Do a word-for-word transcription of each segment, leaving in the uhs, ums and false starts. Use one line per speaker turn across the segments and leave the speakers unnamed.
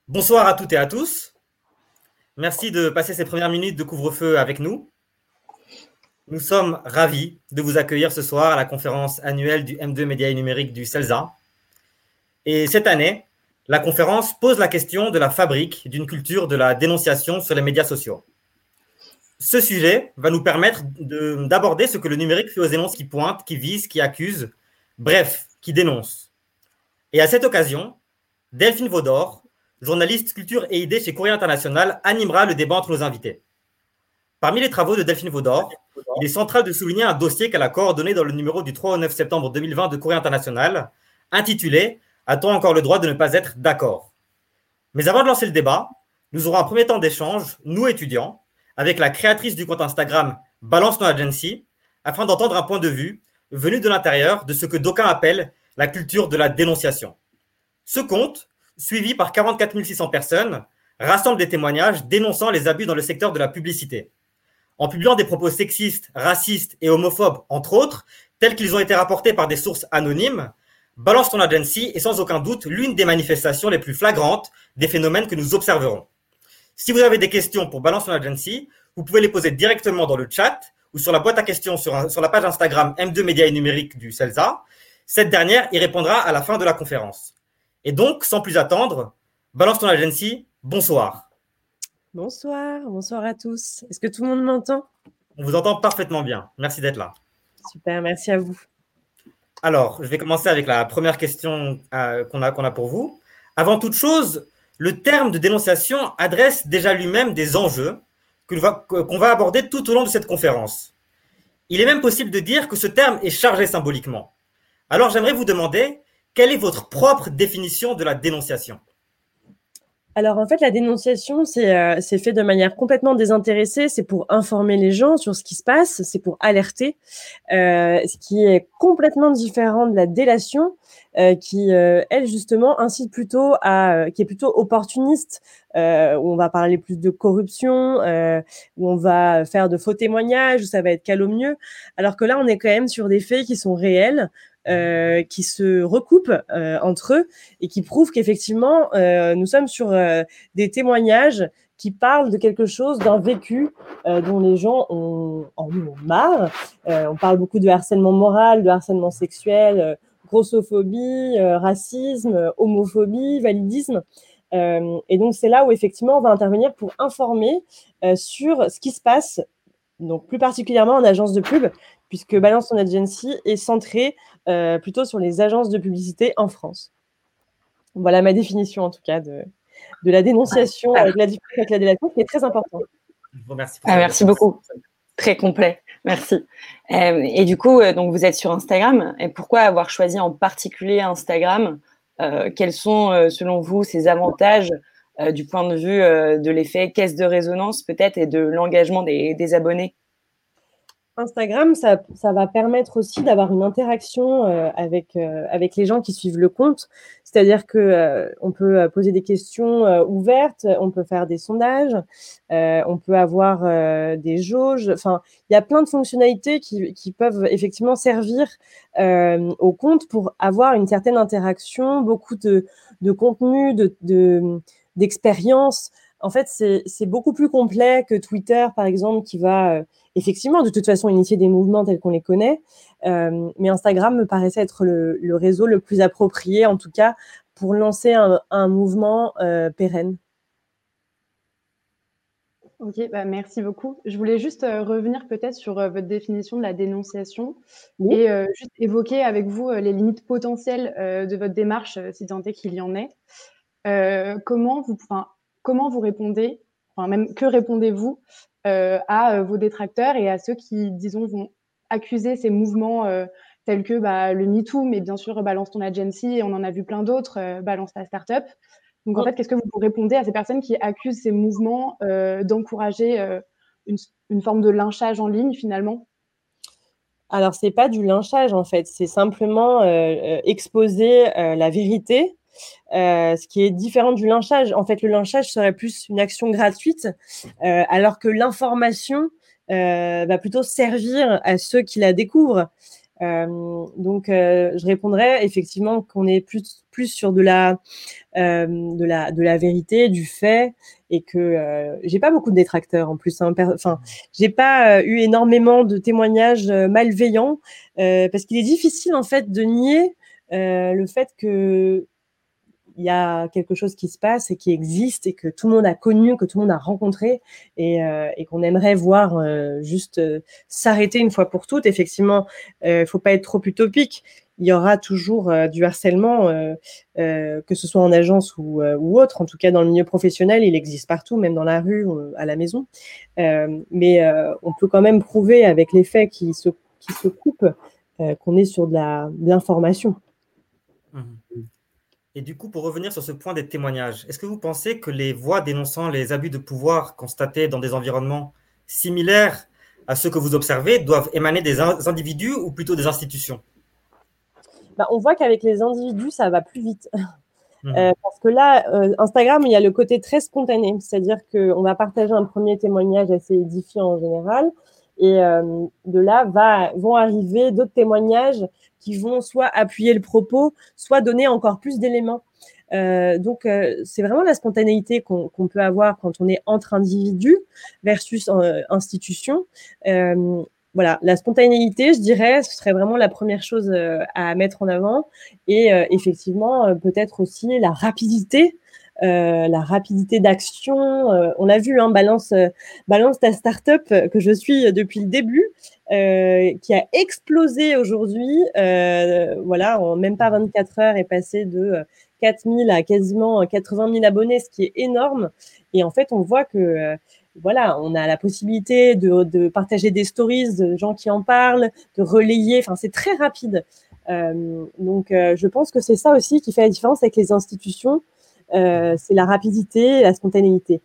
Bonsoir à toutes et à tous. Merci de passer ces premières minutes de couvre-feu avec nous. Nous sommes ravis de vous accueillir ce soir à la conférence annuelle du M deux Médias et Numérique du CELSA. Et cette année, la conférence pose la question de la fabrique d'une culture de la dénonciation sur les médias sociaux. Ce sujet va nous permettre de, d'aborder ce que le numérique fait aux annonces qui pointent, qui visent, qui accusent, bref, qui dénoncent. Et à cette occasion, Delphine Vaudor, journaliste culture et idées chez Courrier International, animera le débat entre nos invités. Parmi les travaux de Delphine Vaudor, il est central de souligner un dossier qu'elle a coordonné dans le numéro du trois au neuf septembre deux mille vingt de Courrier International, intitulé « A-t-on encore le droit de ne pas être d'accord ?» Mais avant de lancer le débat, nous aurons un premier temps d'échange, nous étudiants, avec la créatrice du compte Instagram Balance No Agency, afin d'entendre un point de vue venu de l'intérieur de ce que d'aucuns appellent la culture de la dénonciation. Ce compte, suivi par quarante-quatre mille six cents personnes, rassemble des témoignages dénonçant les abus dans le secteur de la publicité. En publiant des propos sexistes, racistes et homophobes, entre autres, tels qu'ils ont été rapportés par des sources anonymes, Balance Ton Agency est sans aucun doute l'une des manifestations les plus flagrantes des phénomènes que nous observerons. Si vous avez des questions pour Balance Ton Agency, vous pouvez les poser directement dans le chat ou sur la boîte à questions sur, sur la page Instagram M deux Médias et Numérique du CELSA. Cette dernière y répondra à la fin de la conférence. Et donc, sans plus attendre, Balance Ton Agency, bonsoir.
Bonsoir, bonsoir à tous. Est-ce que tout le monde m'entend ?
On vous entend parfaitement bien. Merci d'être là.
Super, merci à vous.
Alors, je vais commencer avec la première question euh, qu'on a, qu'on a pour vous. Avant toute chose, le terme de dénonciation adresse déjà lui-même des enjeux que va, qu'on va aborder tout au long de cette conférence. Il est même possible de dire que ce terme est chargé symboliquement. Alors, j'aimerais vous demander, quelle est votre propre définition de la dénonciation ?
Alors, en fait, la dénonciation, c'est, euh, c'est fait de manière complètement désintéressée. C'est pour informer les gens sur ce qui se passe, c'est pour alerter, euh, ce qui est complètement différent de la délation, euh, qui, euh, elle, justement, incite plutôt à, euh, qui est plutôt opportuniste, euh, où on va parler plus de corruption, euh, où on va faire de faux témoignages, où ça va être calomnieux. Alors que là, on est quand même sur des faits qui sont réels, Euh, qui se recoupent euh, entre eux et qui prouvent qu'effectivement, euh, nous sommes sur euh, des témoignages qui parlent de quelque chose, d'un vécu euh, dont les gens ont, en ont marre. Euh, on parle beaucoup de harcèlement moral, de harcèlement sexuel, euh, grossophobie, euh, racisme, euh, homophobie, validisme. Euh, et donc, c'est là où effectivement, on va intervenir pour informer euh, sur ce qui se passe, donc plus particulièrement en agence de pub, puisque Balance Ton Agency est centré euh, plutôt sur les agences de publicité en France. Voilà ma définition, en tout cas, de, de la dénonciation avec la différence avec la délation, qui est très importante.
Je vous remercie pour
ah, merci beaucoup. Très complet. Merci. Euh, et du coup, euh, donc vous êtes sur Instagram. Et pourquoi avoir choisi en particulier Instagram ? euh, Quels sont, euh, selon vous, ses avantages euh, du point de vue euh, de l'effet caisse de résonance, peut-être, et de l'engagement des, des abonnés ?
Instagram, ça, ça va permettre aussi d'avoir une interaction euh, avec, euh, avec les gens qui suivent le compte. C'est-à-dire qu'on euh, peut poser des questions euh, ouvertes, on peut faire des sondages, euh, on peut avoir euh, des jauges. Enfin, il y a plein de fonctionnalités qui, qui peuvent effectivement servir euh, au compte pour avoir une certaine interaction, beaucoup de, de contenu, de, de, d'expérience. En fait, c'est, c'est beaucoup plus complet que Twitter, par exemple, qui va euh, effectivement, de toute façon, initier des mouvements tels qu'on les connaît. Euh, mais Instagram me paraissait être le, le réseau le plus approprié, en tout cas, pour lancer un, un mouvement euh, pérenne.
Ok, bah merci beaucoup. Je voulais juste euh, revenir peut-être sur euh, votre définition de la dénonciation oui. et euh, juste évoquer avec vous euh, les limites potentielles euh, de votre démarche, euh, si tant est qu'il y en ait. Euh, comment vous, enfin, comment vous répondez, enfin même que répondez-vous euh, à euh, vos détracteurs et à ceux qui, disons, vont accuser ces mouvements euh, tels que bah, le MeToo, mais bien sûr Balance Ton Agency, et on en a vu plein d'autres, euh, Balance ta startup. Donc en fait, qu'est-ce que vous répondez à ces personnes qui accusent ces mouvements euh, d'encourager euh, une, une forme de lynchage en ligne finalement ?
Alors c'est pas du lynchage en fait, c'est simplement euh, exposer euh, la vérité. Euh, ce qui est différent du lynchage. En fait, le lynchage serait plus une action gratuite, euh, alors que l'information euh, va plutôt servir à ceux qui la découvrent. Euh, donc, euh, je répondrais effectivement qu'on est plus plus sur de la euh, de la de la vérité, du fait, et que euh, j'ai pas beaucoup de détracteurs en plus. Hein, enfin, j'ai pas euh, eu énormément de témoignages euh, malveillants euh, parce qu'il est difficile en fait de nier euh, le fait que il y a quelque chose qui se passe et qui existe et que tout le monde a connu, que tout le monde a rencontré et, euh, et qu'on aimerait voir euh, juste euh, s'arrêter une fois pour toutes. Effectivement, il euh, faut pas être trop utopique. Il y aura toujours euh, du harcèlement, euh, euh, que ce soit en agence ou, euh, ou autre. En tout cas, dans le milieu professionnel, il existe partout, même dans la rue ou à la maison. Euh, mais euh, on peut quand même prouver avec les faits qui se, qui se coupent euh, qu'on est sur de, la, de l'information.
Mmh. Et du coup, pour revenir sur ce point des témoignages, est-ce que vous pensez que les voix dénonçant les abus de pouvoir constatés dans des environnements similaires à ceux que vous observez doivent émaner des individus ou plutôt des institutions ?
Bah, on voit qu'avec les individus, ça va plus vite. Mmh. Euh, parce que là, euh, Instagram, il y a le côté très spontané. C'est-à-dire qu'on va partager un premier témoignage assez édifiant en général. Et euh, de là, va, vont arriver d'autres témoignages qui vont soit appuyer le propos, soit donner encore plus d'éléments. Euh, donc, euh, c'est vraiment la spontanéité qu'on, qu'on peut avoir quand on est entre individus versus euh, institutions. Euh, voilà, la spontanéité, je dirais, ce serait vraiment la première chose euh, à mettre en avant. Et euh, effectivement, euh, peut-être aussi la rapidité. Euh, la rapidité d'action. Euh, on l'a vu, hein, balance, euh, balance ta startup euh, que je suis depuis le début, euh, qui a explosé aujourd'hui. Euh, voilà, en même pas vingt-quatre heures, est passé de quatre mille à quasiment quatre-vingt mille abonnés, ce qui est énorme. Et en fait, on voit que euh, voilà, on a la possibilité de, de partager des stories de gens qui en parlent, de relayer. Enfin, c'est très rapide. Euh, donc, euh, je pense que c'est ça aussi qui fait la différence avec les institutions. Euh, c'est la rapidité et la spontanéité.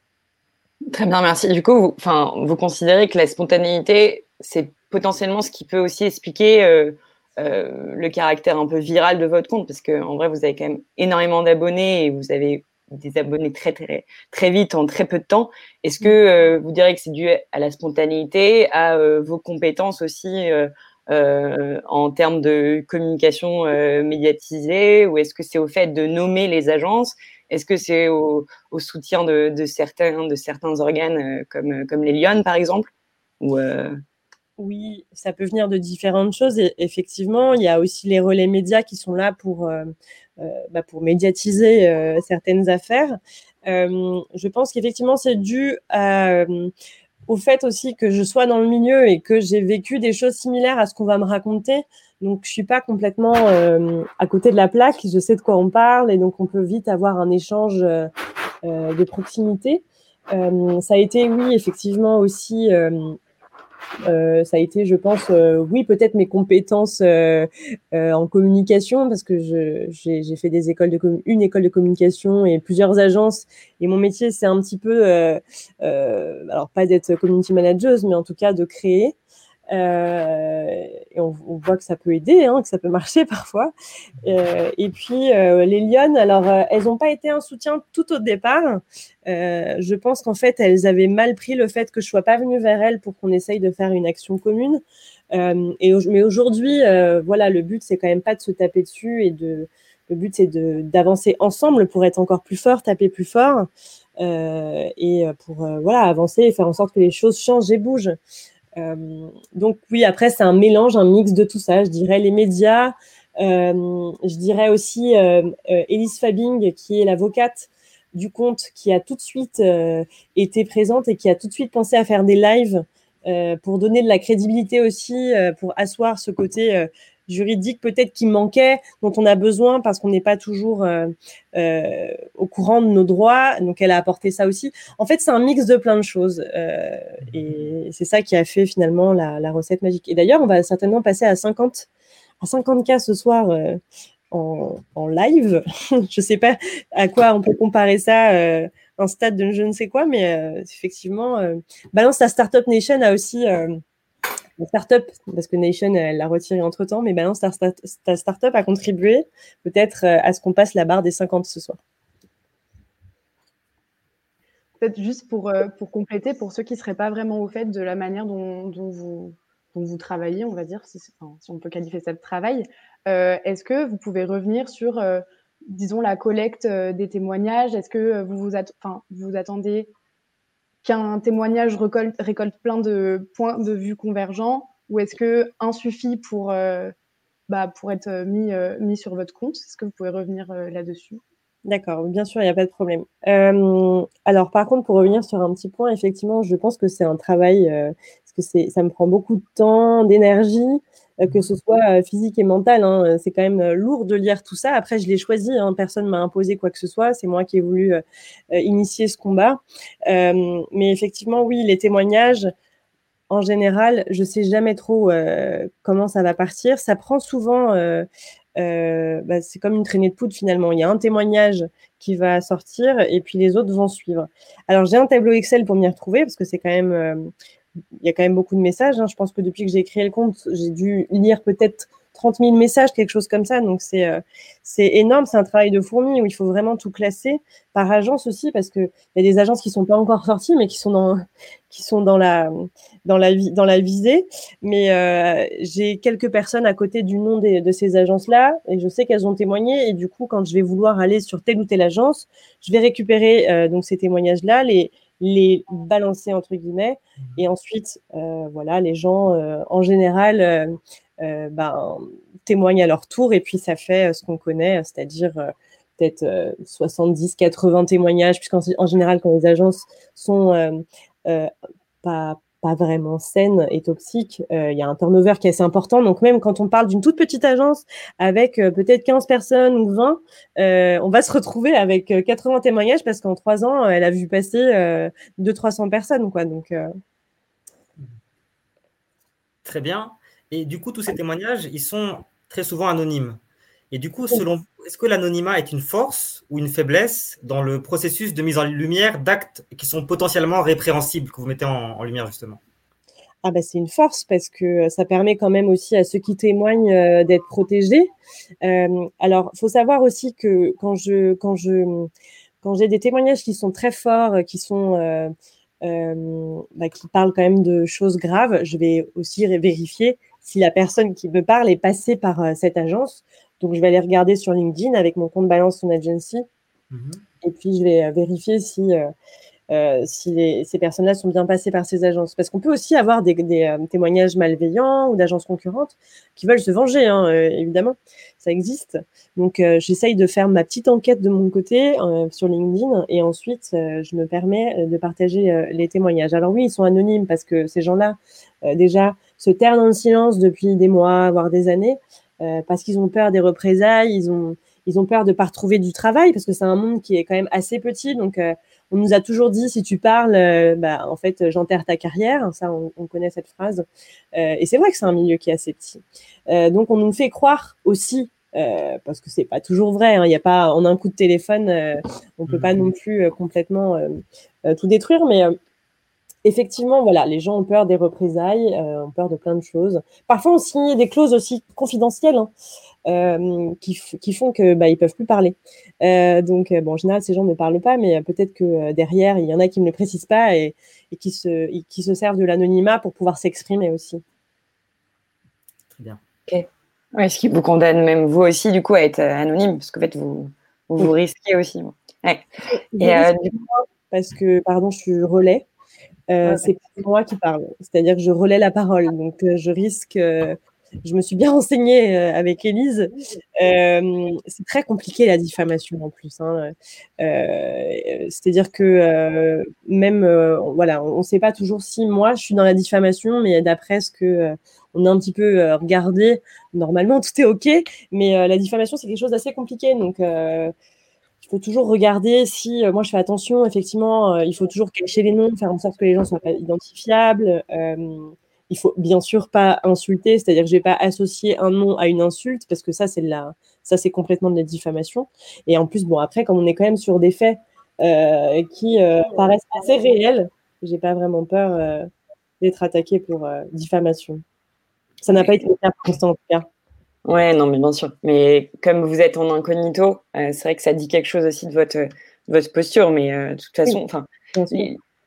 Très bien, merci. Du coup, vous, enfin, vous considérez que la spontanéité, c'est potentiellement ce qui peut aussi expliquer euh, euh, le caractère un peu viral de votre compte, parce qu'en vrai, vous avez quand même énormément d'abonnés et vous avez des abonnés très, très, très vite en très peu de temps. Est-ce que euh, vous direz que c'est dû à la spontanéité, à euh, vos compétences aussi euh, euh, en termes de communication euh, médiatisée, ou est-ce que c'est au fait de nommer les agences ? Est-ce que c'est au, au soutien de, de, certains, de certains organes euh, comme, comme les Lyon, par exemple ou euh...
Oui, ça peut venir de différentes choses. Et effectivement, il y a aussi les relais médias qui sont là pour, euh, euh, bah, pour médiatiser euh, certaines affaires. Euh, je pense qu'effectivement, c'est dû à, euh, au fait aussi que je sois dans le milieu et que j'ai vécu des choses similaires à ce qu'on va me raconter. Donc, je suis pas complètement euh, à côté de la plaque. Je sais de quoi on parle et donc on peut vite avoir un échange euh, euh, de proximité. Euh, ça a été, oui, effectivement aussi. Euh, Euh, ça a été, je pense, euh, oui, peut-être mes compétences euh, euh, en communication, parce que je, j'ai, j'ai fait des écoles de com- une école de communication et plusieurs agences. Et mon métier, c'est un petit peu, euh, euh, alors pas d'être community manager, mais en tout cas de créer. Euh, et on, on voit que ça peut aider, hein, que ça peut marcher parfois. Euh, et puis euh, les Lyon, alors euh, elles n'ont pas été un soutien tout au départ. Euh, je pense qu'en fait elles avaient mal pris le fait que je sois pas venue vers elles pour qu'on essaye de faire une action commune. Euh, et mais aujourd'hui, euh, voilà, le but c'est quand même pas de se taper dessus et de, le but c'est de d'avancer ensemble pour être encore plus fort, taper plus fort euh, et pour euh, voilà avancer et faire en sorte que les choses changent et bougent. Euh, donc oui, après c'est un mélange, un mix de tout ça. Je dirais les médias, euh, je dirais aussi euh, euh, Elise Fabing, qui est l'avocate du compte, qui a tout de suite euh, été présente et qui a tout de suite pensé à faire des lives euh, pour donner de la crédibilité aussi, euh, pour asseoir ce côté euh, juridique peut-être qui manquait, dont on a besoin parce qu'on n'est pas toujours euh, euh, au courant de nos droits. Donc, elle a apporté ça aussi. En fait, c'est un mix de plein de choses. Euh, et c'est ça qui a fait finalement la, la recette magique. Et d'ailleurs, on va certainement passer à cinquante, à cinquante K ce soir euh, en, en live. Je ne sais pas à quoi on peut comparer ça, euh, un stade de je ne sais quoi, mais euh, effectivement, euh, Balance ta Startup Nation a aussi... Euh, Startup, parce que Nation, elle l'a retiré entre-temps, mais Balance ta, ta Startup a contribué peut-être à ce qu'on passe la barre des cinquante ce soir.
Peut-être juste pour, euh, pour compléter, pour ceux qui ne seraient pas vraiment au fait de la manière dont, dont vous, dont vous travaillez, on va dire, si, enfin, si on peut qualifier ça de travail. Euh, est-ce que vous pouvez revenir sur, euh, disons, la collecte euh, des témoignages? Est-ce que vous vous, at- enfin, vous attendez qu'un témoignage récolte, récolte plein de points de vue convergents, ou est-ce qu'un suffit pour, euh, bah, pour être mis, euh, mis sur votre compte? Est-ce que vous pouvez revenir euh, là-dessus?
D'accord, bien sûr, il n'y a pas de problème. Euh, alors, par contre, pour revenir sur un petit point, effectivement, je pense que c'est un travail, euh, parce que c'est, ça me prend beaucoup de temps, d'énergie, euh, que ce soit euh, physique et mental. Hein, c'est quand même euh, lourd de lire tout ça. Après, je l'ai choisi, hein, personne ne m'a imposé quoi que ce soit. C'est moi qui ai voulu euh, euh, initier ce combat. Euh, mais effectivement, oui, les témoignages, en général, je sais jamais trop euh, comment ça va partir. Ça prend souvent, euh, euh, bah, c'est comme une traînée de poudre finalement. Il y a un témoignage qui va sortir et puis les autres vont suivre. Alors j'ai un tableau Excel pour m'y retrouver parce que c'est quand même, euh, il y a quand même beaucoup de messages. Hein. Je pense que depuis que j'ai créé le compte, j'ai dû lire peut-être trente mille messages, quelque chose comme ça. Donc c'est euh, c'est énorme. C'est un travail de fourmi où il faut vraiment tout classer par agence aussi parce que il y a des agences qui sont pas encore sorties mais qui sont dans qui sont dans la dans la dans la visée. Mais euh, j'ai quelques personnes à côté du nom des, de ces agences-là et je sais qu'elles ont témoigné et du coup quand je vais vouloir aller sur telle ou telle agence, je vais récupérer euh, donc ces témoignages-là, les les balancer entre guillemets et ensuite euh, voilà les gens euh, en général euh, euh, ben, témoignent à leur tour et puis ça fait ce qu'on connaît, c'est-à-dire euh, peut-être euh, soixante-dix quatre-vingts témoignages puisqu'en en général quand les agences sont euh, euh, pas pas vraiment saine et toxique, il euh, y a un turnover qui est assez important. Donc même quand on parle d'une toute petite agence avec euh, peut-être quinze personnes ou vingt, euh, on va se retrouver avec euh, quatre-vingts témoignages parce qu'en trois ans, elle a vu passer euh, deux cents trois cents personnes. Quoi. Donc, euh...
Très bien. Et du coup, tous ces témoignages, ils sont très souvent anonymes. Et du coup, selon vous, est-ce que l'anonymat est une force ou une faiblesse dans le processus de mise en lumière d'actes qui sont potentiellement répréhensibles que vous mettez en, en lumière justement?
Ah bah c'est une force parce que ça permet quand même aussi à ceux qui témoignent euh, d'être protégés. Euh, alors, faut savoir aussi que quand je quand je quand j'ai des témoignages qui sont très forts, qui sont euh, euh, bah, qui parlent quand même de choses graves, je vais aussi vérifier si la personne qui me parle est passée par euh, cette agence. Donc, je vais aller regarder sur LinkedIn avec mon compte Balance Ton Agency. Mm-hmm. Et puis, je vais vérifier si euh, Euh, si les, ces personnes-là sont bien passées par ces agences. Parce qu'on peut aussi avoir des, des euh, témoignages malveillants ou d'agences concurrentes qui veulent se venger, hein, euh, évidemment. Ça existe. Donc, euh, j'essaye de faire ma petite enquête de mon côté euh, sur LinkedIn et ensuite, euh, je me permets de partager euh, les témoignages. Alors oui, ils sont anonymes parce que ces gens-là, euh, déjà, se terrent dans le silence depuis des mois, voire des années, euh, parce qu'ils ont peur des représailles, ils ont, ils ont peur de ne pas retrouver du travail parce que c'est un monde qui est quand même assez petit. Donc, euh, on nous a toujours dit, si tu parles, euh, bah, en fait, j'enterre ta carrière. Ça, on, on connaît cette phrase. Euh, et c'est vrai que c'est un milieu qui est assez petit. Euh, donc, on nous fait croire aussi, euh, parce que c'est pas toujours vrai. Hein, y a pas, en un coup de téléphone, euh, on peut pas non plus euh, complètement euh, euh, tout détruire. Mais euh, effectivement, voilà, les gens ont peur des représailles, euh, ont peur de plein de choses. Parfois, on signe des clauses aussi confidentielles. Hein. Euh, qui, qui font que bah, ils peuvent plus parler. Euh, donc, bon, en général, ces gens ne parlent pas, mais peut-être que euh, derrière, il y en a qui ne le précisent pas et, et qui, se, et qui se servent de l'anonymat pour pouvoir s'exprimer aussi.
Très bien.
Ok. Ouais, ce qui vous condamne même vous aussi, du coup, à être anonyme, parce qu'en fait, vous vous, oui. vous risquez aussi. Ouais.
Et euh, du coup, parce que, pardon, je suis relais. Euh, ouais, c'est moi qui parle, c'est-à-dire que je relais la parole, donc euh, je risque. Euh, je me suis bien renseignée euh, avec Élise. Euh, c'est très compliqué la diffamation en plus. Hein. Euh, c'est-à-dire que euh, même, euh, voilà, on ne sait pas toujours si moi je suis dans la diffamation, mais d'après ce que euh, on a un petit peu euh, regardé, normalement tout est ok, mais euh, la diffamation c'est quelque chose d'assez compliqué, donc. Euh, Il faut toujours regarder si, euh, moi je fais attention, effectivement, euh, il faut toujours cacher les noms, faire en sorte que les gens ne soient pas identifiables. Euh, il faut bien sûr pas insulter, c'est-à-dire que je ne vais pas associer un nom à une insulte, parce que ça c'est, de la, ça, c'est complètement de la diffamation. Et en plus, bon, après, quand on est quand même sur des faits euh, qui euh, paraissent assez réels, je n'ai pas vraiment peur euh, d'être attaquée pour euh, diffamation. Ça n'a pas été le cas pour l'instant, en tout cas.
Ouais, non, mais bien sûr. Mais comme vous êtes en incognito, euh, c'est vrai que ça dit quelque chose aussi de votre, de votre posture. Mais euh, de toute façon, enfin,
oui,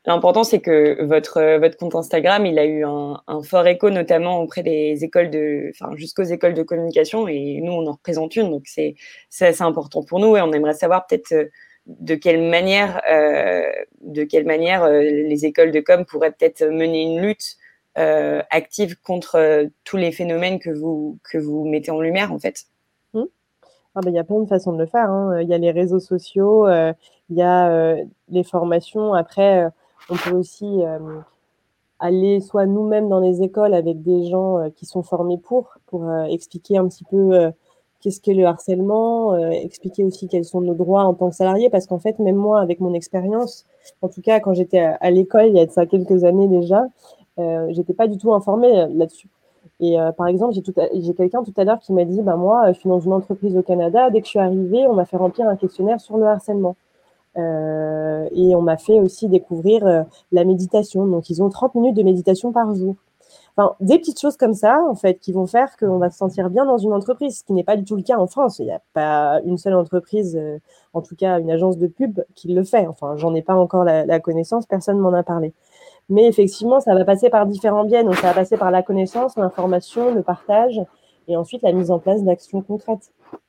L'important, c'est que votre, votre compte Instagram, il a eu un, un fort écho, notamment auprès des écoles de, enfin, jusqu'aux écoles de communication. Et nous, on en représente une. Donc, c'est, c'est assez important pour nous. Et on aimerait savoir peut-être de quelle manière, euh, de quelle manière euh, les écoles de com pourraient peut-être mener une lutte euh, active contre euh, tous les phénomènes que vous, que vous mettez en lumière, en fait.
Mmh. Ah ben, il y a plein de façons de le faire, hein. Il y a les réseaux sociaux, euh, il y a euh, les formations. Après, euh, on peut aussi euh, aller soit nous-mêmes dans les écoles avec des gens euh, qui sont formés pour, pour euh, expliquer un petit peu euh, qu'est-ce qu'est le harcèlement, euh, expliquer aussi quels sont nos droits en tant que salarié, parce qu'en fait, même moi, avec mon expérience, en tout cas, quand j'étais à, à l'école, il y a de ça quelques années déjà, euh, j'étais pas du tout informée là-dessus. Et euh, par exemple, j'ai, tout à, j'ai quelqu'un tout à l'heure qui m'a dit, bah moi, je suis dans une entreprise au Canada. Dès que je suis arrivée, on m'a fait remplir un questionnaire sur le harcèlement. Euh, et on m'a fait aussi découvrir euh, la méditation. Donc, ils ont trente minutes de méditation par jour. Enfin, des petites choses comme ça, en fait, qui vont faire qu'on va se sentir bien dans une entreprise, ce qui n'est pas du tout le cas en France. Il n'y a pas une seule entreprise, euh, en tout cas une agence de pub, qui le fait. Enfin, j'en ai pas encore la, la connaissance, personne m'en a parlé. Mais effectivement, ça va passer par différents biais. Donc, ça va passer par la connaissance, l'information, le partage et ensuite la mise en place d'actions concrètes.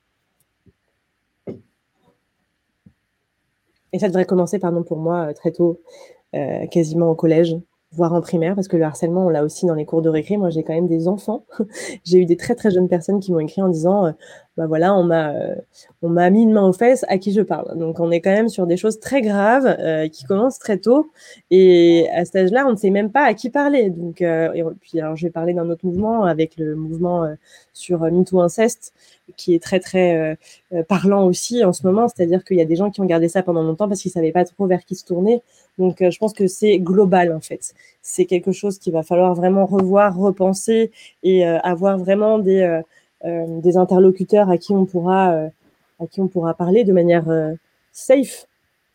Et ça devrait commencer, pardon, pour moi, très tôt, euh, quasiment au collège, voire en primaire, parce que le harcèlement, on l'a aussi dans les cours de récré. Moi, j'ai quand même des enfants. J'ai eu des très, très jeunes personnes qui m'ont écrit en disant, euh, bah voilà, on m'a, euh, on m'a mis une main aux fesses, à qui je parle. Donc, on est quand même sur des choses très graves euh, qui commencent très tôt. Et à cet âge-là, on ne sait même pas à qui parler. Donc, euh, et puis, alors, je vais parler d'un autre mouvement, avec le mouvement euh, sur euh, MeToo Inceste, qui est très, très euh, parlant aussi en ce moment. C'est-à-dire qu'il y a des gens qui ont gardé ça pendant longtemps parce qu'ils ne savaient pas trop vers qui se tourner. Donc, euh, je pense que c'est global, en fait. C'est quelque chose qu'il va falloir vraiment revoir, repenser et euh, avoir vraiment des, euh, euh, des interlocuteurs à qui on pourra, euh, à qui on pourra parler de manière euh, safe.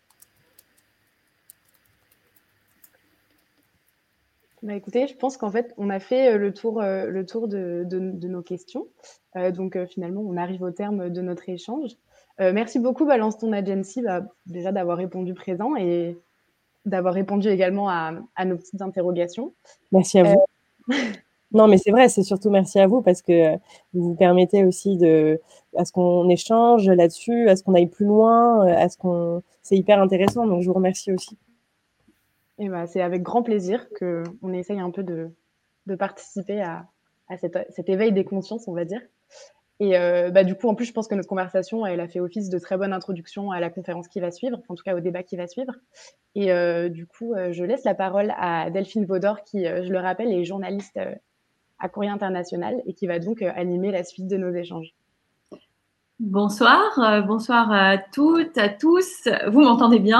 Bah écoutez, je pense qu'en fait, on a fait le tour, euh, le tour de, de, de nos questions. Euh, donc, euh, finalement, on arrive au terme de notre échange. Euh, merci beaucoup, Balance ton Agency, bah, déjà d'avoir répondu présent et d'avoir répondu également à, à nos petites interrogations.
Merci à vous. Euh... Non, mais c'est vrai, c'est surtout merci à vous parce que vous vous permettez aussi de, à ce qu'on échange là-dessus, à ce qu'on aille plus loin, à ce qu'on, c'est hyper intéressant. Donc, je vous remercie aussi.
Et bah, c'est avec grand plaisir qu'on essaye un peu de, de participer à, à cette, cet éveil des consciences, on va dire. Et euh, bah, du coup, en plus, je pense que notre conversation, elle a fait office de très bonne introduction à la conférence qui va suivre, en tout cas au débat qui va suivre. Et euh, du coup, euh, je laisse la parole à Delphine Vaudor, qui, euh, je le rappelle, est journaliste euh, à Courrier International et qui va donc euh, animer la suite de nos échanges.
Bonsoir, euh, bonsoir à toutes, à tous. Vous m'entendez bien ?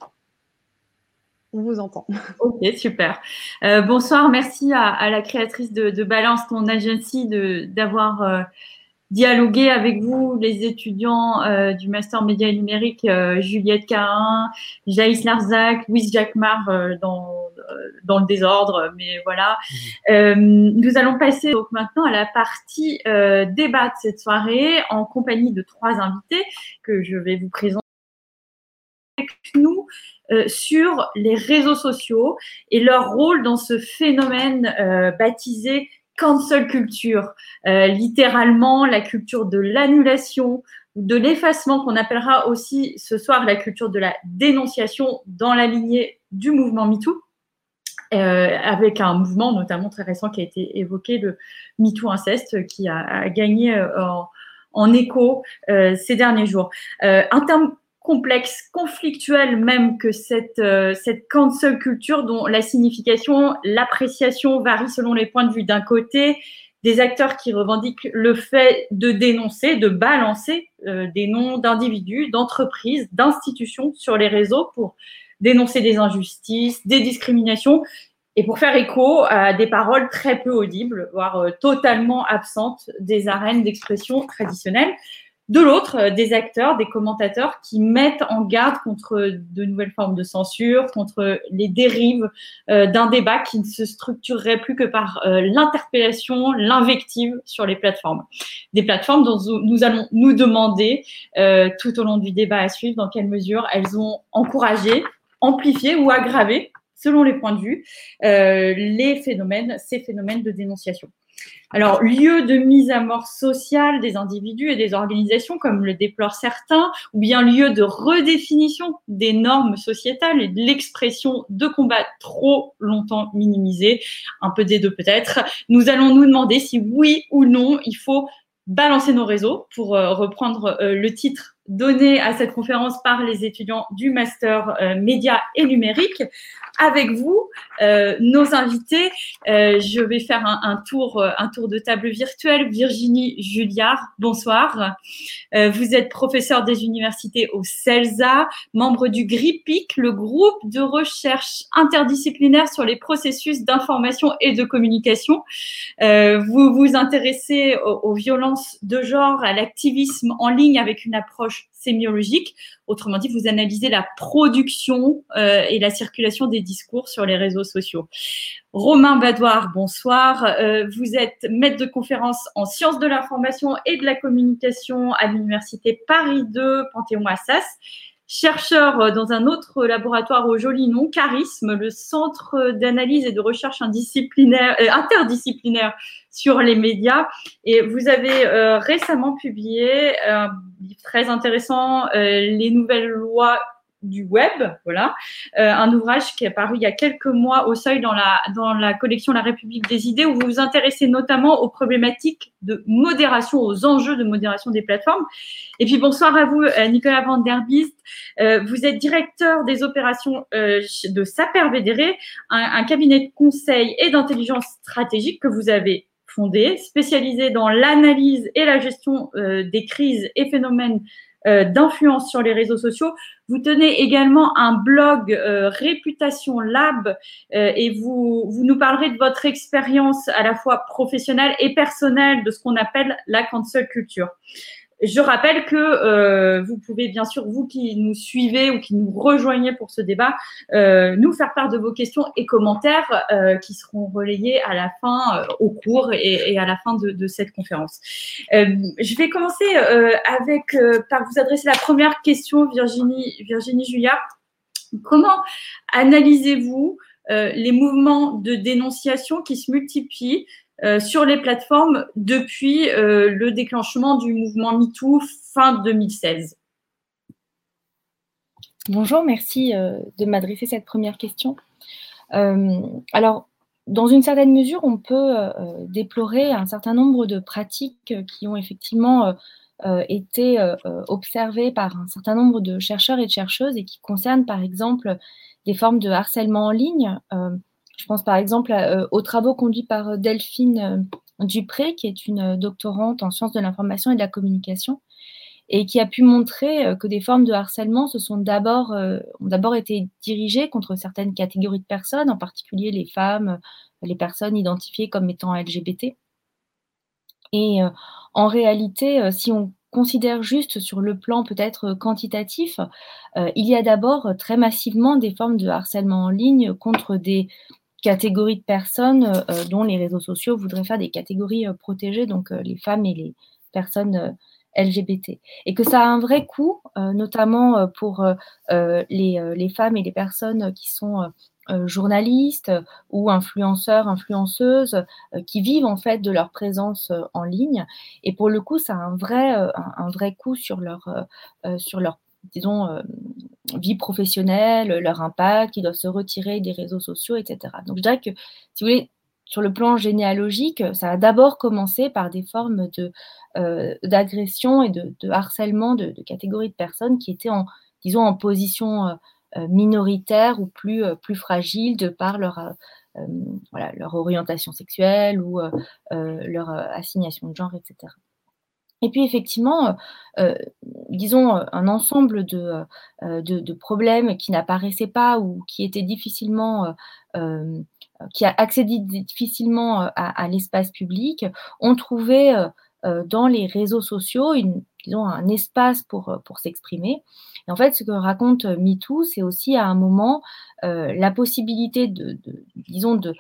On vous entend.
Ok, super. Euh, bonsoir, merci à, à la créatrice de, de Balance ton Agency de, d'avoir euh, dialogué avec vous, les étudiants euh, du Master Média et Numérique, euh, Juliette Cahin, Jaïs Larzac, Louise Jacquemart euh, dans, euh, dans le désordre, mais voilà. Euh, nous allons passer donc maintenant à la partie euh, débat de cette soirée en compagnie de trois invités que je vais vous présenter avec nous. Euh, sur les réseaux sociaux et leur rôle dans ce phénomène euh, baptisé cancel culture, euh, littéralement la culture de l'annulation ou de l'effacement qu'on appellera aussi ce soir la culture de la dénonciation dans la lignée du mouvement MeToo, euh, avec un mouvement notamment très récent qui a été évoqué, le MeToo Inceste, qui a, a gagné euh, en, en écho euh, ces derniers jours. Euh, un terme complexe, conflictuel même que cette, euh, cette cancel culture dont la signification, l'appréciation varie selon les points de vue. D'un côté, des acteurs qui revendiquent le fait de dénoncer, de balancer euh, des noms d'individus, d'entreprises, d'institutions sur les réseaux pour dénoncer des injustices, des discriminations et pour faire écho à des paroles très peu audibles, voire euh, totalement absentes des arènes d'expression traditionnelles. De l'autre, des acteurs, des commentateurs qui mettent en garde contre de nouvelles formes de censure, contre les dérives euh, d'un débat qui ne se structurerait plus que par euh, l'interpellation, l'invective sur les plateformes. Des plateformes dont nous allons nous demander euh, tout au long du débat à suivre dans quelle mesure elles ont encouragé, amplifier ou aggraver, selon les points de vue, euh, les phénomènes, ces phénomènes de dénonciation. Alors, lieu de mise à mort sociale des individus et des organisations, comme le déplorent certains, ou bien lieu de redéfinition des normes sociétales et de l'expression de combats trop longtemps minimisés, un peu des deux peut-être, nous allons nous demander si oui ou non il faut balancer nos réseaux, pour euh, reprendre euh, le titre donné à cette conférence par les étudiants du master euh, médias et numérique. Avec vous, euh, nos invités, euh, je vais faire un, un tour, un tour de table virtuel. Virginie Julliard, bonsoir. Euh, vous êtes professeure des universités au CELSA, membre du GRIPIC, le groupe de recherche interdisciplinaire sur les processus d'information et de communication. Euh, vous vous intéressez aux, aux violences de genre, à l'activisme en ligne avec une approche sémiologique. Autrement dit, vous analysez la production euh, et la circulation des discours sur les réseaux sociaux. Romain Badoir, bonsoir. Euh, vous êtes maître de conférence en sciences de l'information et de la communication à l'université Paris deux, Panthéon-Assas. Chercheur dans un autre laboratoire au joli nom, Charisme, le centre d'analyse et de recherche indisciplinaire, euh, interdisciplinaire sur les médias. Et vous avez euh, récemment publié un livre très intéressant, euh, Les nouvelles lois du web, voilà, euh, un ouvrage qui est paru il y a quelques mois au Seuil dans la, dans la collection La République des idées, où vous vous intéressez notamment aux problématiques de modération, aux enjeux de modération des plateformes. Et puis bonsoir à vous, Nicolas Van der Biest. Euh, vous êtes directeur des opérations euh, de Sapere-Vedere, un, un cabinet de conseil et d'intelligence stratégique que vous avez fondé, spécialisé dans l'analyse et la gestion euh, des crises et phénomènes euh, d'influence sur les réseaux sociaux. Vous tenez également un blog euh, Réputation Lab euh, et vous, vous nous parlerez de votre expérience à la fois professionnelle et personnelle de ce qu'on appelle la cancel culture. Je rappelle que euh, vous pouvez bien sûr, vous qui nous suivez ou qui nous rejoignez pour ce débat, euh, nous faire part de vos questions et commentaires euh, qui seront relayés à la fin, euh, au cours et, et à la fin de, de cette conférence. Euh, je vais commencer euh, avec euh, par vous adresser la première question, Virginie, Virginie Julliard. Comment analysez-vous euh, les mouvements de dénonciation qui se multiplient Euh, sur les plateformes depuis euh, le déclenchement du mouvement MeToo fin deux mille seize?
Bonjour, merci euh, de m'adresser cette première question. Euh, alors, dans une certaine mesure, on peut euh, déplorer un certain nombre de pratiques qui ont effectivement euh, euh, été euh, observées par un certain nombre de chercheurs et de chercheuses et qui concernent par exemple des formes de harcèlement en ligne. Euh, Je pense par exemple à, euh, aux travaux conduits par Delphine euh, Dupré, qui est une euh, doctorante en sciences de l'information et de la communication, et qui a pu montrer euh, que des formes de harcèlement se sont d'abord, euh, ont d'abord été dirigées contre certaines catégories de personnes, en particulier les femmes, les personnes identifiées comme étant L G B T. Et euh, en réalité, euh, si on considère juste sur le plan peut-être quantitatif, euh, il y a d'abord très massivement des formes de harcèlement en ligne contre des catégories de personnes euh, dont les réseaux sociaux voudraient faire des catégories euh, protégées, donc euh, les femmes et les personnes euh, L G B T. Et que ça a un vrai coût, euh, notamment euh, pour euh, les, euh, les femmes et les personnes qui sont euh, journalistes ou influenceurs, influenceuses, euh, qui vivent en fait de leur présence euh, en ligne. Et pour le coup, ça a un vrai, euh, un, un vrai coût sur leur, euh, sur leur disons, euh, vie professionnelle, leur impact, ils doivent se retirer des réseaux sociaux, et cetera. Donc, je dirais que, si vous voulez, sur le plan généalogique, ça a d'abord commencé par des formes de, euh, d'agression et de, de harcèlement de, de catégories de personnes qui étaient en, disons, en position euh, minoritaire ou plus, euh, plus fragile de par leur, euh, voilà, leur orientation sexuelle ou euh, euh, leur assignation de genre, et cetera. Et puis effectivement, euh, disons, un ensemble de, euh, de, de problèmes qui n'apparaissaient pas ou qui étaient difficilement, euh, qui accédaient difficilement à, à l'espace public, ont trouvé euh, dans les réseaux sociaux une, disons, un espace pour, pour s'exprimer. Et en fait, ce que raconte MeToo, c'est aussi à un moment euh, la possibilité de, de disons, de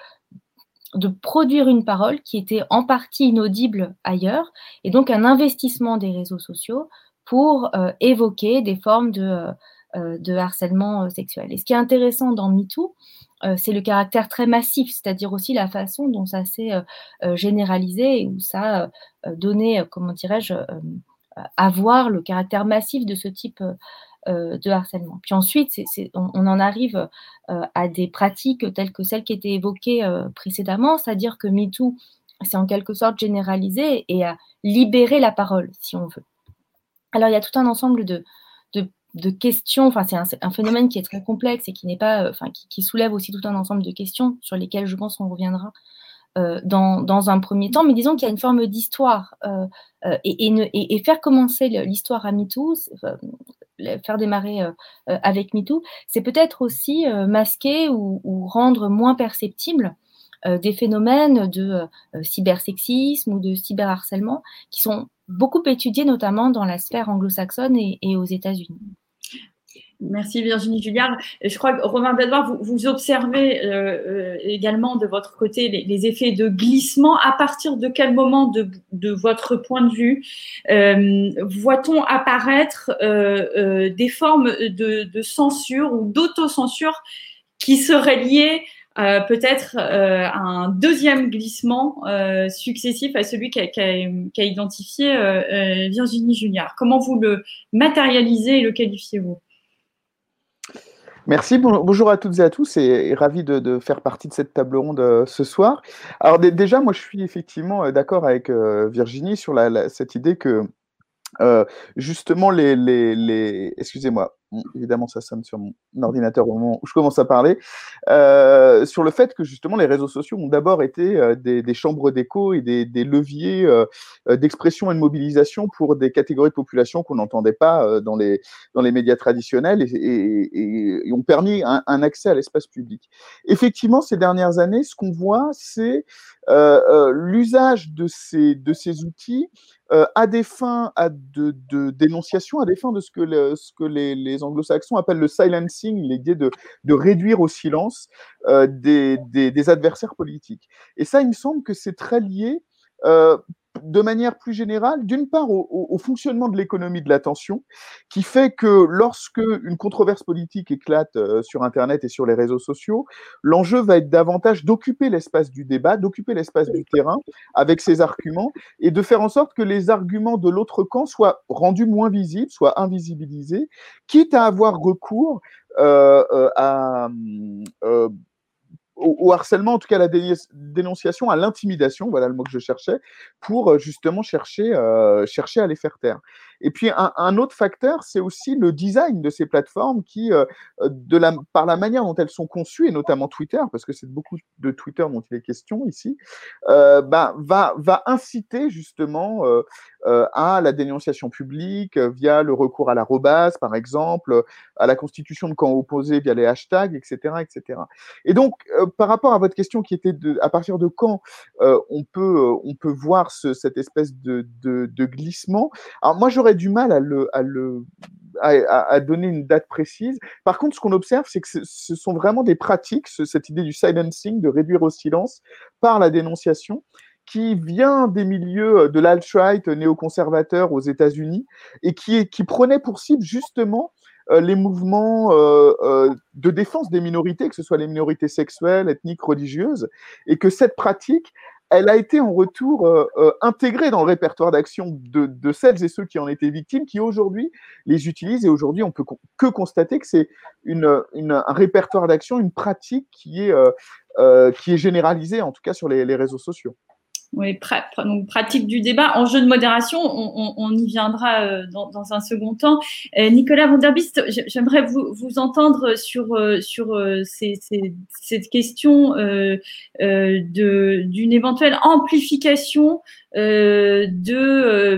de produire une parole qui était en partie inaudible ailleurs, et donc un investissement des réseaux sociaux pour euh, évoquer des formes de, euh, de harcèlement sexuel. Et ce qui est intéressant dans MeToo, euh, c'est le caractère très massif, c'est-à-dire aussi la façon dont ça s'est euh, euh, généralisé et où ça a euh, donné, euh, comment dirais-je, euh, à voir le caractère massif de ce type euh, de harcèlement. Puis ensuite, c'est, c'est, on, on en arrive euh, à des pratiques telles que celles qui étaient évoquées euh, précédemment, c'est-à-dire que MeToo, c'est en quelque sorte généralisé et à libérer la parole, si on veut. Alors, il y a tout un ensemble de, de, de questions, enfin, c'est un, un phénomène qui est très complexe et qui n'est pas, enfin, qui, qui soulève aussi tout un ensemble de questions sur lesquelles je pense qu'on reviendra euh, dans, dans un premier temps, mais disons qu'il y a une forme d'histoire euh, euh, et, et, ne, et, et faire commencer l'histoire à MeToo, euh, faire démarrer euh, euh, avec MeToo, c'est peut-être aussi euh, masquer ou, ou rendre moins perceptible euh, des phénomènes de euh, cybersexisme ou de cyberharcèlement qui sont beaucoup étudiés notamment dans la sphère anglo-saxonne et, et aux États-Unis.
Merci Virginie Julliard. Je crois que Romain Bedouard, vous, vous observez euh, euh, également de votre côté les, les effets de glissement. À partir de quel moment, de, de votre point de vue, euh, voit-on apparaître euh, euh, des formes de, de censure ou d'autocensure qui seraient liées euh, peut-être euh, à un deuxième glissement euh, successif à celui qu'a, qu'a, qu'a identifié euh, euh, Virginie Julliard? Comment vous le matérialisez et le qualifiez-vous?
Merci, bonjour à toutes et à tous et ravi de, de faire partie de cette table ronde euh, ce soir. Alors d- déjà, moi je suis effectivement euh, d'accord avec euh, Virginie sur la, la, cette idée que euh, justement les, les, les... excusez-moi, évidemment ça sonne sur mon ordinateur au moment où je commence à parler, euh, sur le fait que justement les réseaux sociaux ont d'abord été euh, des, des chambres d'écho et des, des leviers euh, d'expression et de mobilisation pour des catégories de population qu'on n'entendait pas euh, dans, les, dans les médias traditionnels et, et, et, et ont permis un, un accès à l'espace public. Effectivement, ces dernières années, ce qu'on voit, c'est euh, euh, l'usage de ces, de ces outils Euh, à des fins à de, de dénonciation, à des fins de ce que, le, ce que les, les anglo-saxons appellent le silencing, l'idée de, de réduire au silence euh, des, des, des adversaires politiques. Et ça, il me semble que c'est très lié euh, de manière plus générale, d'une part au, au, au fonctionnement de l'économie de l'attention, qui fait que lorsque une controverse politique éclate euh, sur Internet et sur les réseaux sociaux, l'enjeu va être davantage d'occuper l'espace du débat, d'occuper l'espace du terrain avec ses arguments et de faire en sorte que les arguments de l'autre camp soient rendus moins visibles, soient invisibilisés, quitte à avoir recours euh, euh, à... Euh, Au, au harcèlement, en tout cas à la dé- dénonciation, à l'intimidation, voilà le mot que je cherchais, pour justement chercher, euh, chercher à les faire taire. Et puis un, un autre facteur, c'est aussi le design de ces plateformes qui, euh, de la, par la manière dont elles sont conçues, et notamment Twitter, parce que c'est beaucoup de Twitter dont il est question ici, euh, bah, va, va inciter justement euh, euh, à la dénonciation publique euh, via le recours à l'arrobase, par exemple, à la constitution de camps opposés via les hashtags, et cetera, et cetera. Et donc, euh, par rapport à votre question qui était de, à partir de quand euh, on peut, euh, on peut voir ce, cette espèce de, de, de glissement. Alors moi, j'aurais du mal à le, à le, à, à donner une date précise. Par contre, ce qu'on observe, c'est que ce, ce sont vraiment des pratiques, ce, cette idée du silencing, de réduire au silence par la dénonciation, qui vient des milieux de l'alt-right néoconservateur aux États-Unis et qui, qui prenait pour cible justement Euh, les mouvements euh, euh, de défense des minorités, que ce soit les minorités sexuelles, ethniques, religieuses, et que cette pratique, elle a été en retour euh, euh, intégrée dans le répertoire d'action de, de celles et ceux qui en étaient victimes, qui aujourd'hui les utilisent, et aujourd'hui on peut con- que constater que c'est une, une, un répertoire d'action, une pratique qui est, euh, euh, qui est généralisée, en tout cas sur les, les réseaux sociaux.
Oui, pra- donc pratique du débat, enjeu de modération, on, on, on y viendra euh, dans, dans un second temps. Euh, Nicolas Van der Bist, j'aimerais vous, vous entendre sur, euh, sur euh, ces, ces, cette question euh, euh, de, d'une éventuelle amplification euh, de, euh,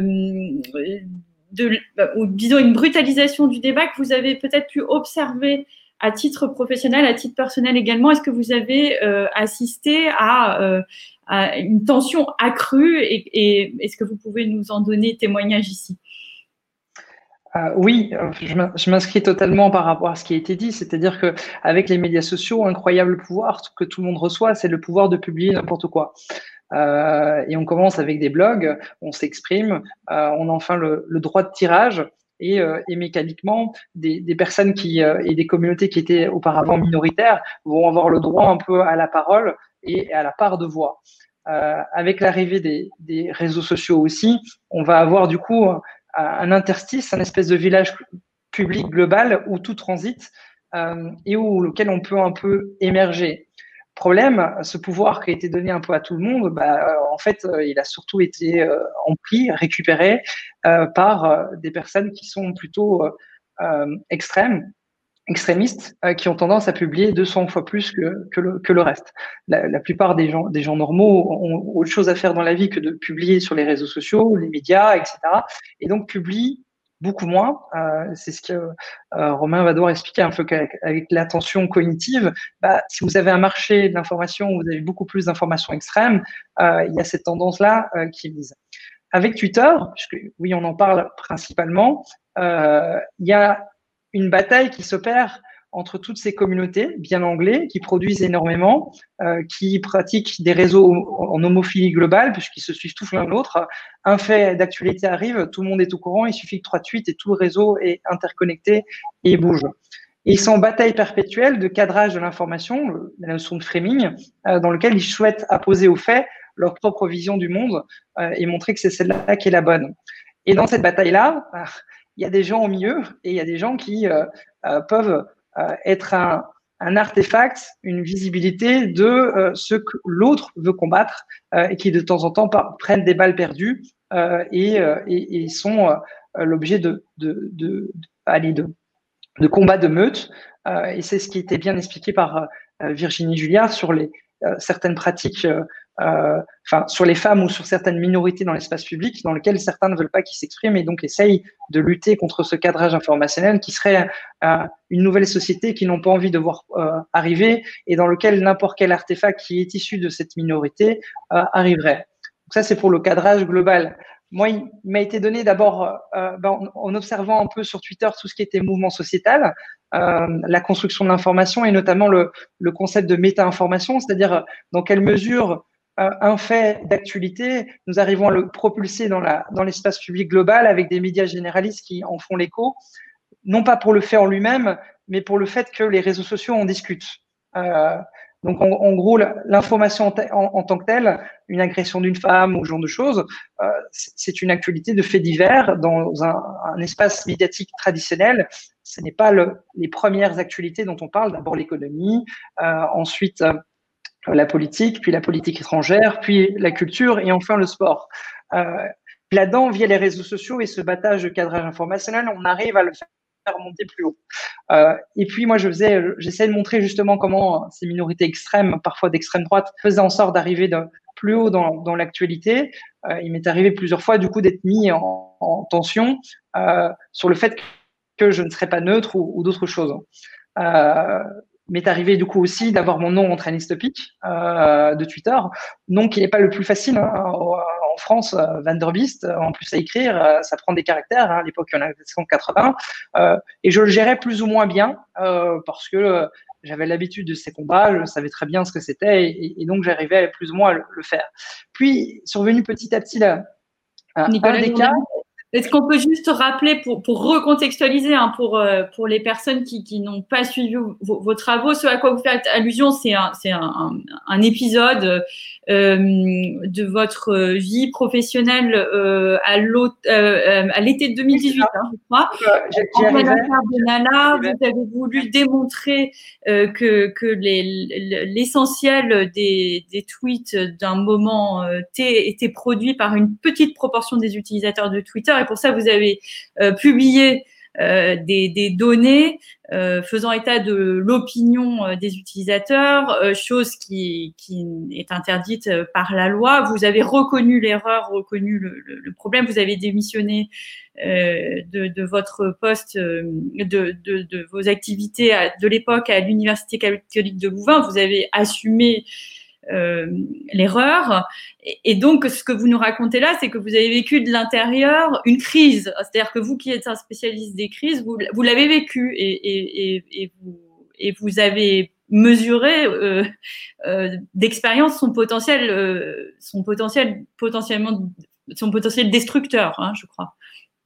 de, ou disons une brutalisation du débat que vous avez peut-être pu observer à titre professionnel, à titre personnel également. Est-ce que vous avez euh, assisté à, euh, à une tension accrue et, et est-ce que vous pouvez nous en donner témoignage ici?
Euh, oui, je m'inscris totalement par rapport à ce qui a été dit, c'est-à-dire que avec les médias sociaux, incroyable pouvoir que tout le monde reçoit, c'est le pouvoir de publier n'importe quoi. Euh, et on commence avec des blogs, on s'exprime, euh, on a enfin le, le droit de tirage. et, euh, et mécaniquement, des, des personnes qui euh, et des communautés qui étaient auparavant minoritaires vont avoir le droit un peu à la parole et à la part de voix. Euh, avec l'arrivée des, des réseaux sociaux aussi, on va avoir du coup un interstice, un espèce de village public global où tout transite euh, et où lequel on peut un peu émerger. Problème, ce pouvoir qui a été donné un peu à tout le monde, bah, euh, en fait, euh, il a surtout été euh, empris, récupéré euh, par euh, des personnes qui sont plutôt euh, extrêmes, extrémistes, euh, qui ont tendance à publier deux cents fois plus que, que, le, que le reste. La, la plupart des gens, des gens normaux ont autre chose à faire dans la vie que de publier sur les réseaux sociaux, les médias, et cetera. Et donc publient beaucoup moins. Euh, c'est ce que euh, Romain va devoir expliquer un peu qu'avec avec l'attention cognitive. Bah, si vous avez un marché de l'information où vous avez beaucoup plus d'informations extrêmes, euh, il y a cette tendance-là euh, qui vise. Avec Twitter, puisque oui, on en parle principalement, euh, il y a une bataille qui s'opère entre toutes ces communautés bien anglais qui produisent énormément, euh, qui pratiquent des réseaux en homophilie globale puisqu'ils se suivent tous l'un l'autre. Un fait d'actualité arrive, tout le monde est au courant, il suffit que trois tweets et tout le réseau est interconnecté et bouge. Et ils sont en bataille perpétuelle de cadrage de l'information, la notion de framing, euh, dans lequel ils souhaitent apposer aux faits leur propre vision du monde euh, et montrer que c'est celle-là qui est la bonne. Et dans cette bataille-là, euh, il y a des gens au milieu et il y a des gens qui euh, euh, peuvent euh, être un, un artefact, une visibilité de euh, ce que l'autre veut combattre euh, et qui de temps en temps par, prennent des balles perdues euh, et, euh, et, et sont euh, l'objet de, de, de, de, allez, de, de combats de meute. Euh, et c'est ce qui était bien expliqué par euh, Virginie Julliard sur les euh, certaines pratiques euh, Euh, enfin, sur les femmes ou sur certaines minorités dans l'espace public dans lesquelles certains ne veulent pas qu'ils s'expriment et donc essayent de lutter contre ce cadrage informationnel qui serait euh, une nouvelle société qu'ils n'ont pas envie de voir euh, arriver et dans lequel n'importe quel artefact qui est issu de cette minorité euh, arriverait. Donc ça, c'est pour le cadrage global. Moi, il m'a été donné d'abord, euh, ben, en, en observant un peu sur Twitter tout ce qui était mouvement sociétal, euh, la construction de l'information et notamment le, le concept de méta-information, c'est-à-dire dans quelle mesure un fait d'actualité, nous arrivons à le propulser dans la dans l'espace public global avec des médias généralistes qui en font l'écho, non pas pour le fait en lui-même, mais pour le fait que les réseaux sociaux en discutent. Euh, donc en, en gros, l'information en, en, en tant que telle, une agression d'une femme ou ce genre de choses, euh, c'est une actualité de faits divers dans un, un espace médiatique traditionnel. Ce n'est pas le, les premières actualités dont on parle. D'abord l'économie, euh, ensuite euh, la politique, puis la politique étrangère, puis la culture et enfin le sport. Euh, Là-dedans, via les réseaux sociaux et ce battage de cadrage informationnel, on arrive à le faire monter plus haut. Euh, et puis moi, je faisais, j'essaie de montrer justement comment ces minorités extrêmes, parfois d'extrême droite, faisaient en sorte d'arriver de plus haut dans, dans l'actualité. Euh, il m'est arrivé plusieurs fois du coup d'être mis en, en tension euh, sur le fait que je ne serais pas neutre ou, ou d'autres choses. Euh, m'est arrivé du coup aussi d'avoir mon nom en trending topic euh, de Twitter, nom qui n'est pas le plus facile hein, en France. euh, Vanderbeest, en plus à écrire, euh, ça prend des caractères. Hein, à l'époque, il y en avait cent quatre-vingts, euh, et je le gérais plus ou moins bien euh, parce que euh, j'avais l'habitude de ces combats, je savais très bien ce que c'était, et, et donc j'arrivais plus ou moins à le, le faire. Puis, survenu petit à petit là, un,
Nicolas,
un des cas.
Est-ce qu'on peut juste rappeler, pour, pour recontextualiser, hein, pour, euh, pour les personnes qui, qui n'ont pas suivi vos, vos travaux, ce à quoi vous faites allusion, c'est un, c'est un, un, un épisode euh, de votre vie professionnelle euh, à, euh, à l'été de deux mille dix-huit, hein, je crois.
Euh,
en affaire de Nana, vous avez voulu démontrer euh, que, que les, l'essentiel des, des tweets d'un moment euh, T était produit par une petite proportion des utilisateurs de Twitter. Et pour ça, vous avez euh, publié euh, des, des données euh, faisant état de l'opinion euh, des utilisateurs, euh, chose qui, qui est interdite euh, par la loi. Vous avez reconnu l'erreur, reconnu le, le, le problème. Vous avez démissionné euh, de, de votre poste, euh, de, de, de vos activités à, de l'époque à l'Université catholique de Louvain. Vous avez assumé Euh, l'erreur. Et, et donc, ce que vous nous racontez là, c'est que vous avez vécu de l'intérieur une crise. C'est-à-dire que vous qui êtes un spécialiste des crises, vous, vous l'avez vécu et, et, et, et, vous, et vous avez mesuré euh, euh, d'expérience son potentiel, euh, son potentiel potentiellement, son potentiel destructeur, hein, je crois.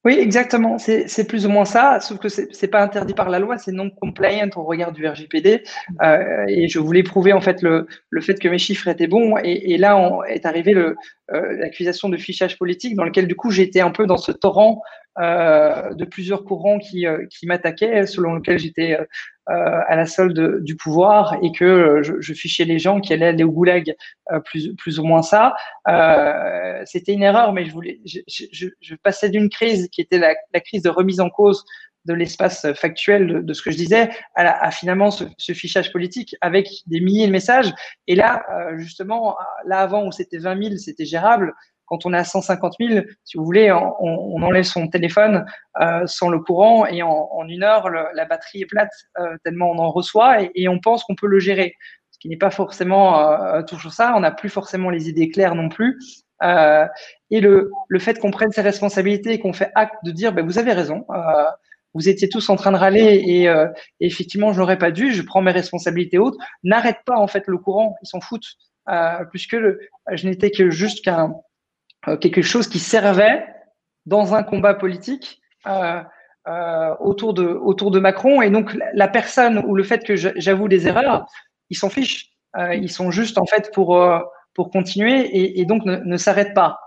Oui, exactement. C'est, c'est plus ou moins ça, sauf que c'est, c'est pas interdit par la loi, c'est non compliant au regard du R G P D. Euh, et je voulais prouver en fait le, le fait que mes chiffres étaient bons. Et, et là, on, est arrivé le, euh, l'accusation de fichage politique, dans lequel du coup j'étais un peu dans ce torrent euh, de plusieurs courants qui, euh, qui m'attaquaient, selon lequel j'étais euh, à la solde du pouvoir et que je, je fichais les gens qui allaient aller au goulag, euh, plus, plus ou moins ça. Euh, c'était une erreur, mais je voulais, je, je, je passais d'une crise qui était la, la crise de remise en cause de l'espace factuel de, de ce que je disais à, la, à finalement ce, ce fichage politique avec des milliers de messages. Et là, euh, justement, là avant où c'était vingt mille, c'était gérable. Quand on est à cent cinquante mille, si vous voulez, on, on enlève son téléphone euh, sans le courant et en, en une heure, le, la batterie est plate euh, tellement on en reçoit et, et on pense qu'on peut le gérer. Ce qui n'est pas forcément euh, toujours ça. On n'a plus forcément les idées claires non plus. Euh, et le, le fait qu'on prenne ses responsabilités et qu'on fait acte de dire ben, vous avez raison, euh, vous étiez tous en train de râler et, euh, et effectivement je n'aurais pas dû, je prends mes responsabilités hautes, n'arrête pas en fait le courant, ils s'en foutent, euh, puisque le, je n'étais que juste qu'un euh, quelque chose qui servait dans un combat politique euh, euh, autour de autour de Macron, et donc la personne ou le fait que j'avoue des erreurs, ils s'en fichent, euh, ils sont juste en fait pour euh, pour continuer et, et donc ne, ne s'arrêtent pas.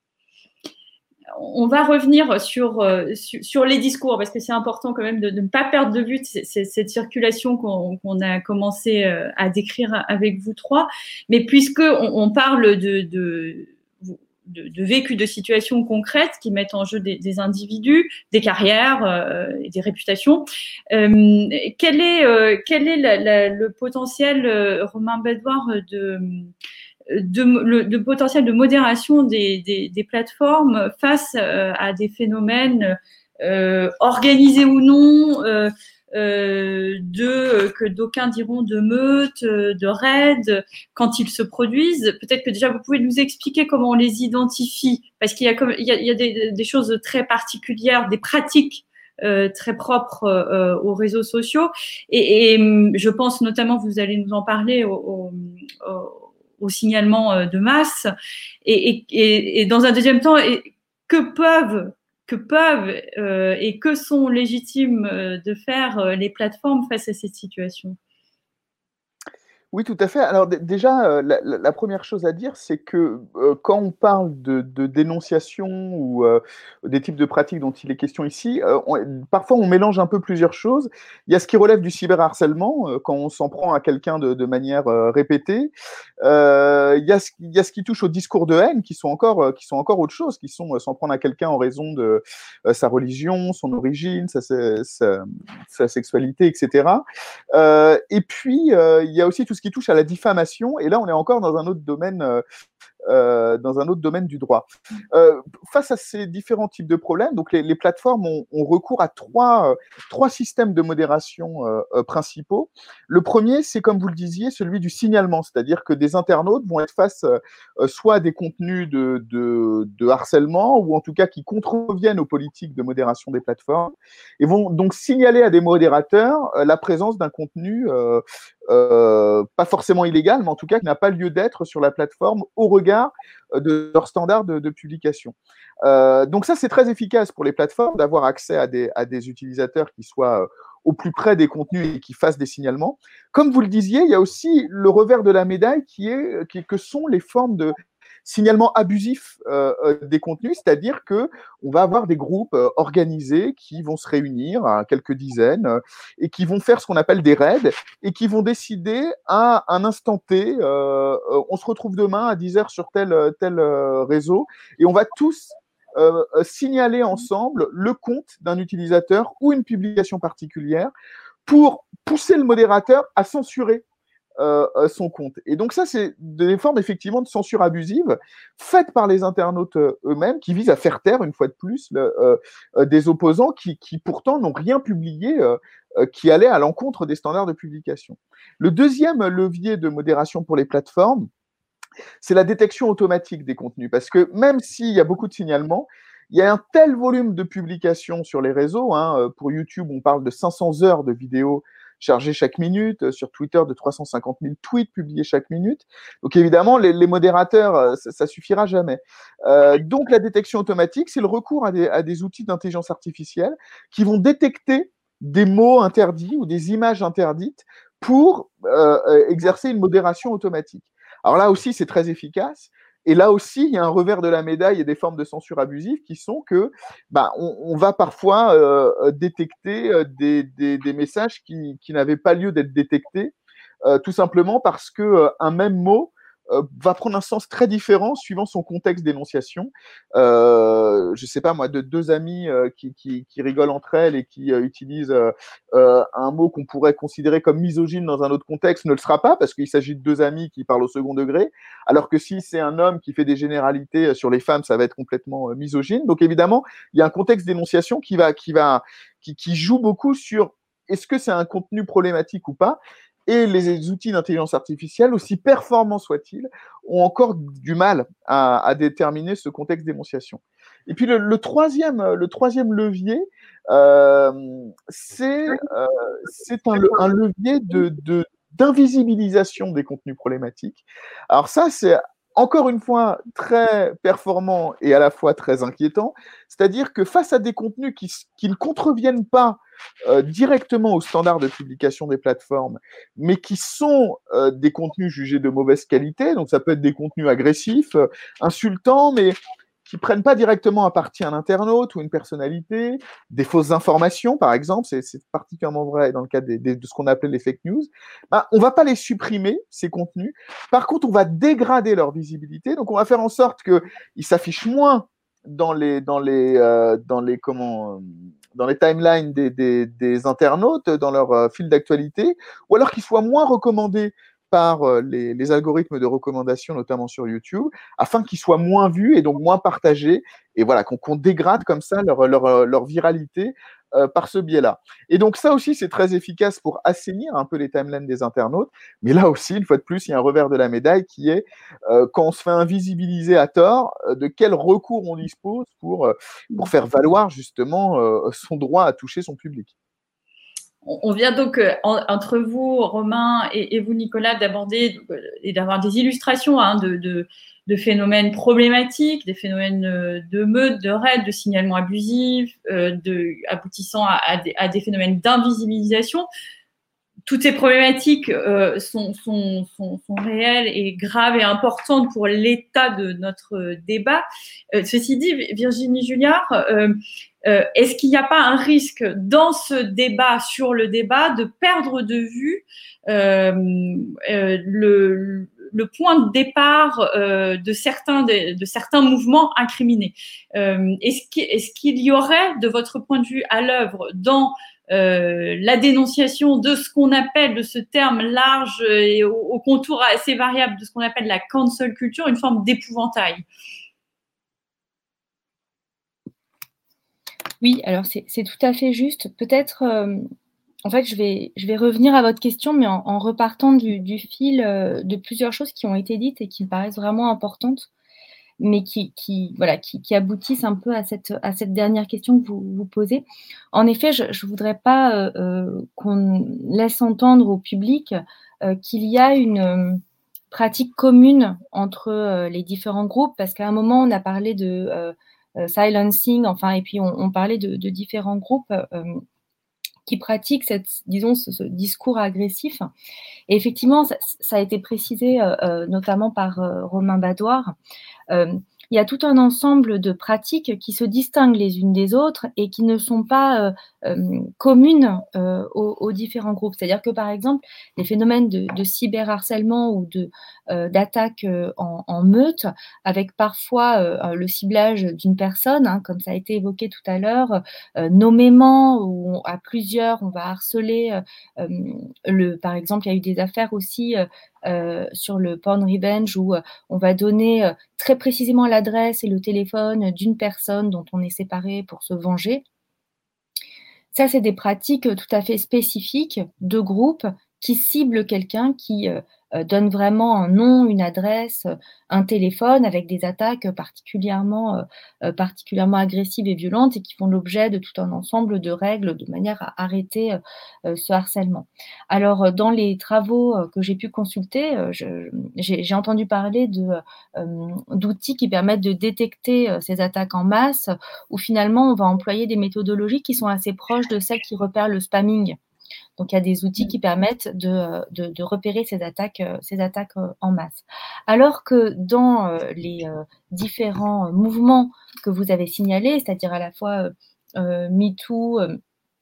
On va revenir sur, euh, sur, sur les discours parce que c'est important quand même de, de ne pas perdre de vue cette circulation qu'on, qu'on a commencé à décrire avec vous trois. Mais puisque on, on parle de, de, de, de vécu de situations concrètes qui mettent en jeu des, des individus, des carrières euh, et des réputations, euh, quel est, euh, quel est la, la, le potentiel, euh, Romain Bedouard, de De, le, de potentiel de modération des, des, des plateformes face euh, à des phénomènes euh, organisés ou non, euh, euh, de, que d'aucuns diront de meutes, de raids, quand ils se produisent. Peut-être que déjà vous pouvez nous expliquer comment on les identifie, parce qu'il y a, comme, il y a, il y a des, des choses très particulières, des pratiques Euh, très propres euh, aux réseaux sociaux. Et, et je pense notamment, vous allez nous en parler, au, au, au au signalement de masse, et, et, et dans un deuxième temps, et que peuvent, que peuvent euh, et que sont légitimes de faire les plateformes face à cette situation?
Oui, tout à fait. Alors d- déjà, euh, la, la- la première chose à dire, c'est que euh, quand on parle de, de dénonciation ou euh, des types de pratiques dont il est question ici, euh, on- parfois on mélange un peu plusieurs choses. Il y a ce qui relève du cyberharcèlement, euh, quand on s'en prend à quelqu'un de, de manière euh, répétée. Euh, il y a ce, il y a ce qui touche au discours de haine, qui sont encore, euh, qui sont encore autre chose, qui sont euh, s'en prendre à quelqu'un en raison de euh, sa religion, son origine, sa, sa, sa, sa sexualité, et cetera. Euh, et puis, euh, il y a aussi tout ce qui touche à la diffamation, et là, on est encore dans un autre domaine, euh, euh, dans un autre domaine du droit. Euh, face à ces différents types de problèmes, donc les, les plateformes ont, ont recours à trois, euh, trois systèmes de modération euh, euh, principaux. Le premier, c'est comme vous le disiez, celui du signalement, c'est-à-dire que des internautes vont être face euh, soit à des contenus de, de, de harcèlement, ou en tout cas qui contreviennent aux politiques de modération des plateformes, et vont donc signaler à des modérateurs euh, la présence d'un contenu euh, euh, pas forcément illégal, mais en tout cas qui n'a pas lieu d'être sur la plateforme au regard de leurs standards de, de publication. Euh, donc ça, c'est très efficace pour les plateformes d'avoir accès à des, à des utilisateurs qui soient au plus près des contenus et qui fassent des signalements. Comme vous le disiez, il y a aussi le revers de la médaille qui est, qui, que sont les formes de signalement abusif euh, euh, des contenus, c'est-à-dire que on va avoir des groupes euh, organisés qui vont se réunir à quelques dizaines euh, et qui vont faire ce qu'on appelle des raids et qui vont décider à un instant T, euh, euh, on se retrouve demain à dix heures sur tel tel euh, réseau et on va tous euh, signaler ensemble le compte d'un utilisateur ou une publication particulière pour pousser le modérateur à censurer Euh, son compte. Et donc ça, c'est des formes effectivement de censure abusive faites par les internautes euh, eux-mêmes qui visent à faire taire, une fois de plus, le, euh, euh, des opposants qui, qui pourtant n'ont rien publié euh, euh, qui allait à l'encontre des standards de publication. Le deuxième levier de modération pour les plateformes, c'est la détection automatique des contenus, parce que même s'il y a beaucoup de signalements, il y a un tel volume de publications sur les réseaux, hein, pour YouTube, on parle de cinq cents heures de vidéos chargés chaque minute, sur Twitter de trois cent cinquante mille tweets publiés chaque minute. Donc évidemment, les, les modérateurs, ça, ça suffira jamais. Euh, donc la détection automatique, c'est le recours à des, à des outils d'intelligence artificielle qui vont détecter des mots interdits ou des images interdites pour euh, exercer une modération automatique. Alors là aussi, c'est très efficace. Et là aussi, il y a un revers de la médaille et des formes de censure abusive qui sont que bah, on, on va parfois euh, détecter des, des, des messages qui, qui n'avaient pas lieu d'être détectés, euh, tout simplement parce que euh, un même mot euh, va prendre un sens très différent suivant son contexte d'énonciation. Euh, je ne sais pas moi, de deux amies euh, qui, qui, qui rigolent entre elles et qui euh, utilisent euh, euh, un mot qu'on pourrait considérer comme misogyne dans un autre contexte ne le sera pas parce qu'il s'agit de deux amis qui parlent au second degré, alors que si c'est un homme qui fait des généralités sur les femmes, ça va être complètement euh, misogyne. Donc évidemment, il y a un contexte d'énonciation qui va, qui va, qui, qui joue beaucoup sur est-ce que c'est un contenu problématique ou pas. Et les outils d'intelligence artificielle, aussi performants soient-ils, ont encore du mal à, à déterminer ce contexte d'énonciation. Et puis le, le, troisième, le troisième levier, euh, c'est euh, un, un levier de, de, d'invisibilisation des contenus problématiques. Alors ça, c'est encore une fois très performant et à la fois très inquiétant, c'est-à-dire que face à des contenus qui, qui ne contreviennent pas euh, directement aux standards de publication des plateformes, mais qui sont euh, des contenus jugés de mauvaise qualité, donc ça peut être des contenus agressifs, euh, insultants, mais qui ne prennent pas directement à partie un internaute ou une personnalité, des fausses informations, par exemple, c'est particulièrement vrai dans le cas des, des, de ce qu'on appelait les fake news, ben, on ne va pas les supprimer, ces contenus. Par contre, on va dégrader leur visibilité, donc on va faire en sorte qu'ils s'affichent moins dans les, dans les, euh, dans les, comment, dans les timelines des, des, des internautes, dans leur euh, fil d'actualité, ou alors qu'ils soient moins recommandés par les, les algorithmes de recommandation, notamment sur YouTube, afin qu'ils soient moins vus et donc moins partagés, et voilà, qu'on qu'on dégrade comme ça leur, leur, leur viralité euh, par ce biais-là. Et donc ça aussi, c'est très efficace pour assainir un peu les timelines des internautes, mais là aussi, une fois de plus, il y a un revers de la médaille qui est, euh, quand on se fait invisibiliser à tort, euh, de quel recours on dispose pour, euh, pour faire valoir justement euh, son droit à toucher son public.
On vient donc, euh, en, entre vous, Romain, et, et vous, Nicolas, d'aborder euh, et d'avoir des illustrations hein, de, de, de phénomènes problématiques, des phénomènes de meutes, de raids, de signalements abusifs, euh, de, aboutissant à, à, des, à des phénomènes d'invisibilisation. Toutes ces problématiques euh, sont, sont, sont, sont réelles et graves et importantes pour l'état de notre débat. Euh, ceci dit, Virginie Julliard, euh, euh, est-ce qu'il n'y a pas un risque dans ce débat sur le débat de perdre de vue euh, euh, le, le point de départ euh, de, certains, de, de certains mouvements incriminés? euh, Est-ce qu'il est-ce qu'il y aurait, de votre point de vue, à l'œuvre dans Euh, la dénonciation de ce qu'on appelle, de ce terme large et au, au contour assez variable, de ce qu'on appelle la cancel culture, une forme d'épouvantail?
Oui, alors c'est tout à fait juste. Peut-être, euh, en fait, je vais, je vais revenir à votre question, mais en, en repartant du, du fil euh, de plusieurs choses qui ont été dites et qui me paraissent vraiment importantes, mais qui, qui, voilà, qui, qui aboutissent un peu à cette, à cette dernière question que vous, vous posez. En effet, je ne voudrais pas euh, qu'on laisse entendre au public euh, qu'il y a une euh, pratique commune entre euh, les différents groupes, parce qu'à un moment, on a parlé de euh, euh, silencing, enfin, et puis on, on parlait de, de différents groupes euh, qui pratiquent cette, disons, ce, ce discours agressif. Et effectivement, ça, ça a été précisé euh, notamment par euh, Romain Badoir. Euh, il y a tout un ensemble de pratiques qui se distinguent les unes des autres et qui ne sont pas euh, euh, communes euh, aux, aux différents groupes. C'est-à-dire que, par exemple, les phénomènes de, de cyberharcèlement ou de, euh, d'attaque euh, en, en meute, avec parfois euh, le ciblage d'une personne, hein, comme ça a été évoqué tout à l'heure, euh, nommément, où on, à plusieurs, on va harceler. Euh, le, par exemple, il y a eu des affaires aussi euh, Euh, sur le porn revenge où euh, on va donner euh, très précisément l'adresse et le téléphone d'une personne dont on est séparé pour se venger. Ça, c'est des pratiques tout à fait spécifiques de groupes qui ciblent quelqu'un, qui euh, donne vraiment un nom, une adresse, un téléphone, avec des attaques particulièrement, euh, particulièrement agressives et violentes et qui font l'objet de tout un ensemble de règles de manière à arrêter euh, ce harcèlement. Alors, dans les travaux que j'ai pu consulter, je, j'ai, j'ai entendu parler de, euh, d'outils qui permettent de détecter euh, ces attaques en masse, où finalement on va employer des méthodologies qui sont assez proches de celles qui repèrent le spamming. Donc, il y a des outils qui permettent de, de, de repérer ces attaques, ces attaques en masse. Alors que dans les différents mouvements que vous avez signalés, c'est-à-dire à la fois euh, MeToo euh,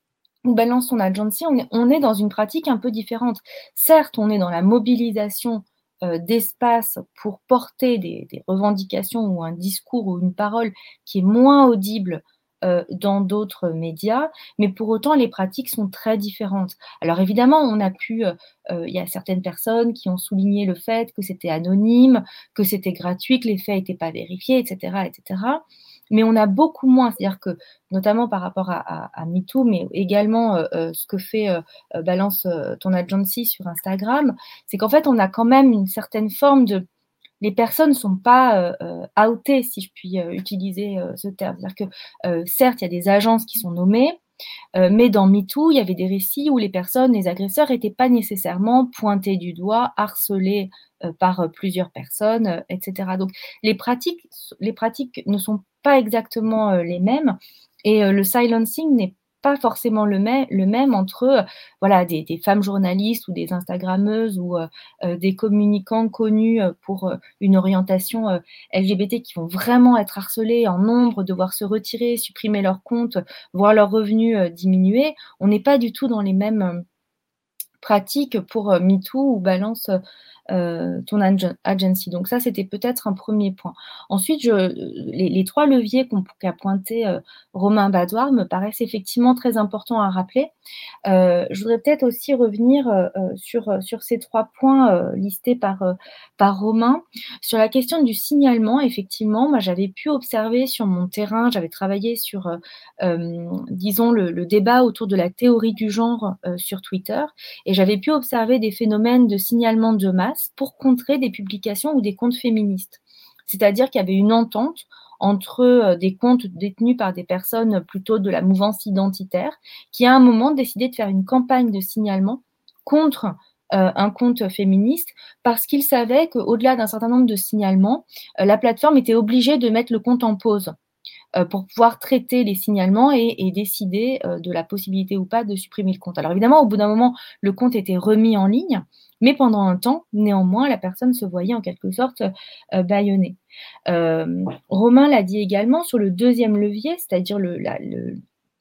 ou Balance ton agency, on est, on est dans une pratique un peu différente. Certes, on est dans la mobilisation euh, d'espace pour porter des, des revendications ou un discours ou une parole qui est moins audible Euh, dans d'autres médias, mais pour autant, les pratiques sont très différentes. Alors évidemment, on a pu, euh, euh, il y a certaines personnes qui ont souligné le fait que c'était anonyme, que c'était gratuit, que les faits n'étaient pas vérifiés, et cetera, et cetera. Mais on a beaucoup moins, c'est-à-dire que, notamment par rapport à, à, à MeToo, mais également euh, euh, ce que fait euh, Balance euh, ton agency sur Instagram, c'est qu'en fait, on a quand même une certaine forme de les personnes ne sont pas euh, outées, si je puis euh, utiliser euh, ce terme. C'est-à-dire que, euh, certes, il y a des agences qui sont nommées, euh, mais dans MeToo, il y avait des récits où les personnes, les agresseurs, n'étaient pas nécessairement pointés du doigt, harcelés euh, par euh, plusieurs personnes, euh, et cetera. Donc, les pratiques, les pratiques ne sont pas exactement euh, les mêmes, et euh, le silencing n'est pas forcément le, même, le même entre euh, voilà, des, des femmes journalistes ou des Instagrammeuses ou euh, euh, des communicants connus euh, pour euh, une orientation euh, L G B T qui vont vraiment être harcelés en nombre, devoir se retirer, supprimer leur compte, voir leurs revenus euh, diminuer. On n'est pas du tout dans les mêmes euh, pratiques pour euh, MeToo ou Balance euh, ton agency. Donc ça, c'était peut-être un premier point. Ensuite, je, les, les trois leviers qu'on, qu'a pointé euh, Romain Badoir me paraissent effectivement très importants à rappeler. Euh, je voudrais peut-être aussi revenir euh, sur, sur ces trois points euh, listés par, euh, par Romain. Sur la question du signalement, effectivement, moi, j'avais pu observer sur mon terrain, j'avais travaillé sur, euh, euh, disons, le, le débat autour de la théorie du genre euh, sur Twitter, et j'avais pu observer des phénomènes de signalement de masse pour contrer des publications ou des comptes féministes. C'est-à-dire qu'il y avait une entente entre des comptes détenus par des personnes plutôt de la mouvance identitaire qui, à un moment, décidaient de faire une campagne de signalement contre euh, un compte féministe parce qu'ils savaient qu'au-delà d'un certain nombre de signalements, euh, la plateforme était obligée de mettre le compte en pause euh, pour pouvoir traiter les signalements et, et décider euh, de la possibilité ou pas de supprimer le compte. Alors évidemment, au bout d'un moment, le compte était remis en ligne, mais pendant un temps, néanmoins, la personne se voyait en quelque sorte euh, bâillonnée. Euh, Romain l'a dit également sur le deuxième levier, c'est-à-dire le, la, le,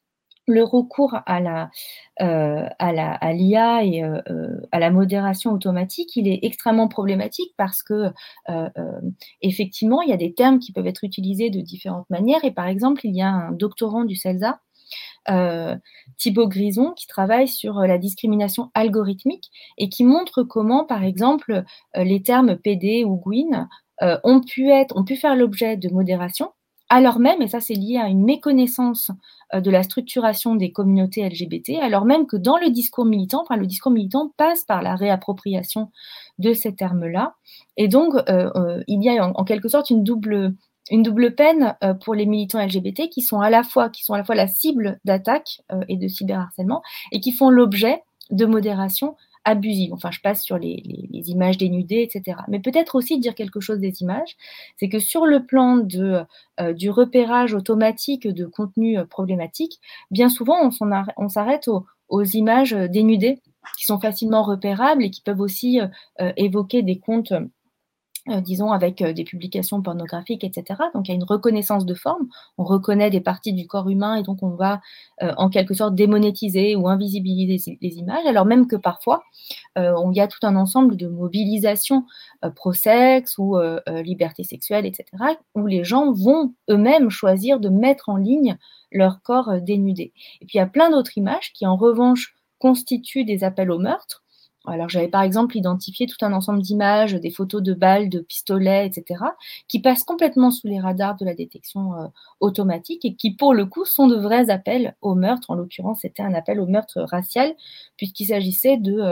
le recours à, la, euh, à, la, à l'I A et euh, à la modération automatique, il est extrêmement problématique parce que euh, euh, effectivement, il y a des termes qui peuvent être utilisés de différentes manières. Et par exemple, il y a un doctorant du CELSA, Euh, Thibaut Grison, qui travaille sur euh, la discrimination algorithmique et qui montre comment, par exemple, euh, les termes P D ou Gwyn euh, ont pu être, ont pu faire l'objet de modération, alors même, et ça c'est lié à une méconnaissance euh, de la structuration des communautés L G B T, alors même que dans le discours militant, enfin, le discours militant passe par la réappropriation de ces termes-là. Et donc, euh, euh, il y a en, en quelque sorte une double Une double peine euh, pour les militants L G B T qui sont à la fois, qui sont à la fois la cible d'attaques euh, et de cyberharcèlement et qui font l'objet de modération abusive. Enfin, je passe sur les, les, les images dénudées, et cetera. Mais peut-être aussi dire quelque chose des images, c'est que sur le plan de, euh, du repérage automatique de contenu euh, problématique, bien souvent, on, s'en arrête, on s'arrête aux, aux images dénudées qui sont facilement repérables et qui peuvent aussi euh, euh, évoquer des comptes Euh, disons, avec euh, des publications pornographiques, et cetera. Donc, il y a une reconnaissance de forme. On reconnaît des parties du corps humain et donc on va, euh, en quelque sorte, démonétiser ou invisibiliser les, les images, alors même que parfois, euh, on, il y a tout un ensemble de mobilisations euh, pro-sexe ou euh, euh, liberté sexuelle, et cetera, où les gens vont eux-mêmes choisir de mettre en ligne leur corps euh, dénudé. Et puis, il y a plein d'autres images qui, en revanche, constituent des appels au meurtre. Alors, j'avais par exemple identifié tout un ensemble d'images, des photos de balles, de pistolets, et cetera, qui passent complètement sous les radars de la détection euh, automatique et qui, pour le coup, sont de vrais appels au meurtre. En l'occurrence, c'était un appel au meurtre racial, puisqu'il s'agissait de euh,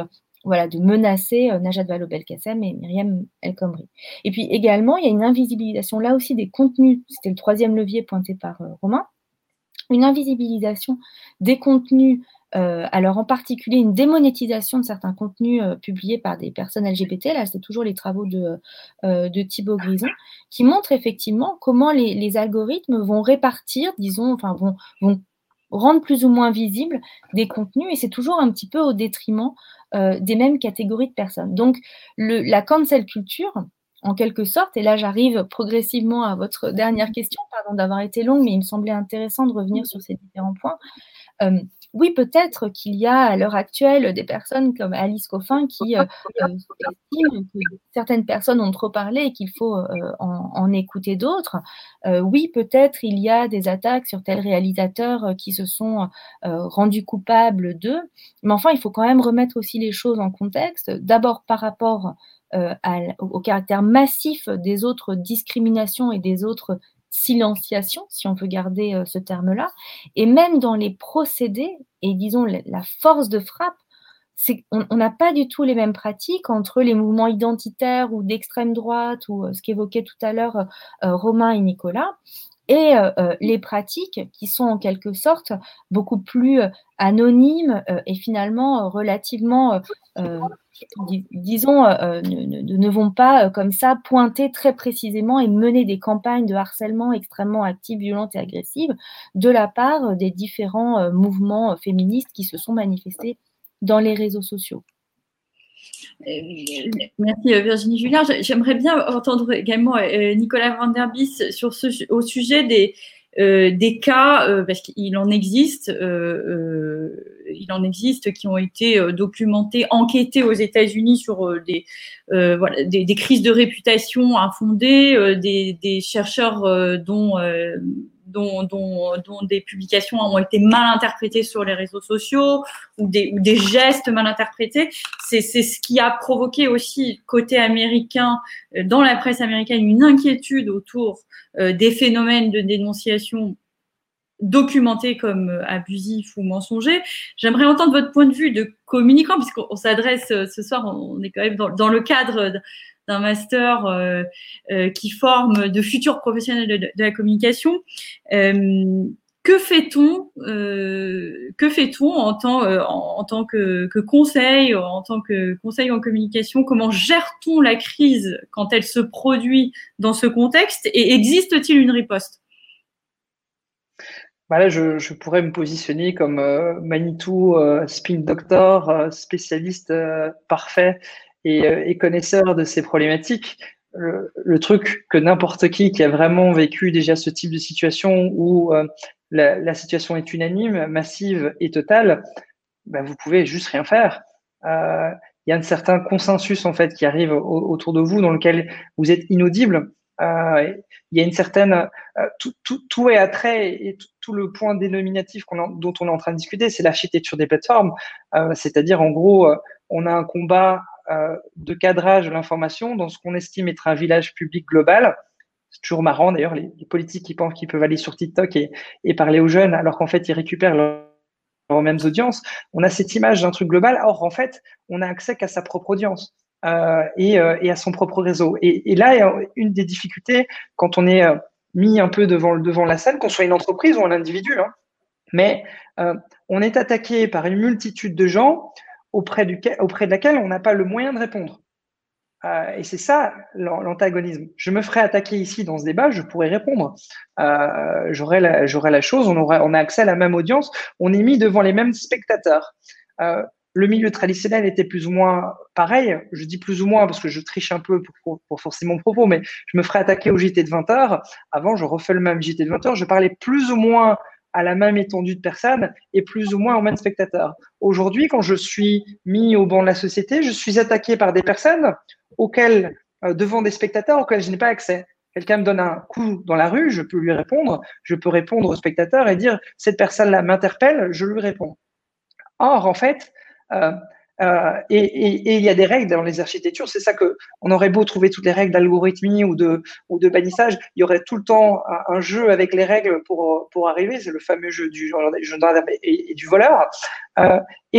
voilà, de menacer euh, Najat Vallaud-Belkacem et Myriam El Khomri. Et puis également, il y a une invisibilisation là aussi des contenus, c'était le troisième levier pointé par euh, Romain, une invisibilisation des contenus, euh, alors en particulier une démonétisation de certains contenus euh, publiés par des personnes L G B T, là c'est toujours les travaux de, euh, de Thibaut Grison, qui montrent effectivement comment les, les algorithmes vont répartir, disons, enfin vont, vont rendre plus ou moins visibles des contenus, et c'est toujours un petit peu au détriment euh, des mêmes catégories de personnes. Donc le, la cancel culture, en quelque sorte, et là j'arrive progressivement à votre dernière question, pardon d'avoir été longue, mais il me semblait intéressant de revenir sur ces différents points. Euh, oui, peut-être qu'il y a à l'heure actuelle des personnes comme Alice Coffin qui euh, euh, estiment que certaines personnes ont trop parlé et qu'il faut euh, en, en écouter d'autres. Euh, oui, peut-être il y a des attaques sur tels réalisateurs euh, qui se sont euh, rendus coupables d'eux, mais enfin, il faut quand même remettre aussi les choses en contexte. D'abord par rapport euh, à, au caractère massif des autres discriminations et des autres silenciation, si on peut garder euh, ce terme-là, et même dans les procédés, et disons la, la force de frappe, c'est, on n'a pas du tout les mêmes pratiques entre les mouvements identitaires ou d'extrême droite, ou euh, ce qu'évoquait tout à l'heure euh, Romain et Nicolas, et euh, euh, les pratiques qui sont en quelque sorte beaucoup plus euh, anonymes euh, et finalement euh, relativement, euh, euh, dis, disons, euh, ne, ne, ne vont pas euh, comme ça pointer très précisément et mener des campagnes de harcèlement extrêmement actives, violentes et agressives de la part euh, des différents euh, mouvements euh, féministes qui se sont manifestés dans les réseaux sociaux.
Merci Virginie Julien. J'aimerais bien entendre également Nicolas Van der Bies sur ce, au sujet des, euh, des cas, euh, parce qu'il en existe, euh, euh, il en existe qui ont été documentés, enquêtés aux États-Unis sur euh, des, euh, voilà, des, des crises de réputation infondées, euh, des, des chercheurs euh, dont euh, Dont, dont, dont des publications ont été mal interprétées sur les réseaux sociaux ou des, ou des gestes mal interprétés. C'est, c'est ce qui a provoqué aussi, côté américain, dans la presse américaine, une inquiétude autour euh, des phénomènes de dénonciation documentés comme euh, abusifs ou mensongers. J'aimerais entendre votre point de vue de communicant, puisqu'on s'adresse euh, ce soir, on est quand même dans, dans le cadre de, d'un master euh, euh, qui forme de futurs professionnels de, de la communication. Euh, que fait-on, euh, que fait-on en tant, euh, en, en tant que, que conseil, en tant que conseil en communication? Comment gère-t-on la crise quand elle se produit dans ce contexte, et existe-t-il une riposte?
Bah là, je, je pourrais me positionner comme euh, Manitou, euh, spin doctor, euh, spécialiste euh, parfait et, euh, et connaisseur de ces problématiques. Le, le truc que n'importe qui qui a vraiment vécu déjà ce type de situation où euh, la, la situation est unanime, massive et totale, bah, vous pouvez juste rien faire. Euh, il y a un certain consensus en fait qui arrive au, autour de vous dans lequel vous êtes inaudible. Euh, il y a une certaine euh, tout, tout, tout est attrait et tout, tout le point dénominatif qu'on en, dont on est en train de discuter, c'est l'architecture des plateformes. Euh, c'est-à-dire en gros, euh, on a un combat euh, de cadrage de l'information dans ce qu'on estime être un village public global. C'est toujours marrant d'ailleurs les, les politiques qui pensent qu'ils peuvent aller sur TikTok et, et parler aux jeunes alors qu'en fait ils récupèrent leur aux mêmes audiences. On a cette image d'un truc global, or en fait on a accès qu'à sa propre audience. Euh, et, euh, et à son propre réseau. Et, et là, une des difficultés, quand on est euh, mis un peu devant, devant la scène, qu'on soit une entreprise ou un individu, hein, mais euh, on est attaqué par une multitude de gens auprès, du, auprès de laquelle on n'a pas le moyen de répondre. Euh, et c'est ça l'antagonisme. Je me ferais attaquer ici dans ce débat, je pourrais répondre. Euh, j'aurais la, j'aurais la chose, on, aura, on a accès à la même audience, on est mis devant les mêmes spectateurs. Euh, Le milieu traditionnel était plus ou moins pareil. Je dis plus ou moins parce que je triche un peu pour, pour, pour forcer mon propos, mais je me ferais attaquer au J T de vingt heures. Avant, je refais le même J T de vingt heures. Je parlais plus ou moins à la même étendue de personnes et plus ou moins aux mêmes spectateurs. Aujourd'hui, quand je suis mis au banc de la société, je suis attaqué par des personnes auxquelles, euh, devant des spectateurs auxquels je n'ai pas accès. Quelqu'un me donne un coup dans la rue, je peux lui répondre. Je peux répondre au spectateur et dire « cette personne-là m'interpelle », je lui réponds. Or, en fait, Euh, euh, et, et, et il y a des règles dans les architectures. C'est ça que on aurait beau trouver toutes les règles d'algorithmie ou de ou de bannissage, il y aurait tout le temps un, un jeu avec les règles pour pour arriver. C'est le fameux jeu du gendarme et, et du voleur. Euh, et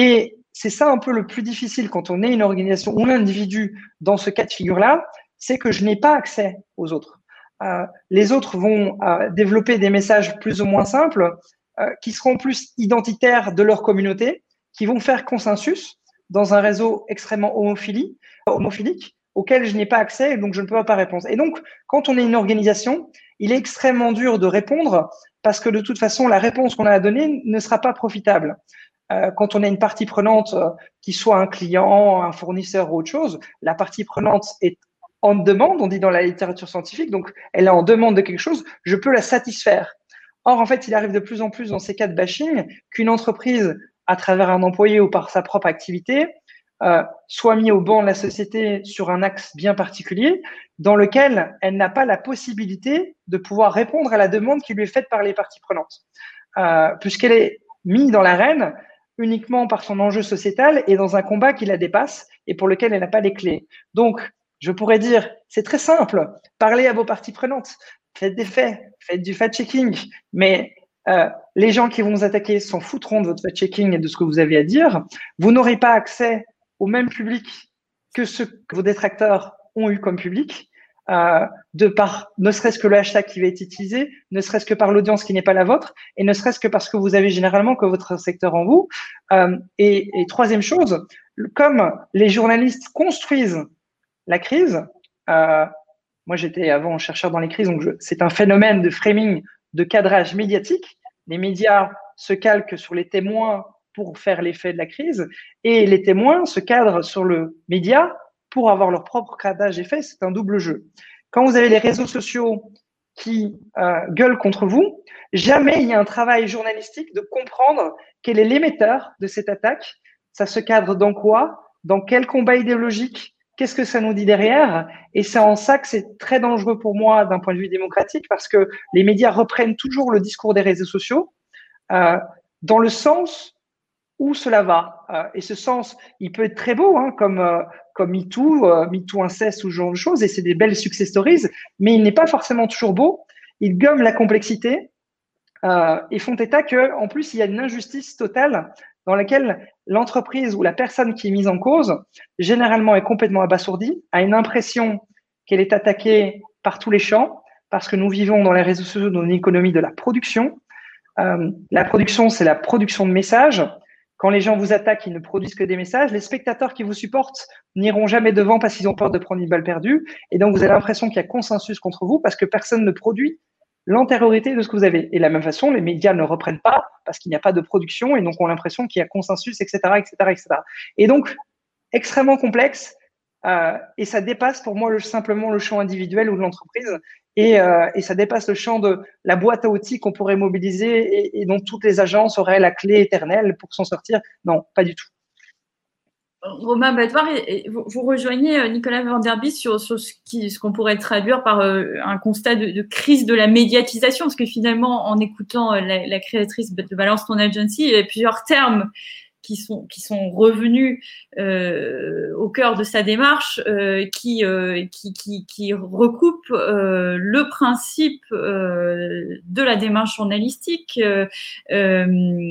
c'est ça un peu le plus difficile quand on est une organisation ou un individu dans ce cas de figure-là, c'est que je n'ai pas accès aux autres. Euh, les autres vont euh, développer des messages plus ou moins simples euh, qui seront plus identitaires de leur communauté, qui vont faire consensus dans un réseau extrêmement homophilique, homophilique auquel je n'ai pas accès et donc je ne peux pas répondre. Et donc, quand on est une organisation, il est extrêmement dur de répondre parce que de toute façon, la réponse qu'on a à donner ne sera pas profitable. Euh, quand on a une partie prenante, euh, qui soit un client, un fournisseur ou autre chose, la partie prenante est en demande, on dit dans la littérature scientifique, donc elle est en demande de quelque chose, je peux la satisfaire. Or, en fait, il arrive de plus en plus dans ces cas de bashing qu'une entreprise, à travers un employé ou par sa propre activité, euh, soit mise au banc de la société sur un axe bien particulier, dans lequel elle n'a pas la possibilité de pouvoir répondre à la demande qui lui est faite par les parties prenantes, euh, puisqu'elle est mise dans l'arène uniquement par son enjeu sociétal et dans un combat qui la dépasse et pour lequel elle n'a pas les clés. Donc, je pourrais dire, c'est très simple, parlez à vos parties prenantes, faites des faits, faites du fact-checking, mais euh, les gens qui vont vous attaquer s'en foutront de votre fact-checking et de ce que vous avez à dire. Vous n'aurez pas accès au même public que ce que vos détracteurs ont eu comme public, euh, de par ne serait-ce que le hashtag qui va être utilisé, ne serait-ce que par l'audience qui n'est pas la vôtre, et ne serait-ce que parce que vous avez généralement que votre secteur en vous. Euh, et, et troisième chose, comme les journalistes construisent la crise, euh, moi j'étais avant chercheur dans les crises, donc je, c'est un phénomène de framing, de cadrage médiatique. Les médias se calquent sur les témoins pour faire l'effet de la crise, et les témoins se cadrent sur le média pour avoir leur propre cadrage effet. C'est un double jeu. Quand vous avez les réseaux sociaux qui euh, gueulent contre vous, jamais il y a un travail journalistique de comprendre quel est l'émetteur de cette attaque. Ça se cadre dans quoi? Dans quel combat idéologique? Qu'est-ce que ça nous dit derrière? Et c'est en ça que c'est très dangereux pour moi d'un point de vue démocratique, parce que les médias reprennent toujours le discours des réseaux sociaux euh, dans le sens où cela va. Euh, et ce sens, il peut être très beau, hein, comme euh, comme MeToo, euh, MeToo inceste ou ce genre de choses, et c'est des belles success stories, mais il n'est pas forcément toujours beau. Il gomme la complexité euh, et font état que, en plus, il y a une injustice totale dans laquelle l'entreprise ou la personne qui est mise en cause, généralement est complètement abasourdie, a une impression qu'elle est attaquée par tous les champs, parce que nous vivons dans les réseaux sociaux dans une économie de la production. Euh, la production, c'est la production de messages. Quand les gens vous attaquent, ils ne produisent que des messages. Les spectateurs qui vous supportent n'iront jamais devant parce qu'ils ont peur de prendre une balle perdue. Et donc, vous avez l'impression qu'il y a consensus contre vous parce que personne ne produit l'antériorité de ce que vous avez. Et de la même façon, les médias ne reprennent pas parce qu'il n'y a pas de production et donc ont l'impression qu'il y a consensus, et cetera, et cetera, et cetera. Et donc, extrêmement complexe euh, et ça dépasse pour moi le, simplement le champ individuel ou de l'entreprise et, euh, et ça dépasse le champ de la boîte à outils qu'on pourrait mobiliser et, et dont toutes les agences auraient la clé éternelle pour s'en sortir. Non, pas du tout.
Romain Badvar, vous, vous rejoignez Nicolas Van Der Biest sur, sur ce, qui, ce qu'on pourrait traduire par euh, un constat de, de crise de la médiatisation, parce que finalement, en écoutant la, la créatrice de Balance Ton Agency, il y a plusieurs termes qui sont, qui sont revenus euh, au cœur de sa démarche, euh, qui, euh, qui, qui, qui recoupent euh, le principe euh, de la démarche journalistique euh, euh,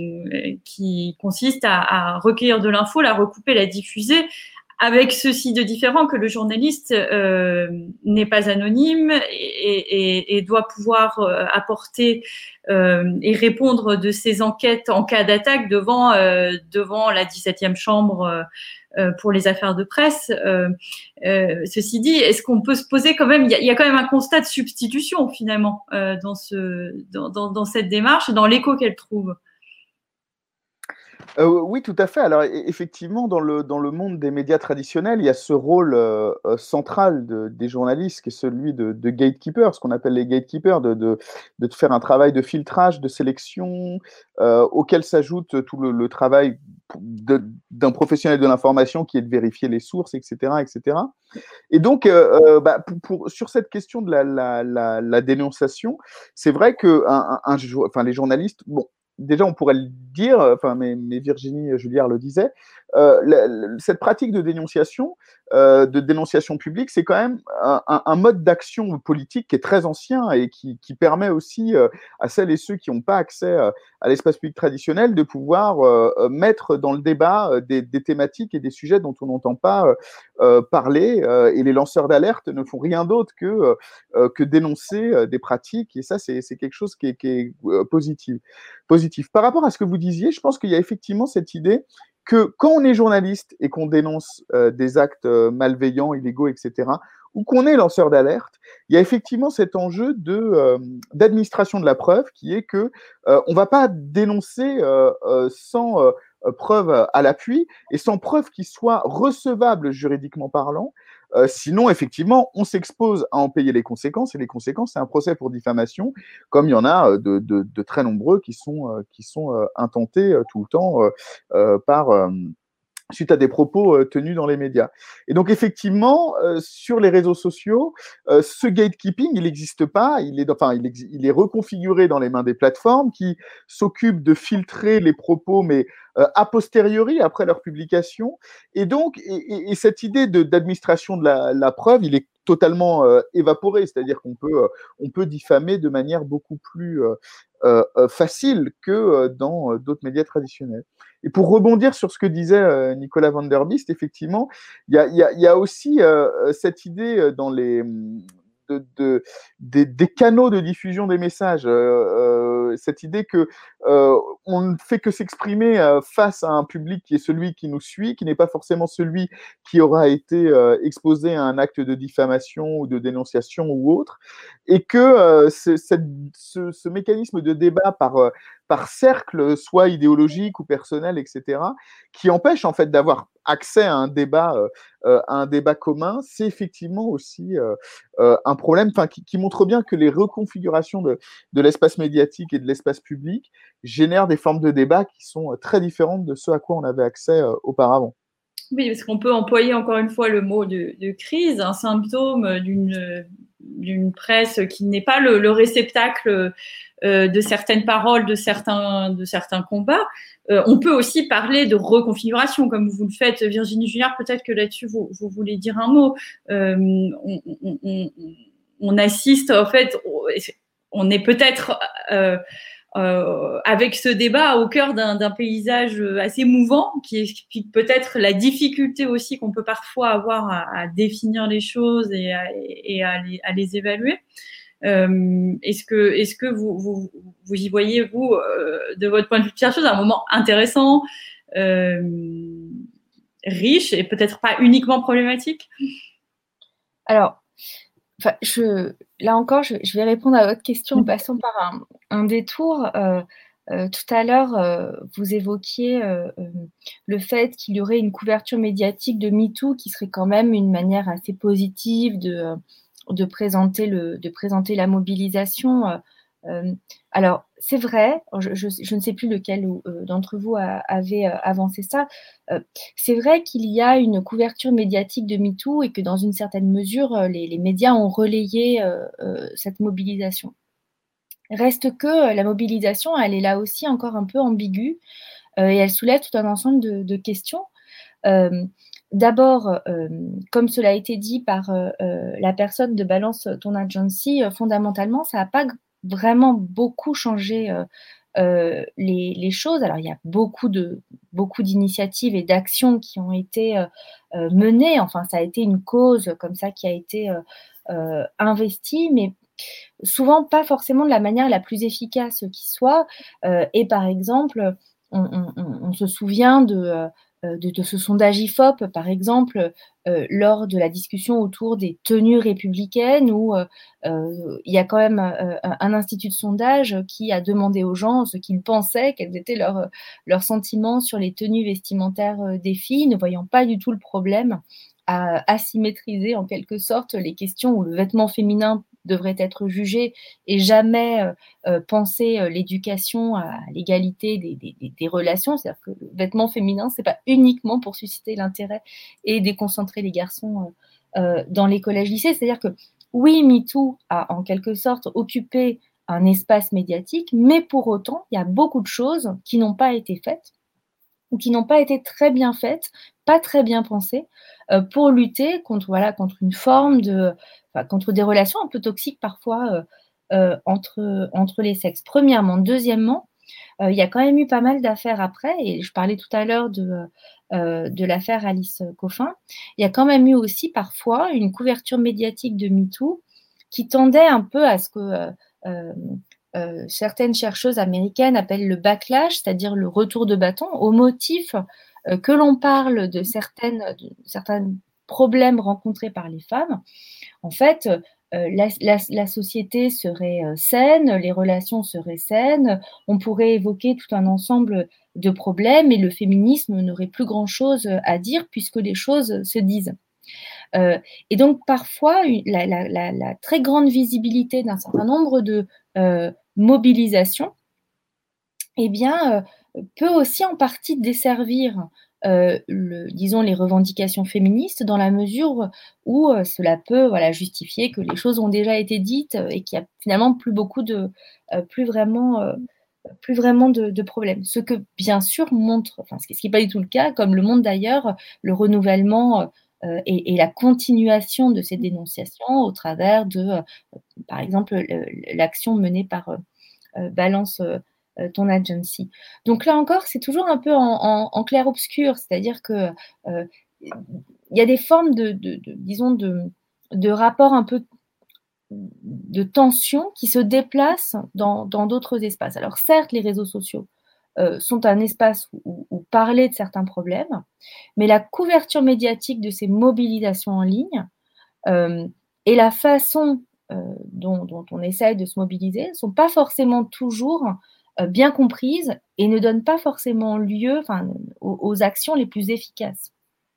qui consiste à, à recueillir de l'info, la recouper, la diffuser, avec ceci de différent que le journaliste euh, n'est pas anonyme et, et, et doit pouvoir euh, apporter euh, et répondre de ses enquêtes en cas d'attaque devant euh, devant la dix-septième chambre euh, pour les affaires de presse. Euh, euh, ceci dit, est-ce qu'on peut se poser quand même, il y a, il y a quand même un constat de substitution finalement euh, dans ce dans, dans, dans cette démarche, dans l'écho qu'elle trouve.
Euh, oui, tout à fait. Alors, e- effectivement, dans le, dans le monde des médias traditionnels, il y a ce rôle euh, euh, central de- des journalistes qui est celui de, de gatekeeper, ce qu'on appelle les gatekeepers, de, de, de faire un travail de filtrage, de sélection, euh, auquel s'ajoute tout le, le travail de- d'un professionnel de l'information qui est de vérifier les sources, et cetera, et cetera. Et donc, euh, euh, bah, pour, pour- sur cette question de la, la, la, la dénonciation, c'est vrai que un, un, un jo- enfin, les journalistes, bon, déjà, on pourrait le dire, enfin, mais, mais Virginie Julliard le disait, euh, la, la, cette pratique de dénonciation, euh, de dénonciation publique, c'est quand même un, un, un mode d'action politique qui est très ancien et qui, qui permet aussi euh, à celles et ceux qui n'ont pas accès euh, à l'espace public traditionnel de pouvoir euh, mettre dans le débat euh, des, des thématiques et des sujets dont on n'entend pas euh, euh, parler. Euh, et les lanceurs d'alerte ne font rien d'autre que, euh, que dénoncer euh, des pratiques. Et ça, c'est, c'est quelque chose qui est, qui est euh, positif. positif. Par rapport à ce que vous disiez, je pense qu'il y a effectivement cette idée que quand on est journaliste et qu'on dénonce euh, des actes euh, malveillants, illégaux, et cetera, ou qu'on est lanceur d'alerte, il y a effectivement cet enjeu de, euh, d'administration de la preuve qui est que euh, on ne va pas dénoncer euh, euh, sans euh, preuve à l'appui et sans preuve qui soit recevable juridiquement parlant. Euh, sinon, effectivement, on s'expose à en payer les conséquences, et les conséquences, c'est un procès pour diffamation, comme il y en a de, de, de très nombreux qui sont, euh, qui sont euh, intentés euh, tout le temps euh, euh, par... Euh, suite à des propos euh, tenus dans les médias. Et donc, effectivement, euh, sur les réseaux sociaux, euh, ce gatekeeping, il n'existe pas, il est, enfin, il, ex- il est reconfiguré dans les mains des plateformes qui s'occupent de filtrer les propos, mais euh, a posteriori, après leur publication. Et donc, et, et, et cette idée de, d'administration de la, la preuve, il est totalement euh, évaporé, c'est-à-dire qu'on peut, euh, on peut diffamer de manière beaucoup plus euh, euh, facile que euh, dans euh, d'autres médias traditionnels. Et pour rebondir sur ce que disait euh, Nicolas Van der Bist, effectivement, il y a, y a, y a aussi euh, cette idée dans les, de, de, des, des canaux de diffusion des messages, euh, euh, cette idée que euh, on ne fait que s'exprimer euh, face à un public qui est celui qui nous suit, qui n'est pas forcément celui qui aura été euh, exposé à un acte de diffamation ou de dénonciation ou autre, et que euh, ce, cette, ce, ce mécanisme de débat par euh, par cercle, soit idéologique ou personnel, et cetera, qui empêche en fait d'avoir accès à un débat, euh, à un débat commun, c'est effectivement aussi euh, euh, un problème, enfin, qui, qui montre bien que les reconfigurations de, de l'espace médiatique et de l'espace public génèrent des formes de débat qui sont très différentes de ce à quoi on avait accès euh, auparavant.
Oui, parce qu'on peut employer encore une fois le mot de, de crise, un symptôme d'une, d'une presse qui n'est pas le, le réceptacle euh, de certaines paroles, de certains, de certains combats. Euh, on peut aussi parler de reconfiguration, comme vous le faites, Virginie Julliard, peut-être que là-dessus, vous, vous voulez dire un mot. Euh, on, on, on, on assiste, en fait, on est peut-être... Euh, Euh, avec ce débat au cœur d'un, d'un paysage assez mouvant qui explique peut-être la difficulté aussi qu'on peut parfois avoir à, à définir les choses et à, et à, les, à les évaluer. Euh, est-ce que, est-ce que vous, vous, vous y voyez, vous, euh, de votre point de vue de chercheuse, un moment intéressant, euh, riche et peut-être pas uniquement problématique?
Alors, enfin, je, là encore, je, je vais répondre à votre question en passant par un, un détour. Euh, euh, tout à l'heure, euh, vous évoquiez euh, euh, le fait qu'il y aurait une couverture médiatique de MeToo qui serait quand même une manière assez positive de, de, présenter, le, de présenter la mobilisation. Euh, alors, c'est vrai, je, je, je ne sais plus lequel euh, d'entre vous a, avait euh, avancé ça, euh, c'est vrai qu'il y a une couverture médiatique de MeToo et que dans une certaine mesure, euh, les, les médias ont relayé euh, euh, cette mobilisation. Reste que euh, la mobilisation, elle est là aussi encore un peu ambiguë euh, et elle soulève tout un ensemble de, de questions. Euh, D'abord, euh, comme cela a été dit par euh, euh, la personne de Balance Ton Agency, euh, fondamentalement, ça n'a pas vraiment beaucoup changé euh, euh, les, les choses. Alors, il y a beaucoup, de, beaucoup d'initiatives et d'actions qui ont été euh, euh, menées. Enfin, ça a été une cause comme ça qui a été euh, euh, investie, mais souvent pas forcément de la manière la plus efficace qui soit. Euh, et par exemple, on, on, on se souvient de... Euh, De, de ce sondage I F O P, par exemple, euh, lors de la discussion autour des tenues républicaines, où euh, euh, il y a quand même euh, un institut de sondage qui a demandé aux gens ce qu'ils pensaient, quels étaient leurs, leurs sentiments sur les tenues vestimentaires des filles, ne voyant pas du tout le problème à asymétriser en quelque sorte les questions où le vêtement féminin devrait être jugé et jamais euh, euh, penser euh, l'éducation à l'égalité des, des, des relations. C'est-à-dire que le vêtement féminin, c'est pas uniquement pour susciter l'intérêt et déconcentrer les garçons euh, euh, dans les collèges-lycées. C'est-à-dire que oui, MeToo a en quelque sorte occupé un espace médiatique, mais pour autant, il y a beaucoup de choses qui n'ont pas été faites ou qui n'ont pas été très bien faites, pas très bien pensées, euh, pour lutter contre, voilà, contre une forme de, enfin, contre des relations un peu toxiques parfois euh, euh, entre, entre les sexes. Premièrement. Deuxièmement, euh, il y a quand même eu pas mal d'affaires après, et je parlais tout à l'heure de, euh, de l'affaire Alice Coffin. Il y a quand même eu aussi parfois une couverture médiatique de MeToo qui tendait un peu à ce que euh, euh, euh, certaines chercheuses américaines appellent le backlash, c'est-à-dire le retour de bâton, au motif euh, que l'on parle de, certaines, de certains problèmes rencontrés par les femmes. En fait, euh, la, la, la société serait euh, saine, les relations seraient saines, on pourrait évoquer tout un ensemble de problèmes et le féminisme n'aurait plus grand-chose à dire puisque les choses se disent. Euh, et donc, parfois, la, la, la, la très grande visibilité d'un certain nombre de euh, mobilisations eh bien, euh, peut aussi en partie desservir, euh, le, disons, les revendications féministes dans la mesure où euh, cela peut voilà, justifier que les choses ont déjà été dites et qu'il n'y a finalement plus beaucoup de, euh, plus vraiment... Euh, plus vraiment de, de problèmes. Ce que, bien sûr, montre, enfin, ce qui n'est pas du tout le cas, comme le montre d'ailleurs le renouvellement euh, et, et la continuation de ces dénonciations au travers de, euh, par exemple, l'action menée par euh, Balance euh, ton agency. Donc là encore, c'est toujours un peu en, en, en clair-obscur, c'est-à-dire que euh, y a des formes de, de, de disons, de, de rapports un peu de tension qui se déplacent dans, dans d'autres espaces. Alors certes, les réseaux sociaux euh, sont un espace où, où parler de certains problèmes, mais la couverture médiatique de ces mobilisations en ligne euh, et la façon euh, dont, dont on essaye de se mobiliser ne sont pas forcément toujours euh, bien comprises et ne donnent pas forcément lieu enfin, aux, aux actions les plus efficaces.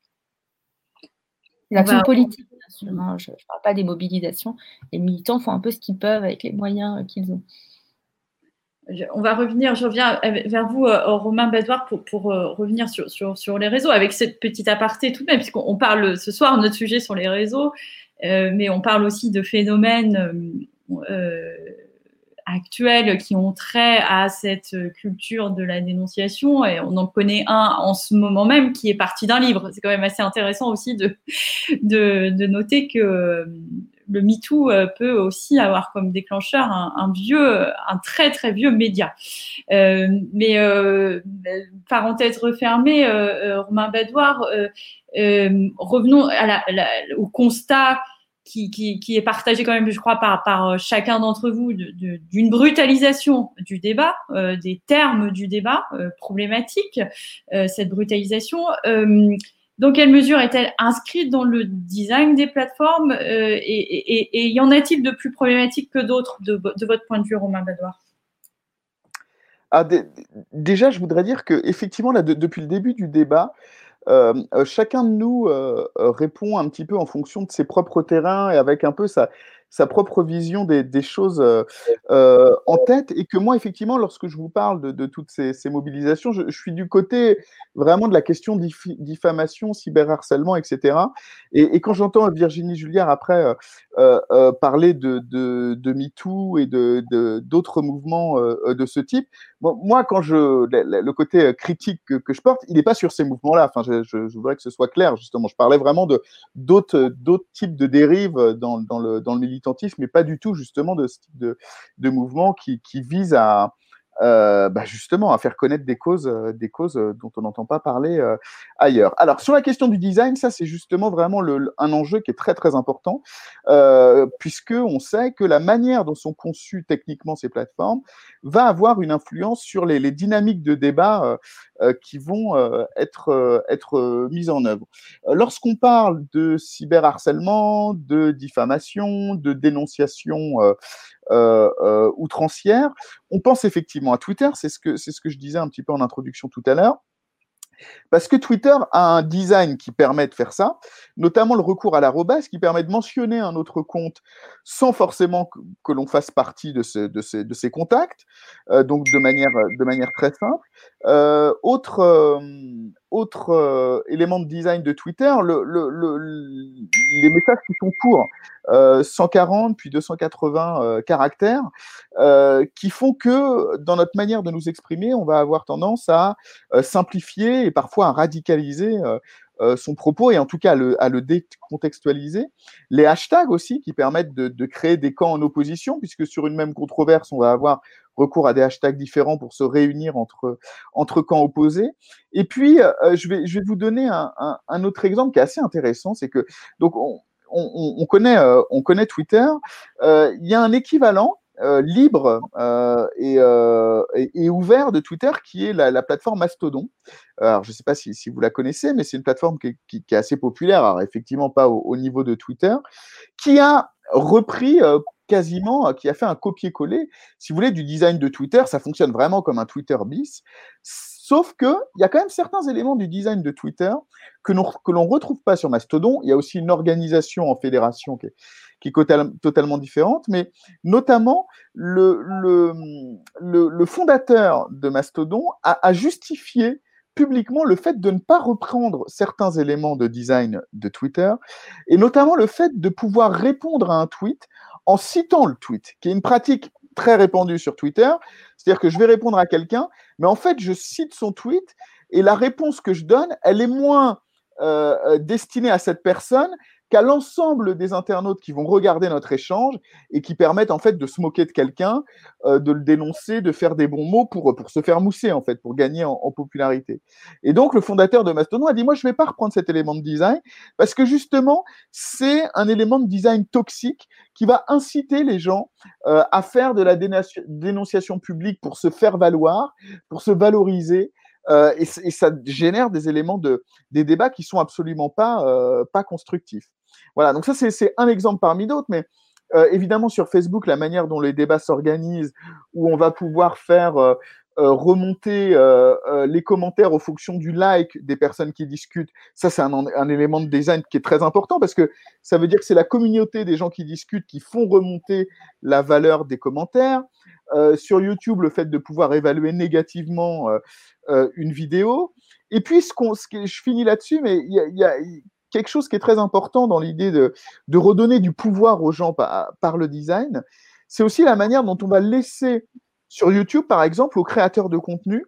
L'action va... politique, bien sûr, hein, je ne parle pas des mobilisations. Les militants font un peu ce qu'ils peuvent avec les moyens qu'ils ont.
Je, on va revenir, je reviens vers vous, euh, Romain Badouard, pour, pour euh, revenir sur, sur, sur les réseaux, avec cette petite aparté tout de même, puisqu'on parle ce soir, notre sujet sur les réseaux, euh, mais on parle aussi de phénomènes euh, actuels qui ont trait à cette culture de la dénonciation, et on en connaît un en ce moment même qui est parti d'un livre. C'est quand même assez intéressant aussi de, de, de noter que le MeToo peut aussi avoir comme déclencheur un, un vieux, un très très vieux média. Euh, mais euh, parenthèse refermée, euh, Romain Badouard, euh, euh, revenons à la, la, au constat Qui, qui, qui est partagé quand même, je crois, par, par chacun d'entre vous, de, de, d'une brutalisation du débat, euh, des termes du débat euh, problématiques, euh, cette brutalisation. Euh, dans quelle mesure est-elle inscrite dans le design des plateformes euh, et, et, et y en a-t-il de plus problématiques que d'autres, de, de votre point de vue, Romain Badouard?
Ah, d- déjà, je voudrais dire que effectivement, là, de, depuis le début du débat, Euh, euh, chacun de nous euh, euh, répond un petit peu en fonction de ses propres terrains et avec un peu sa, sa propre vision des, des choses euh, euh, en tête. Et que moi, effectivement, lorsque je vous parle de, de toutes ces, ces mobilisations, je, je suis du côté vraiment de la question dif diffamation, cyberharcèlement, et cetera. Et, et quand j'entends Virginie Juliard après euh, euh, parler de, de, de MeToo et de, de, d'autres mouvements euh, de ce type, bon, moi, quand je le, le côté critique que, que je porte, il n'est pas sur ces mouvements-là. Enfin, je, je, je voudrais que ce soit clair, justement. Je parlais vraiment de d'autres d'autres types de dérives dans, dans, le, dans le militantisme, mais pas du tout, justement, de ce type de, de mouvement qui, qui vise à, euh, bah justement, à faire connaître des causes, euh, des causes dont on n'entend pas parler euh, ailleurs. Alors, sur la question du design, ça, c'est justement vraiment le, un enjeu qui est très, très important, euh, puisqu'on sait que la manière dont sont conçues techniquement ces plateformes va avoir une influence sur les, les dynamiques de débat euh, euh, qui vont euh, être, euh, être euh, mises en œuvre. Euh, Lorsqu'on parle de cyberharcèlement, de diffamation, de dénonciation euh, euh, euh, outrancière, on pense effectivement à Twitter, c'est ce que, c'est ce que je disais un petit peu en introduction tout à l'heure. Parce que Twitter a un design qui permet de faire ça, notamment le recours à l'arrobase qui permet de mentionner un autre compte sans forcément que, que l'on fasse partie de, ce, de, ces, de ces contacts, euh, donc de manière, de manière très simple. Euh, autre euh, autre euh, élément de design de Twitter, le, le, le, les messages qui sont courts. euh, cent quarante puis deux cent quatre-vingts euh, caractères, euh, qui font que dans notre manière de nous exprimer, on va avoir tendance à euh, simplifier et parfois à radicaliser euh, euh, son propos et en tout cas à le, à le décontextualiser. Les hashtags aussi qui permettent de, de créer des camps en opposition, puisque sur une même controverse, on va avoir recours à des hashtags différents pour se réunir entre, entre camps opposés. Et puis, euh, je, vais, je vais vous donner un, un, un autre exemple qui est assez intéressant, c'est que donc on, on, on, connaît, euh, on connaît Twitter, euh, il y a un équivalent euh, libre euh, et, euh, et, et ouvert de Twitter qui est la, la plateforme Mastodon. Alors, je ne sais pas si, si vous la connaissez, mais c'est une plateforme qui, qui, qui est assez populaire, alors effectivement pas au, au niveau de Twitter, qui a repris euh, quasiment, qui a fait un copier-coller, si vous voulez, du design de Twitter. Ça fonctionne vraiment comme un Twitter bis, sauf qu'il y a quand même certains éléments du design de Twitter que, nous, que l'on ne retrouve pas sur Mastodon. Il y a aussi une organisation en fédération qui est, qui est totalement différente, mais notamment le, le, le, le fondateur de Mastodon a, a justifié publiquement le fait de ne pas reprendre certains éléments de design de Twitter, et notamment le fait de pouvoir répondre à un tweet en citant le tweet, qui est une pratique très répandue sur Twitter. C'est-à-dire que je vais répondre à quelqu'un, mais en fait, je cite son tweet, et la réponse que je donne, elle est moins euh, destinée à cette personne qu'à l'ensemble des internautes qui vont regarder notre échange et qui permettent en fait de se moquer de quelqu'un, euh, de le dénoncer, de faire des bons mots pour, pour se faire mousser en fait, pour gagner en, en popularité. Et donc le fondateur de Mastodon a dit, moi je ne vais pas reprendre cet élément de design parce que justement c'est un élément de design toxique qui va inciter les gens euh, à faire de la dénonciation publique pour se faire valoir, pour se valoriser. Euh, et, et ça génère des éléments de des débats qui sont absolument pas euh, pas constructifs. Voilà, donc ça c'est, c'est un exemple parmi d'autres, mais euh, évidemment sur Facebook, la manière dont les débats s'organisent, où on va pouvoir faire euh, euh, remonter euh, euh, les commentaires en fonction du like des personnes qui discutent, ça c'est un, un élément de design qui est très important parce que ça veut dire que c'est la communauté des gens qui discutent qui font remonter la valeur des commentaires. Euh, sur YouTube, le fait de pouvoir évaluer négativement euh, euh, une vidéo. Et puis, ce qu'on, ce que, je finis là-dessus, mais il y a, y a quelque chose qui est très important dans l'idée de, de redonner du pouvoir aux gens par, par le design. C'est aussi la manière dont on va laisser sur YouTube, par exemple, aux créateurs de contenu,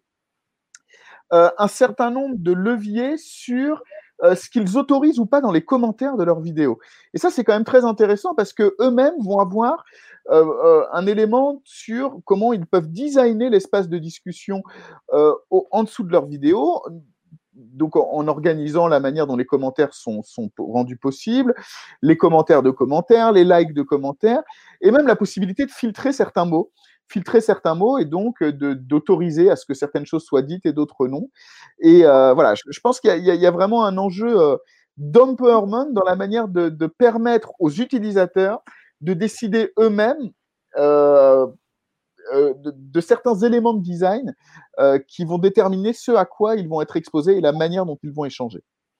euh, un certain nombre de leviers sur euh, ce qu'ils autorisent ou pas dans les commentaires de leurs vidéos. Et ça, c'est quand même très intéressant parce qu'eux-mêmes vont avoir euh, euh, un élément sur comment ils peuvent designer l'espace de discussion euh, au, en dessous de leurs vidéos, donc en, en organisant la manière dont les commentaires sont, sont rendus possibles, les commentaires de commentaires, les likes de commentaires, et même la possibilité de filtrer certains mots. filtrer certains mots et donc de, d'autoriser à ce que certaines choses soient dites et d'autres non. Et euh, voilà, je, je pense qu'il y a, il y a vraiment un enjeu euh, d'empowerment dans la manière de, de permettre aux utilisateurs de décider eux-mêmes euh, euh, de, de certains éléments de design euh, qui vont déterminer ce à quoi ils vont être exposés et la manière dont ils vont échanger.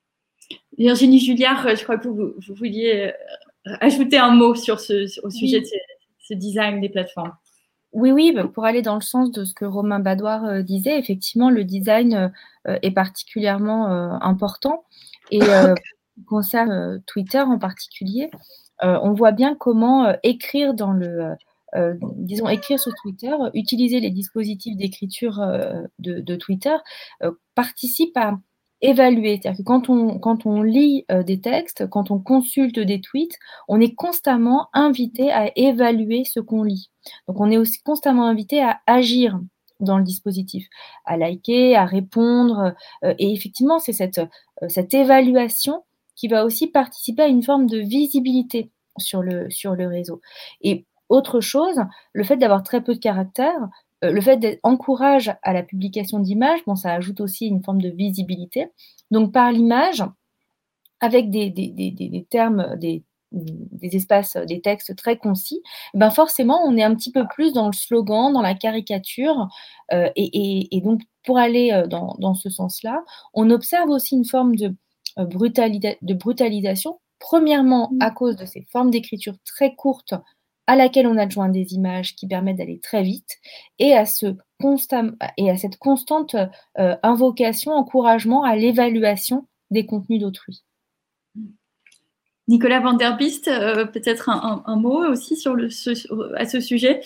Virginie Julliard, je crois que vous, vous vouliez ajouter un mot sur ce, au sujet de ce, ce design des plateformes.
Oui, oui, pour aller dans le sens de ce que Romain Badoir euh, disait, effectivement, le design euh, est particulièrement euh, important. Et euh, concerne euh, Twitter en particulier, euh, on voit bien comment euh, écrire dans le, euh, disons, écrire sur Twitter, utiliser les dispositifs d'écriture euh, de, de Twitter euh, participe à évaluer. C'est-à-dire que quand on, quand on lit euh, des textes, quand on consulte des tweets, on est constamment invité à évaluer ce qu'on lit. Donc, on est aussi constamment invité à agir dans le dispositif, à liker, à répondre. Euh, et effectivement, c'est cette, euh, cette évaluation qui va aussi participer à une forme de visibilité sur le, sur le réseau. Et autre chose, le fait d'avoir très peu de caractères, euh, le fait d'encourager à la publication d'images, bon, ça ajoute aussi une forme de visibilité. Donc, par l'image, avec des, des, des, des termes, des des espaces, des textes très concis, ben forcément, on est un petit peu plus dans le slogan, dans la caricature. Euh, et, et, et donc, pour aller dans, dans ce sens-là, on observe aussi une forme de, euh, brutalida- de brutalisation, premièrement à cause de ces formes d'écriture très courtes à laquelle on adjoint des images qui permettent d'aller très vite, et à, ce constant, et à cette constante euh, invocation, encouragement à l'évaluation des contenus d'autrui.
Nicolas Van Der Bist, euh, peut-être un, un, un mot aussi sur le, ce, à ce sujet.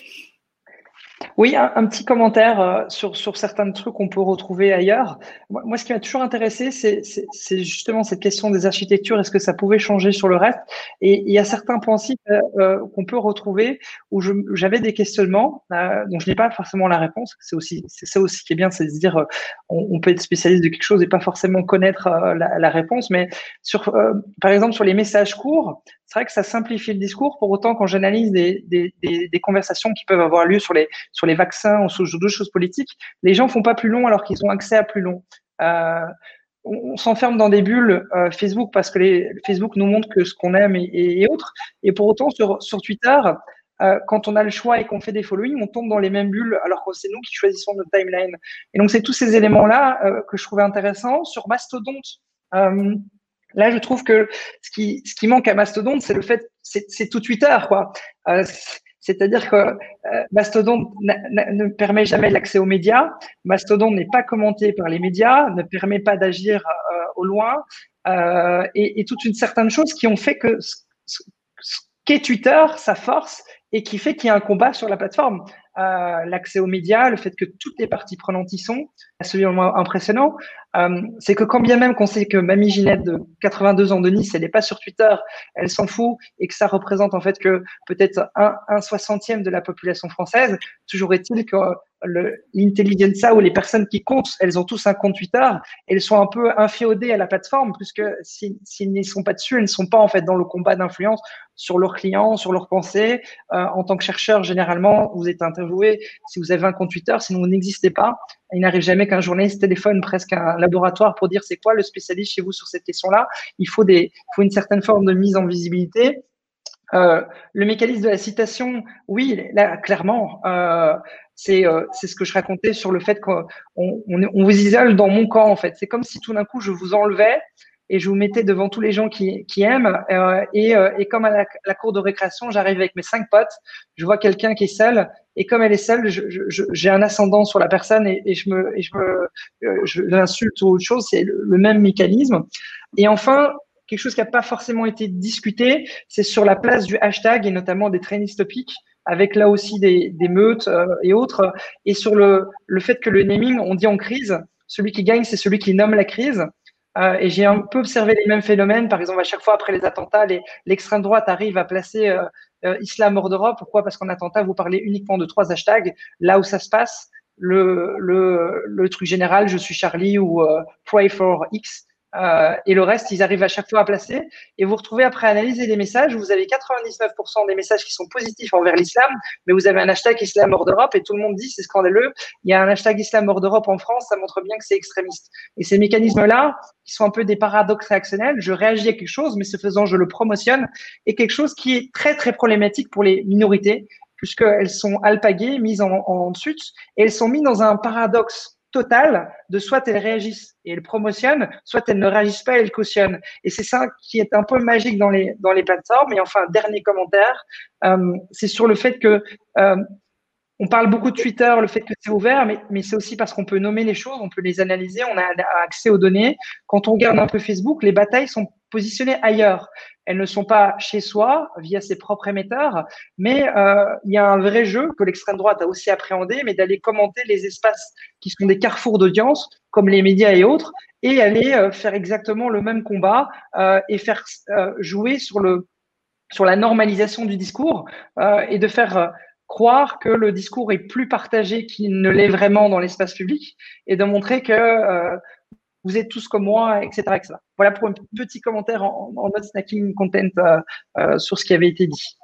Oui, un, un petit commentaire euh, sur, sur certains trucs qu'on peut retrouver ailleurs. Moi, moi ce qui m'a toujours intéressé, c'est, c'est, c'est justement cette question des architectures. Est-ce que ça pouvait changer sur le reste? Et il y a certains principes euh, qu'on peut retrouver où je, j'avais des questionnements euh, dont je n'ai pas forcément la réponse. C'est aussi, c'est ça aussi qui est bien, c'est de se dire euh, on, on peut être spécialiste de quelque chose et pas forcément connaître euh, la, la réponse. Mais sur, euh, par exemple, sur les messages courts, c'est vrai que ça simplifie le discours. Pour autant, quand j'analyse des, des, des, des conversations qui peuvent avoir lieu sur les sur les vaccins ou sur d'autres choses politiques, les gens font pas plus long alors qu'ils ont accès à plus long. Euh, on, on s'enferme dans des bulles euh, Facebook parce que les, Facebook nous montre que ce qu'on aime et, et, et autres. Et pour autant, sur, sur Twitter, euh, quand on a le choix et qu'on fait des followings, on tombe dans les mêmes bulles alors que c'est nous qui choisissons notre timeline. Et donc, c'est tous ces éléments-là euh, que je trouvais intéressants. Sur Mastodonte, euh, là, je trouve que ce qui, ce qui manque à Mastodonte, c'est le fait, c'est, c'est tout Twitter, quoi. Euh, C'est-à-dire que euh, Mastodon ne permet jamais l'accès aux médias. Mastodon n'est pas commenté par les médias, ne permet pas d'agir euh, au loin, euh, et, et toute une certaine chose qui ont fait que ce, ce, ce qu'est Twitter, sa force, et qui fait qu'il y a un combat sur la plateforme. Euh, l'accès aux médias, le fait que toutes les parties prenantes y sont, absolument impressionnant. Euh, c'est que quand bien même qu'on sait que Mamie Ginette de quatre-vingt-deux ans de Nice, elle n'est pas sur Twitter, elle s'en fout, et que ça représente en fait que peut-être un, un soixantième de la population française, toujours est-il que le, l'intelligentsia ou les personnes qui comptent, elles ont tous un compte Twitter, elles sont un peu inféodées à la plateforme, puisque s'ils, s'ils n'y sont pas dessus, elles ne sont pas en fait dans le combat d'influence sur leurs clients, sur leurs pensées. Euh, en tant que chercheur, généralement, vous êtes interviewé si vous avez un compte Twitter, sinon vous n'existez pas. Il n'arrive jamais qu'un journaliste téléphone presque un laboratoire pour dire c'est quoi le spécialiste chez vous sur cette question-là. Il faut des, il faut une certaine forme de mise en visibilité. Euh, le mécanisme de la citation, oui, là, clairement, euh, c'est, euh, c'est ce que je racontais sur le fait qu'on on, on vous isole dans mon camp, en fait. C'est comme si tout d'un coup, je vous enlevais et je vous mettais devant tous les gens qui, qui aiment. Euh, et, euh, et comme à la, la cour de récréation, j'arrive avec mes cinq potes, je vois quelqu'un qui est seul, et comme elle est seule, je, je, je, j'ai un ascendant sur la personne et, et je me, et je me, euh, je l'insulte ou autre chose. C'est le, le même mécanisme. Et enfin, quelque chose qui n'a pas forcément été discuté, c'est sur la place du hashtag et notamment des trending topics, avec là aussi des, des meutes euh, et autres, et sur le, le fait que le naming, on dit en crise, celui qui gagne, c'est celui qui nomme la crise. Euh, et j'ai un peu observé les mêmes phénomènes. Par exemple, à chaque fois après les attentats, les, l'extrême droite arrive à placer euh, euh, Islam hors d'Europe. Pourquoi? Parce qu'en attentat, vous parlez uniquement de trois hashtags. Là où ça se passe, le, le, le truc général, je suis Charlie ou euh, Pray for X. Euh, et le reste, ils arrivent à chaque fois à placer. Et vous retrouvez après analyser les messages, vous avez quatre-vingt-dix-neuf pour cent des messages qui sont positifs envers l'islam, mais vous avez un hashtag islam hors d'Europe et tout le monde dit c'est scandaleux. Il y a un hashtag islam hors d'Europe en France, ça montre bien que c'est extrémiste. Et ces mécanismes-là, qui sont un peu des paradoxes réactionnels, je réagis à quelque chose, mais ce faisant, je le promotionne, et quelque chose qui est très très problématique pour les minorités, puisqu'elles sont alpaguées, mises en, en dessus, et elles sont mises dans un paradoxe total de soit elles réagissent et elles promotionnent, soit elles ne réagissent pas et elles cautionnent. Et c'est ça qui est un peu magique dans les dans les plateformes. Et enfin, dernier commentaire, euh, c'est sur le fait que euh, on parle beaucoup de Twitter, le fait que c'est ouvert, mais, mais c'est aussi parce qu'on peut nommer les choses, on peut les analyser, on a accès aux données. Quand on regarde un peu Facebook, les batailles sont positionnées ailleurs. Elles ne sont pas chez soi, via ses propres émetteurs, mais euh, il y a un vrai jeu que l'extrême droite a aussi appréhendé, mais d'aller commenter les espaces qui sont des carrefours d'audience, comme les médias et autres, et aller euh, faire exactement le même combat euh, et faire euh, jouer sur, le, sur la normalisation du discours euh, et de faire... Euh, croire que le discours est plus partagé qu'il ne l'est vraiment dans l'espace public et de montrer que euh, vous êtes tous comme moi, et cetera, et cetera. Voilà pour un petit commentaire en, en mode snacking content euh, euh, sur ce qui avait été dit.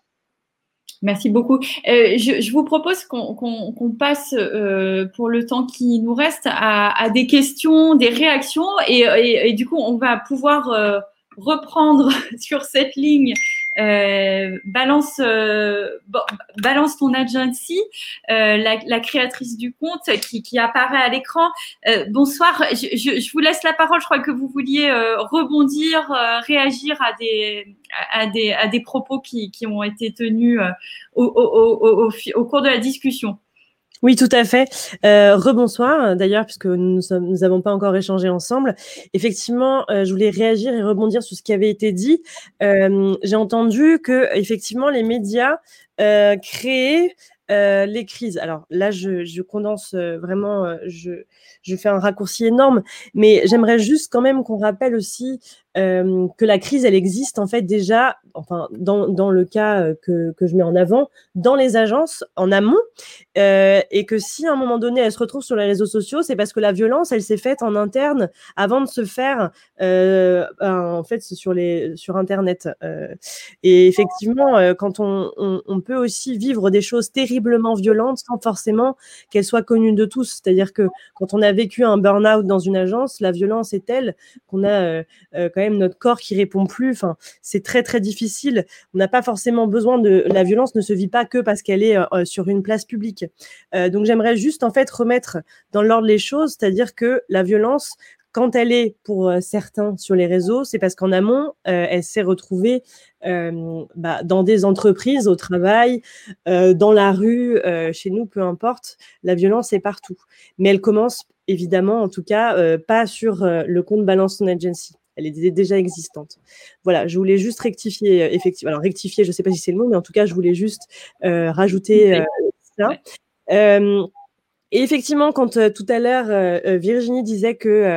Merci beaucoup. Euh, je, je vous propose qu'on, qu'on, qu'on passe euh, pour le temps qui nous reste à, à des questions, des réactions et, et, et du coup, on va pouvoir euh, reprendre sur cette ligne Euh, balance, euh, bon, balance ton agency, euh, la, la créatrice du compte qui, qui apparaît à l'écran. Euh, bonsoir, je, je, je vous laisse la parole. Je crois que vous vouliez euh, rebondir, euh, réagir à des, à des, à des propos qui, qui ont été tenus euh, au, au, au, au, au cours de la discussion.
Oui, tout à fait. Euh, rebonsoir, d'ailleurs, puisque nous sommes, nous avons pas encore échangé ensemble. Effectivement, euh, je voulais réagir et rebondir sur ce qui avait été dit. Euh, j'ai entendu que, effectivement, les médias euh, créaient euh, les crises. Alors là, je, je condense euh, vraiment, euh, je, je fais un raccourci énorme, mais j'aimerais juste quand même qu'on rappelle aussi euh, que la crise, elle existe en fait déjà, enfin dans, dans le cas que, que je mets en avant, dans les agences en amont, euh, et que si à un moment donné elle se retrouve sur les réseaux sociaux, c'est parce que la violence, elle s'est faite en interne avant de se faire euh, en fait sur les sur Internet. Euh, et effectivement, euh, quand on, on, on peut aussi vivre des choses terriblement violentes sans forcément qu'elles soient connues de tous. C'est-à-dire que quand on a vécu un burn-out dans une agence, la violence est telle qu'on a euh, euh, quand même notre corps qui répond plus. Enfin, c'est très très difficile. On n'a pas forcément besoin de. La violence ne se vit pas que parce qu'elle est euh, sur une place publique. Euh, donc j'aimerais juste en fait remettre dans l'ordre les choses, c'est-à-dire que la violence, quand elle est pour euh, certains sur les réseaux, c'est parce qu'en amont, euh, elle s'est retrouvée euh, bah, dans des entreprises, au travail, euh, dans la rue, euh, chez nous, peu importe. La violence est partout. Mais elle commence évidemment, en tout cas, euh, pas sur euh, le compte Balance Ton Agency. Elle est déjà existante. Voilà, je voulais juste rectifier, euh, effectivement. Alors rectifier, je ne sais pas si c'est le mot, mais en tout cas, je voulais juste euh, rajouter euh, ça. Ouais. Euh, Et effectivement, quand euh, tout à l'heure, euh, Virginie disait que euh,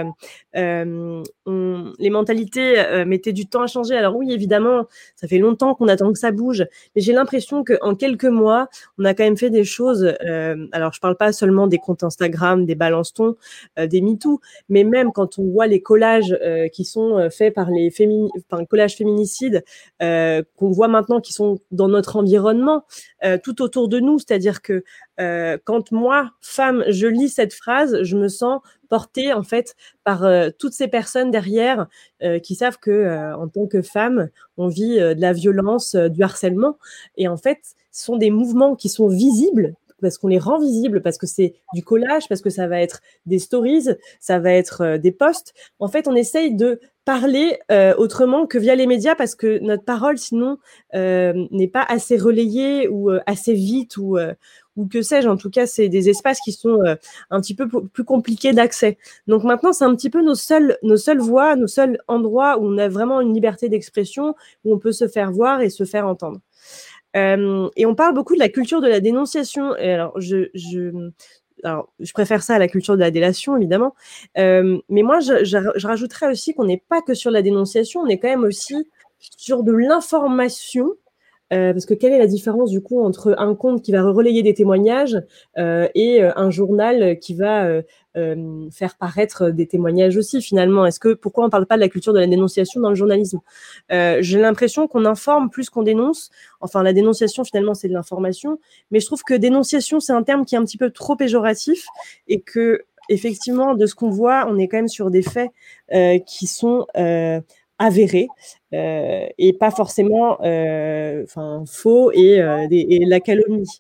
euh, on, les mentalités euh, mettaient du temps à changer. Alors oui, évidemment, ça fait longtemps qu'on attend que ça bouge, mais j'ai l'impression qu'en quelques mois, on a quand même fait des choses. Euh, alors, je parle pas seulement des comptes Instagram, des balance-tons, euh, des MeToo, mais même quand on voit les collages euh, qui sont faits par les fémini- enfin, collages féminicides, euh, qu'on voit maintenant qui sont dans notre environnement, euh, tout autour de nous, c'est-à-dire que euh, quand moi, femme, je lis cette phrase, je me sens portée en fait par euh, toutes ces personnes derrière euh, qui savent que euh, en tant que femme, on vit euh, de la violence, euh, du harcèlement, et en fait, ce sont des mouvements qui sont visibles parce qu'on les rend visibles, parce que c'est du collage, parce que ça va être des stories, ça va être euh, des posts. En fait, on essaye de parler euh, autrement que via les médias parce que notre parole, sinon, euh, n'est pas assez relayée ou euh, assez vite ou euh, ou que sais-je. En tout cas, c'est des espaces qui sont euh, un petit peu p- plus compliqués d'accès. Donc maintenant, c'est un petit peu nos seules, nos seules voies, nos seuls endroits où on a vraiment une liberté d'expression, où on peut se faire voir et se faire entendre. Euh, et on parle beaucoup de la culture de la dénonciation. Et alors, je, je, alors, je préfère ça à la culture de la délation, évidemment. Euh, mais moi, je, je, je rajouterais aussi qu'on n'est pas que sur la dénonciation, on est quand même aussi sur de l'information. Euh, parce que quelle est la différence du coup entre un compte qui va relayer des témoignages euh, et euh, un journal qui va euh, euh, faire paraître des témoignages aussi finalement? Est-ce que pourquoi on ne parle pas de la culture de la dénonciation dans le journalisme? euh, J'ai l'impression qu'on informe plus qu'on dénonce. Enfin, la dénonciation finalement c'est de l'information, mais je trouve que dénonciation c'est un terme qui est un petit peu trop péjoratif et que effectivement de ce qu'on voit, on est quand même sur des faits euh, qui sont euh, avérés euh, et pas forcément euh, enfin, faux et, euh, des, et la calomnie.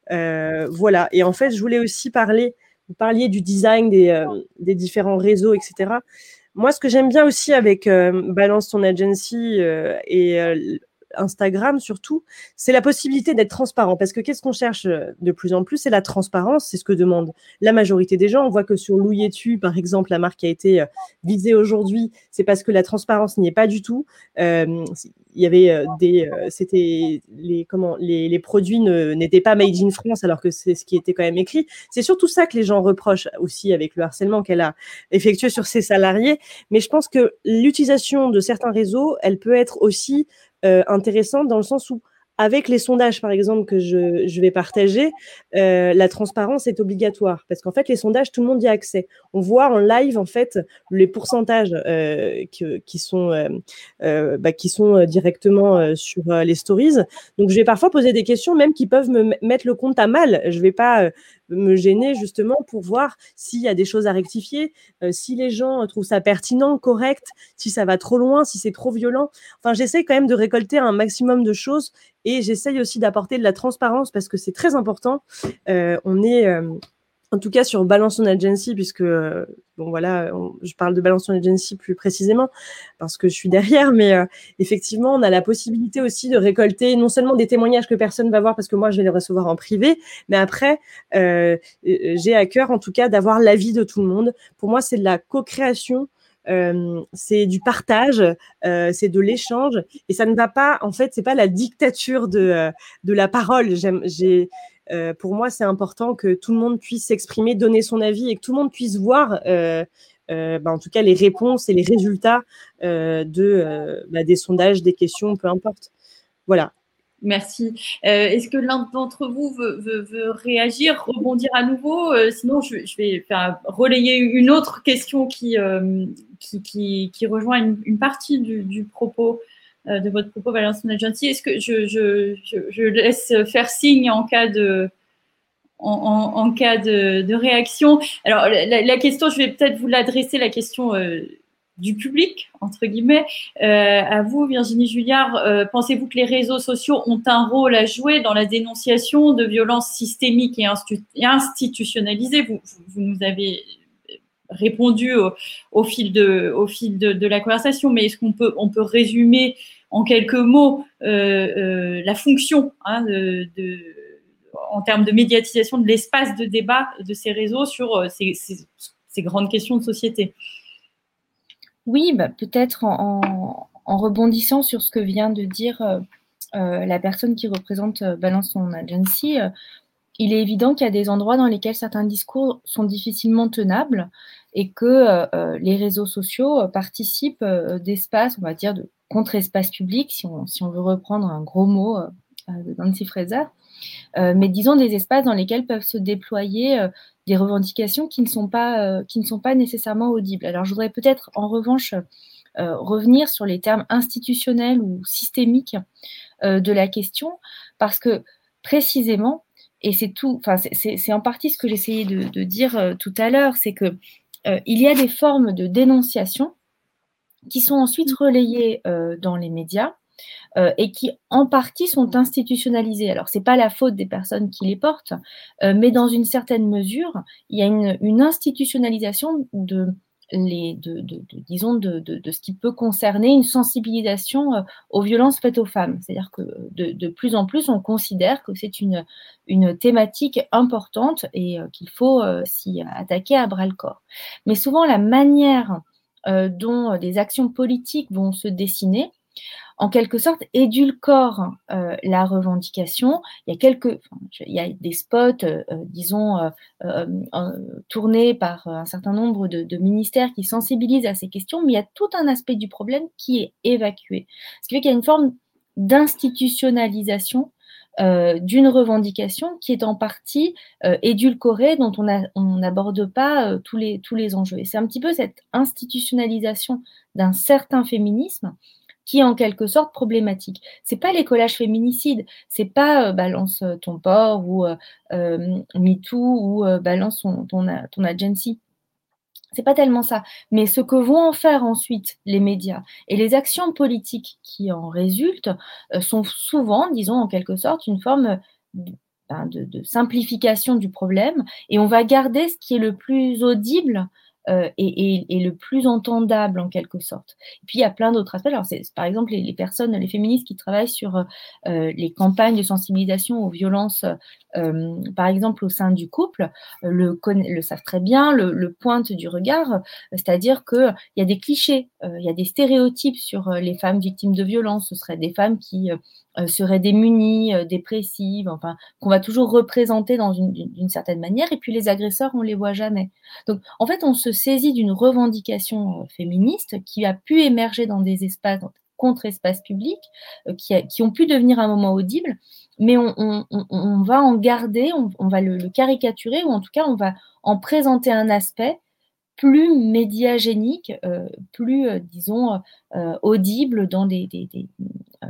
Euh, voilà. Et en fait, je voulais aussi parler, vous parliez du design des, euh, des différents réseaux, et cetera. Moi, ce que j'aime bien aussi avec euh, Balance Ton Agency euh, et euh, Instagram surtout, c'est la possibilité d'être transparent. Parce que qu'est-ce qu'on cherche de plus en plus? C'est la transparence, c'est ce que demande la majorité des gens. On voit que sur Louis-et-tu, par exemple, la marque qui a été visée aujourd'hui, c'est parce que la transparence n'y est pas du tout. Euh, il y avait des, c'était les comment, les, les produits ne, n'étaient pas made in France alors que c'est ce qui était quand même écrit. C'est surtout ça que les gens reprochent aussi avec le harcèlement qu'elle a effectué sur ses salariés. Mais je pense que l'utilisation de certains réseaux, elle peut être aussi Euh, intéressante dans le sens où, avec les sondages, par exemple, que je, je vais partager, euh, la transparence est obligatoire parce qu'en fait, les sondages, tout le monde y a accès. On voit en live, en fait, les pourcentages euh, que, qui sont, euh, euh, bah, qui sont directement euh, sur euh, les stories. Donc, je vais parfois poser des questions, même qui peuvent me mettre le compte à mal. Je vais pas euh, me gêner justement pour voir s'il y a des choses à rectifier, euh, si les gens trouvent ça pertinent, correct, si ça va trop loin, si c'est trop violent. Enfin, j'essaie quand même de récolter un maximum de choses et j'essaye aussi d'apporter de la transparence parce que c'est très important. Euh, on est, euh, en tout cas sur Balance Ton Agency, puisque euh, bon voilà, on, je parle de Balance Ton Agency plus précisément parce que je suis derrière, mais euh, effectivement, on a la possibilité aussi de récolter non seulement des témoignages que personne va voir parce que moi je vais les recevoir en privé, mais après euh, j'ai à cœur en tout cas d'avoir l'avis de tout le monde. Pour moi, c'est de la co-création. Euh, c'est du partage, euh, c'est de l'échange, et ça ne va pas, en fait, c'est pas la dictature de euh, de la parole. J'aime, j'ai, euh, pour moi, c'est important que tout le monde puisse s'exprimer, donner son avis, et que tout le monde puisse voir, euh, euh, bah, en tout cas, les réponses et les résultats euh, de euh, bah, des sondages, des questions, peu importe. Voilà.
Merci. Euh, est-ce que l'un d'entre vous veut, veut, veut réagir, rebondir à nouveau? euh, Sinon, je, je vais faire relayer une autre question qui, euh, qui, qui, qui rejoint une, une partie du, du propos, euh, de votre propos, Balance Ton Agency. Est-ce que je, je, je, je laisse faire signe en cas de, en, en, en cas de, de réaction? Alors, la, la question, je vais peut-être vous l'adresser, la question euh, du public, entre guillemets. Euh, à vous, Virginie Julliard, euh, pensez-vous que les réseaux sociaux ont un rôle à jouer dans la dénonciation de violences systémiques et, institu- et institutionnalisées? vous, vous, vous nous avez répondu au, au fil, de, au fil de, de la conversation, mais est-ce qu'on peut, on peut résumer en quelques mots euh, euh, la fonction hein, de, de, en termes de médiatisation de l'espace de débat de ces réseaux sur euh, ces, ces, ces grandes questions de société?
Oui, bah, peut-être en, en, en rebondissant sur ce que vient de dire euh, euh, la personne qui représente euh, Balance Ton Agency, euh, il est évident qu'il y a des endroits dans lesquels certains discours sont difficilement tenables et que euh, les réseaux sociaux euh, participent euh, d'espaces, on va dire, de contre-espace public, si on, si on veut reprendre un gros mot euh, de Nancy Fraser, euh, mais disons des espaces dans lesquels peuvent se déployer euh, des revendications qui ne sont pas, euh, qui ne sont pas nécessairement audibles. Alors, je voudrais peut-être, en revanche, euh, revenir sur les termes institutionnels ou systémiques euh, de la question, parce que, précisément, et c'est tout, enfin, c'est, c'est en partie ce que j'essayais de, de dire euh, tout à l'heure, c'est que euh, il y a des formes de dénonciation qui sont ensuite relayées euh, dans les médias, Euh, et qui en partie sont institutionnalisées. Alors, ce n'est pas la faute des personnes qui les portent, euh, mais dans une certaine mesure, il y a une, une institutionnalisation de, les, de, de, de disons, de, de, de ce qui peut concerner une sensibilisation euh, aux violences faites aux femmes. C'est-à-dire que de, de plus en plus, on considère que c'est une, une thématique importante et euh, qu'il faut euh, s'y attaquer à bras-le-corps. Mais souvent, la manière euh, dont des actions politiques vont se dessiner, en quelque sorte, édulcore euh, la revendication. Il y a quelques, enfin, il y a des spots, euh, disons, euh, euh, euh, tournés par un certain nombre de, de ministères qui sensibilisent à ces questions, mais il y a tout un aspect du problème qui est évacué. Ce qui fait qu'il y a une forme d'institutionnalisation euh, d'une revendication qui est en partie euh, édulcorée, dont on n'aborde pas euh, tous, les, tous les enjeux. Et c'est un petit peu cette institutionnalisation d'un certain féminisme qui est en quelque sorte problématique. C'est pas les collages féminicides, c'est pas euh, balance ton port ou euh, euh, MeToo ou euh, balance ton, ton, ton agency. C'est pas tellement ça. Mais ce que vont en faire ensuite les médias et les actions politiques qui en résultent euh, sont souvent, disons en quelque sorte, une forme de, de, de simplification du problème, et on va garder ce qui est le plus audible Euh, et, et, et le plus entendable en quelque sorte. Et puis il y a plein d'autres aspects. Alors c'est par exemple les, les personnes, les féministes qui travaillent sur euh, les campagnes de sensibilisation aux violences, euh, par exemple au sein du couple, euh, le, le savent très bien, le, le pointent du regard, euh, c'est-à-dire que il y a des clichés, euh, il y a des stéréotypes sur euh, les femmes victimes de violences. Ce seraient des femmes qui euh, euh, seraient démunies, euh, dépressives, enfin qu'on va toujours représenter dans une, d'une certaine manière. Et puis les agresseurs, on les voit jamais. Donc en fait, on se saisit d'une revendication féministe qui a pu émerger dans des espaces, contre-espaces publics, euh, qui, a, qui ont pu devenir un moment audible, mais on, on, on, on va en garder, on, on va le, le caricaturer, ou en tout cas, on va en présenter un aspect plus médiagénique, euh, plus, euh, disons, euh, audible dans des, des, des euh,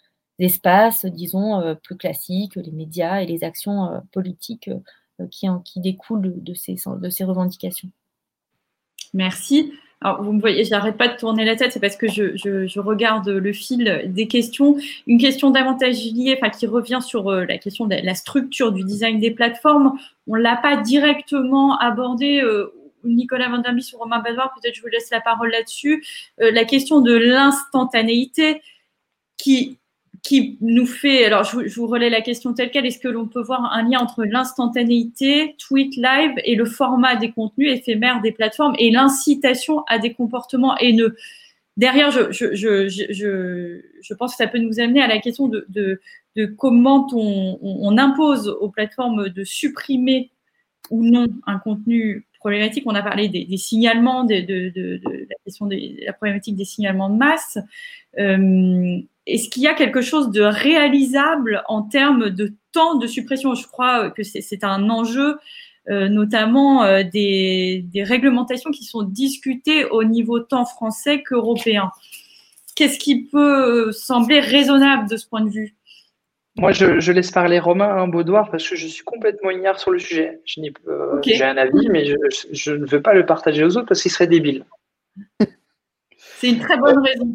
espaces, disons, euh, plus classiques, les médias et les actions euh, politiques euh, qui, en, qui découlent de, de, ces, de ces revendications.
Merci. Alors, vous me voyez, j'arrête pas de tourner la tête, c'est parce que je, je, je regarde le fil des questions. Une question davantage liée, enfin, qui revient sur euh, la question de la structure du design des plateformes. On l'a pas directement abordé. Euh, Nicolas Van der Bies ou Romain Badoir, peut-être je vous laisse la parole là-dessus. Euh, la question de l'instantanéité qui qui nous fait, alors je, je vous relais la question telle quelle, est-ce que l'on peut voir un lien entre l'instantanéité, tweet live et le format des contenus éphémères des plateformes et l'incitation à des comportements haineux? Derrière, je, je, je, je, je pense que ça peut nous amener à la question de, de, de comment on, on impose aux plateformes de supprimer ou non un contenu problématique. On a parlé des, des signalements, de, de, de, de la question de la problématique des signalements de masse. Euh, Est-ce qu'il y a quelque chose de réalisable en termes de temps de suppression? Je crois que c'est un enjeu, euh, notamment euh, des, des réglementations qui sont discutées au niveau tant français qu'européen. Qu'est-ce qui peut sembler raisonnable de ce point de vue?
Moi, je, je laisse parler Romain Badoir parce que je suis complètement ignare sur le sujet. Je n'ai, euh,
Okay.
J'ai un avis, mais je, je ne veux pas le partager aux autres parce qu'il serait débile.
C'est une très bonne raison.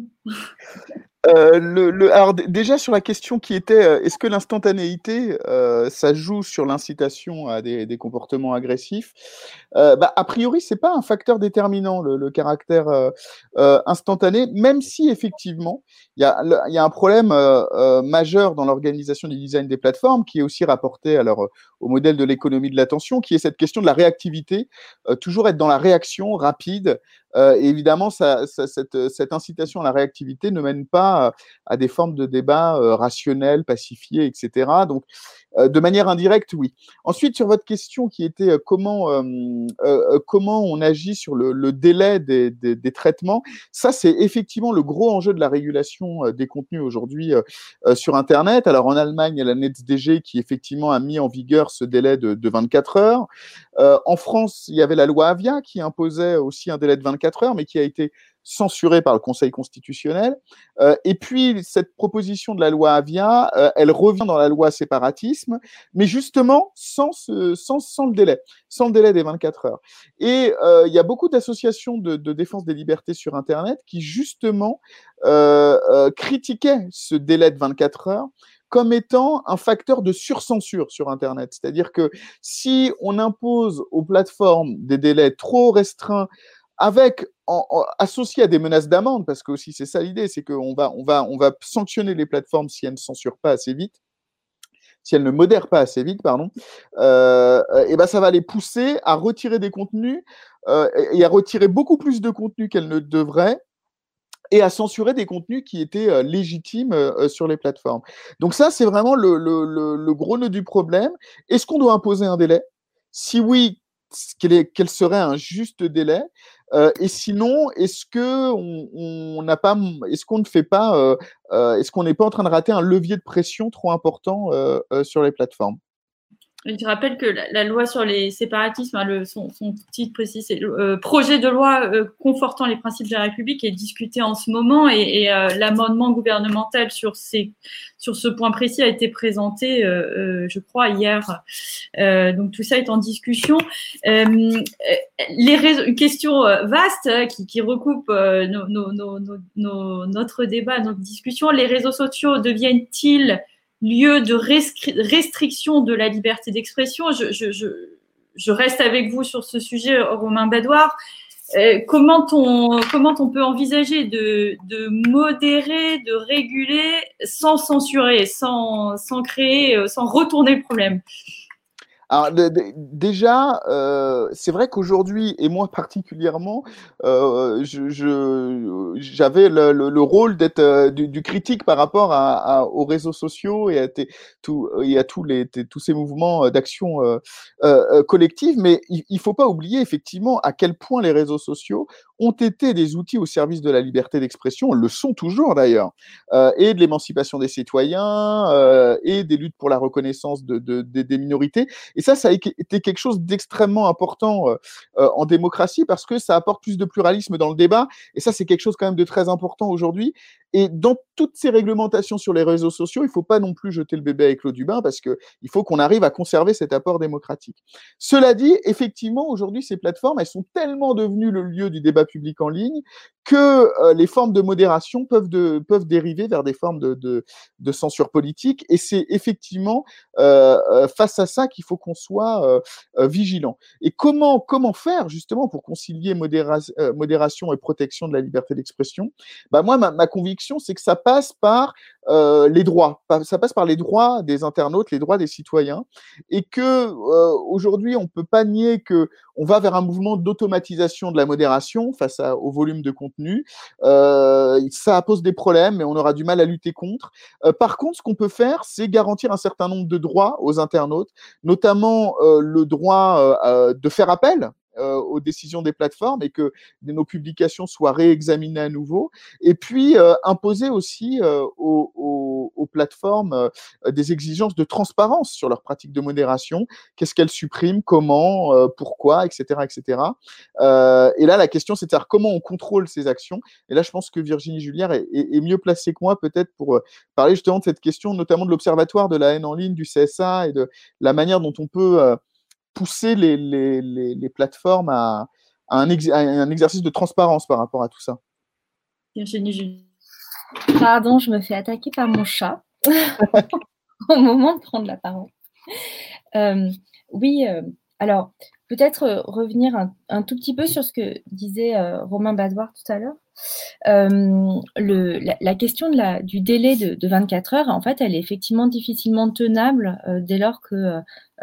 Euh, le, le, alors d- déjà sur la question qui était euh, est-ce que l'instantanéité euh, ça joue sur l'incitation à des, des comportements agressifs, euh, bah, a priori c'est pas un facteur déterminant le, le caractère euh, euh, instantané, même si effectivement il y a, le, y a un problème euh, euh, majeur dans l'organisation du design des plateformes qui est aussi rapporté alors euh, au modèle de l'économie de l'attention, qui est cette question de la réactivité, euh, toujours être dans la réaction rapide. Euh, et évidemment, ça, ça, cette, cette incitation à la réactivité ne mène pas à des formes de débat euh, rationnels, pacifiés, et cetera. Donc, euh, de manière indirecte, oui. Ensuite, sur votre question qui était euh, comment, euh, euh, comment on agit sur le, le délai des, des, des traitements, ça, c'est effectivement le gros enjeu de la régulation euh, des contenus aujourd'hui euh, euh, sur Internet. Alors, en Allemagne, il y a la NetzDG qui, effectivement, a mis en vigueur ce délai de, de vingt-quatre heures. Euh, en France, il y avait la loi Avia qui imposait aussi un délai de vingt-quatre heures, mais qui a été censurée par le Conseil constitutionnel. Euh, et puis, cette proposition de la loi Avia, euh, elle revient dans la loi séparatisme, mais justement sans, ce, sans, sans le délai, sans le délai des vingt-quatre heures. Et euh, il y a beaucoup d'associations de, de défense des libertés sur Internet qui, justement, euh, euh, critiquaient ce délai de vingt-quatre heures comme étant un facteur de surcensure sur Internet. C'est-à-dire que si on impose aux plateformes des délais trop restreints, avec en, en, associé à des menaces d'amende, parce que aussi c'est ça l'idée, c'est qu'on va, on va, on va sanctionner les plateformes si elles ne censurent pas assez vite, si elles ne modèrent pas assez vite, pardon, euh, et ben ça va les pousser à retirer des contenus euh, et à retirer beaucoup plus de contenus qu'elles ne devraient, et à censurer des contenus qui étaient euh, légitimes euh, sur les plateformes. Donc ça, c'est vraiment le, le, le, le gros nœud du problème. Est-ce qu'on doit imposer un délai? Si oui, quel, est, quel serait un juste délai? euh, Et sinon, est-ce que on, on n'a pas, est-ce qu'on ne fait pas, euh, euh, est-ce qu'on n'est pas en train de rater un levier de pression trop important euh, euh, sur les plateformes?
Je rappelle que la, la loi sur les séparatismes, hein, le, son, son titre précis, c'est le euh, projet de loi euh, confortant les principes de la République est discuté en ce moment et, et euh, l'amendement gouvernemental sur, ces, sur ce point précis a été présenté, euh, euh, je crois, hier. Euh, donc tout ça est en discussion. Euh, les réseaux, une question vaste hein, qui, qui recoupe euh, nos, nos, nos, nos, notre débat, notre discussion. Les réseaux sociaux deviennent-ils lieu de restriction de la liberté d'expression? je, je, je, je reste avec vous sur ce sujet, Romain Badoir. Euh, comment, on, comment on peut envisager de, de modérer, de réguler sans censurer, sans, sans créer, sans retourner le problème?
Alors, de, de, déjà, euh, c'est vrai qu'aujourd'hui, et moi particulièrement, euh, je, je, j'avais le, le, le rôle d'être euh, du, du critique par rapport à, à, aux réseaux sociaux et à, tes, tout, et à tous, les, tes, tous ces mouvements d'action euh, euh, collective, mais il ne faut pas oublier effectivement à quel point les réseaux sociaux ont été des outils au service de la liberté d'expression, le sont toujours d'ailleurs, euh, et de l'émancipation des citoyens, euh, et des luttes pour la reconnaissance de, de, de, des minorités. Et ça, ça a été quelque chose d'extrêmement important euh, euh, en démocratie parce que ça apporte plus de pluralisme dans le débat. Et ça, c'est quelque chose quand même de très important aujourd'hui. Et dans toutes ces réglementations sur les réseaux sociaux, il ne faut pas non plus jeter le bébé avec l'eau du bain parce qu'il faut qu'on arrive à conserver cet apport démocratique. Cela dit, effectivement, aujourd'hui, ces plateformes, elles sont tellement devenues le lieu du débat public en ligne que euh, les formes de modération peuvent, de, peuvent dériver vers des formes de, de, de censure politique. Et c'est effectivement euh, euh, face à ça qu'il faut qu'on soit euh, euh, vigilant. Et comment, comment faire justement pour concilier modéra euh, modération et protection de la liberté d'expression? Bah moi, ma, ma conviction, c'est que ça passe par euh, les droits. Ça passe par les droits des internautes, les droits des citoyens. Et que euh, aujourd'hui, on ne peut pas nier que on va vers un mouvement d'automatisation de la modération face à, au volume de contenu. Euh, ça pose des problèmes, mais on aura du mal à lutter contre. Euh, par contre, ce qu'on peut faire, c'est garantir un certain nombre de droits aux internautes, notamment euh, le droit euh, de faire appel Euh, aux décisions des plateformes et que nos publications soient réexaminées à nouveau. Et puis, euh, imposer aussi euh, aux, aux, aux plateformes euh, des exigences de transparence sur leurs pratiques de modération. Qu'est-ce qu'elles suppriment, comment, euh, pourquoi, et cetera, et cetera. Euh, et là, la question, c'est de savoir comment on contrôle ces actions. Et là, je pense que Virginie Julière est, est, est mieux placée que moi, peut-être, pour parler justement de cette question, notamment de l'Observatoire de la haine en ligne, du C S A, et de la manière dont on peut euh, pousser les, les, les, les plateformes à, à, un ex, à un exercice de transparence par rapport à tout ça.
Virginie Julière.
Pardon, je me fais attaquer par mon chat au moment de prendre la parole. Euh, oui, euh, alors peut-être euh, revenir un, un tout petit peu sur ce que disait euh, Romain Badouard tout à l'heure. Euh, le, la, la question de la, du délai de, de vingt-quatre heures, en fait, elle est effectivement difficilement tenable euh, dès lors que euh,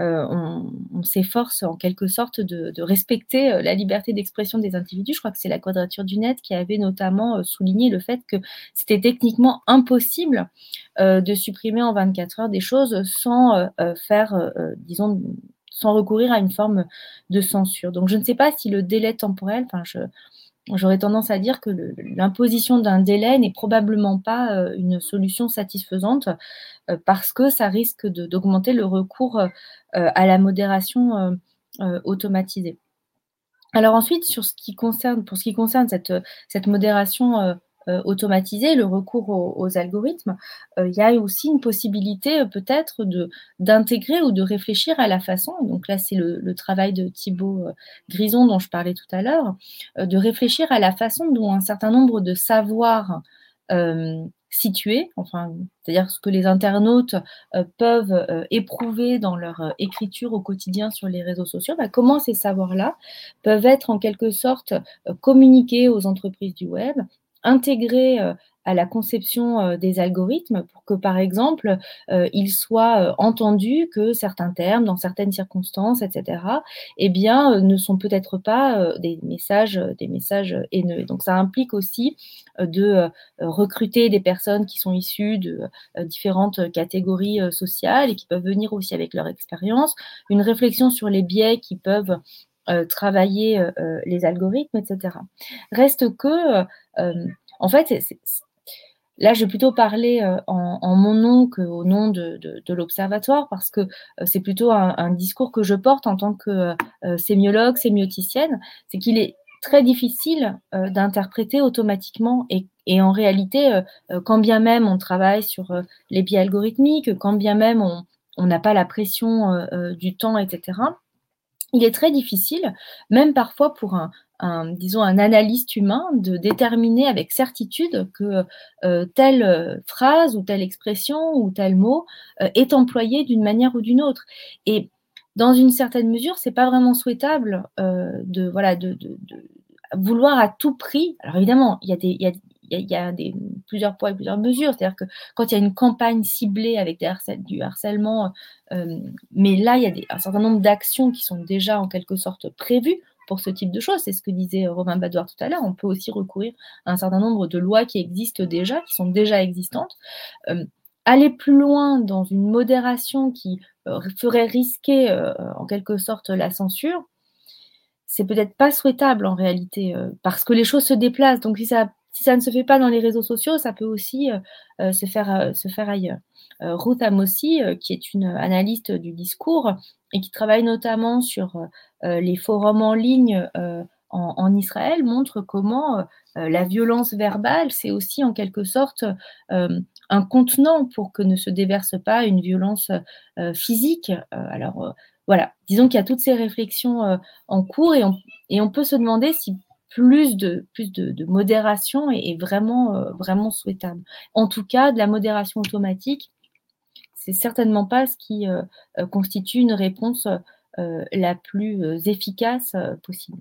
on, on s'efforce en quelque sorte de, de respecter euh, la liberté d'expression des individus. Je crois que c'est la Quadrature du Net qui avait notamment euh, souligné le fait que c'était techniquement impossible euh, de supprimer en vingt-quatre heures des choses sans euh, faire, euh, disons, sans recourir à une forme de censure. Donc, je ne sais pas si le délai temporel, enfin, je J'aurais tendance à dire que le, l'imposition d'un délai n'est probablement pas euh, une solution satisfaisante euh, parce que ça risque de, d'augmenter le recours euh, à la modération euh, euh, automatisée. Alors ensuite, sur ce qui concerne, pour ce qui concerne cette, cette modération euh, euh, automatisée, le recours aux, aux algorithmes, euh, il y a aussi une possibilité euh, peut-être de, d'intégrer ou de réfléchir à la façon, donc là c'est le, le travail de Thibaut euh, Grison dont je parlais tout à l'heure, euh, de réfléchir à la façon dont un certain nombre de savoirs euh, situés, enfin, c'est-à-dire ce que les internautes euh, peuvent euh, éprouver dans leur euh, écriture au quotidien sur les réseaux sociaux, bah, comment ces savoirs-là peuvent être en quelque sorte euh, communiqués aux entreprises du web, intégrés euh, à la conception euh, des algorithmes pour que, par exemple, euh, il soit euh, entendu que certains termes, dans certaines circonstances, et cetera, eh bien, euh, ne sont peut-être pas euh, des messages, des messages haineux. Et donc, ça implique aussi euh, de euh, recruter des personnes qui sont issues de euh, différentes catégories euh, sociales et qui peuvent venir aussi avec leur expérience, une réflexion sur les biais qui peuvent euh, travailler euh, les algorithmes, et cetera. Reste que, euh, en fait, c'est, c'est, là, je vais plutôt parler euh, en, en mon nom qu'au nom de, de, de l'Observatoire parce que euh, c'est plutôt un, un discours que je porte en tant que euh, sémiologue, sémioticienne, c'est qu'il est très difficile euh, d'interpréter automatiquement et, et en réalité, euh, quand bien même on travaille sur euh, les biais algorithmiques, quand bien même on on n'a pas la pression euh, euh, du temps, et cetera, il est très difficile, même parfois pour un, un, disons, un analyste humain, de déterminer avec certitude que euh, telle phrase ou telle expression ou tel mot euh, est employé d'une manière ou d'une autre. Et dans une certaine mesure, c'est pas vraiment souhaitable euh, de, voilà, de, de, de vouloir à tout prix. Alors évidemment, il y a des, il y a, il y a des, plusieurs poids et plusieurs mesures. C'est-à-dire que quand il y a une campagne ciblée avec des harcèl- du harcèlement, euh, mais là, il y a des, un certain nombre d'actions qui sont déjà en quelque sorte prévues pour ce type de choses. C'est ce que disait Romain Badouard tout à l'heure. On peut aussi recourir à un certain nombre de lois qui existent déjà, qui sont déjà existantes. Euh, aller plus loin dans une modération qui euh, ferait risquer euh, en quelque sorte la censure, c'est peut-être pas souhaitable en réalité, euh, parce que les choses se déplacent. Donc si ça Si ça ne se fait pas dans les réseaux sociaux, ça peut aussi euh, se, faire, euh, se faire ailleurs. Euh, Ruth Amossi, euh, qui est une analyste du discours et qui travaille notamment sur euh, les forums en ligne euh, en, en Israël montre comment euh, la violence verbale, c'est aussi en quelque sorte euh, un contenant pour que ne se déverse pas une violence euh, physique. Euh, alors euh, voilà, disons qu'il y a toutes ces réflexions euh, en cours et on, et on peut se demander si plus de, plus de, de modération est, est vraiment, euh, vraiment souhaitable. En tout cas, de la modération automatique, c'est certainement pas ce qui euh, constitue une réponse euh, la plus euh, efficace euh, possible.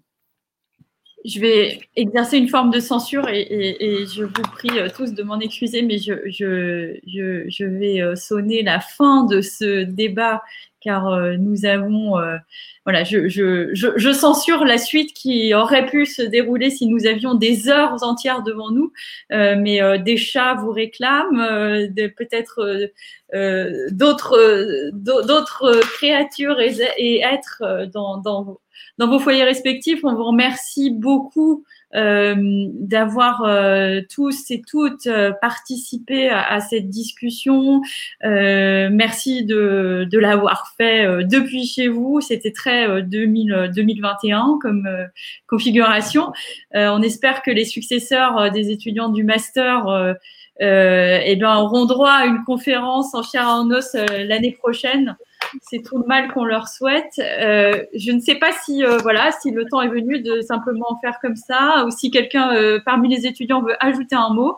Je vais exercer une forme de censure et, et, et je vous prie tous de m'en excuser, mais je, je, je, je vais sonner la fin de ce débat car euh, nous avons, euh, voilà, je, je, je, je censure la suite qui aurait pu se dérouler si nous avions des heures entières devant nous, euh, mais euh, des chats vous réclament, euh, de, peut-être euh, euh, d'autres, euh, d'autres créatures et, et êtres dans, dans vos Dans vos foyers respectifs. On vous remercie beaucoup euh, d'avoir euh, tous et toutes euh, participé à, à cette discussion. Euh, merci de, de l'avoir fait euh, depuis chez vous. C'était très euh, deux mille, deux mille vingt et un comme euh, configuration. Euh, on espère que les successeurs euh, des étudiants du master euh, euh, eh bien, auront droit à une conférence en chair et en os euh, l'année prochaine. C'est tout le mal qu'on leur souhaite. Euh, je ne sais pas si, euh, voilà, si le temps est venu de simplement en faire comme ça, ou si quelqu'un euh, parmi les étudiants veut ajouter un mot.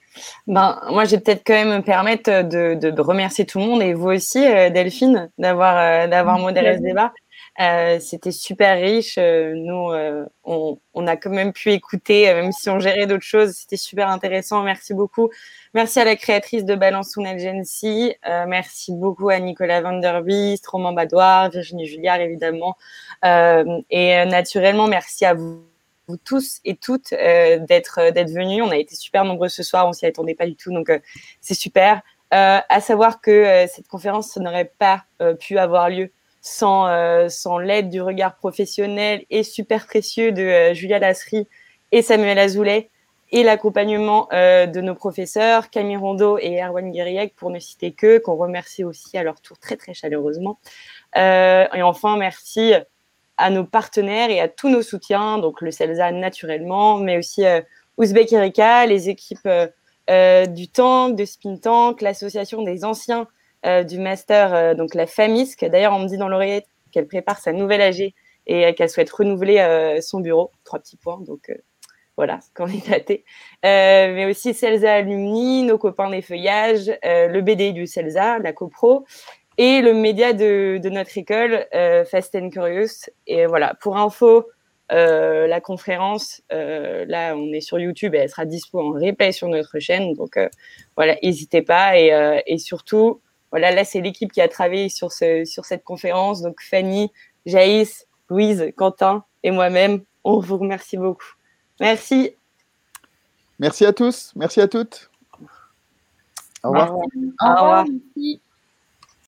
Ben, moi, je vais peut-être quand même me permettre de, de, de remercier tout le monde et vous aussi, euh, Delphine, d'avoir euh, d'avoir modéré ce débat. Euh, c'était super riche. Euh, nous, euh, on, on a quand même pu écouter, euh, même si on gérait d'autres choses. C'était super intéressant. Merci beaucoup. Merci à la créatrice de Balance Soon Agency. Euh, merci beaucoup à Nicolas Van Der Beest, Romain Badoir, Virginie Julliard, évidemment. Euh, et euh, naturellement, merci à vous, vous tous et toutes euh, d'être d'être venus. On a été super nombreux ce soir. On s'y attendait pas du tout. Donc, euh, c'est super. Euh, à savoir que euh, cette conférence n'aurait pas euh, pu avoir lieu sans, euh, sans l'aide du regard professionnel et super précieux de euh, Julia Lasserie et Samuel Azoulay et l'accompagnement euh, de nos professeurs Camille Rondeau et Erwan Guiriec, pour ne citer qu'eux, qu'on remercie aussi à leur tour très très chaleureusement. Euh, et enfin, merci à nos partenaires et à tous nos soutiens, donc le CELSA naturellement, mais aussi euh, Ouzbek Erika, les équipes euh, euh, du Tank, de Spin Tank, l'association des anciens Euh, du master, euh, donc la FAMISC. D'ailleurs, on me dit dans l'oreillette qu'elle prépare sa nouvelle A G et euh, qu'elle souhaite renouveler euh, son bureau. Trois petits points, donc euh, voilà, candidaté. Euh, mais aussi CELSA Alumni, nos copains des feuillages, euh, le B D du CELSA, la CoPro, et le média de, de notre école, euh, Fast and Curious. Et voilà, pour info, euh, la conférence, euh, là, on est sur YouTube et elle sera dispo en replay sur notre chaîne. Donc euh, voilà, n'hésitez pas. Et, euh, et surtout, voilà, là, c'est l'équipe qui a travaillé sur, ce, sur cette conférence. Donc, Fanny, Jaïs, Louise, Quentin et moi-même, on vous remercie beaucoup. Merci.
Merci à tous. Merci à toutes. Au revoir.
Au revoir. Au revoir. Merci.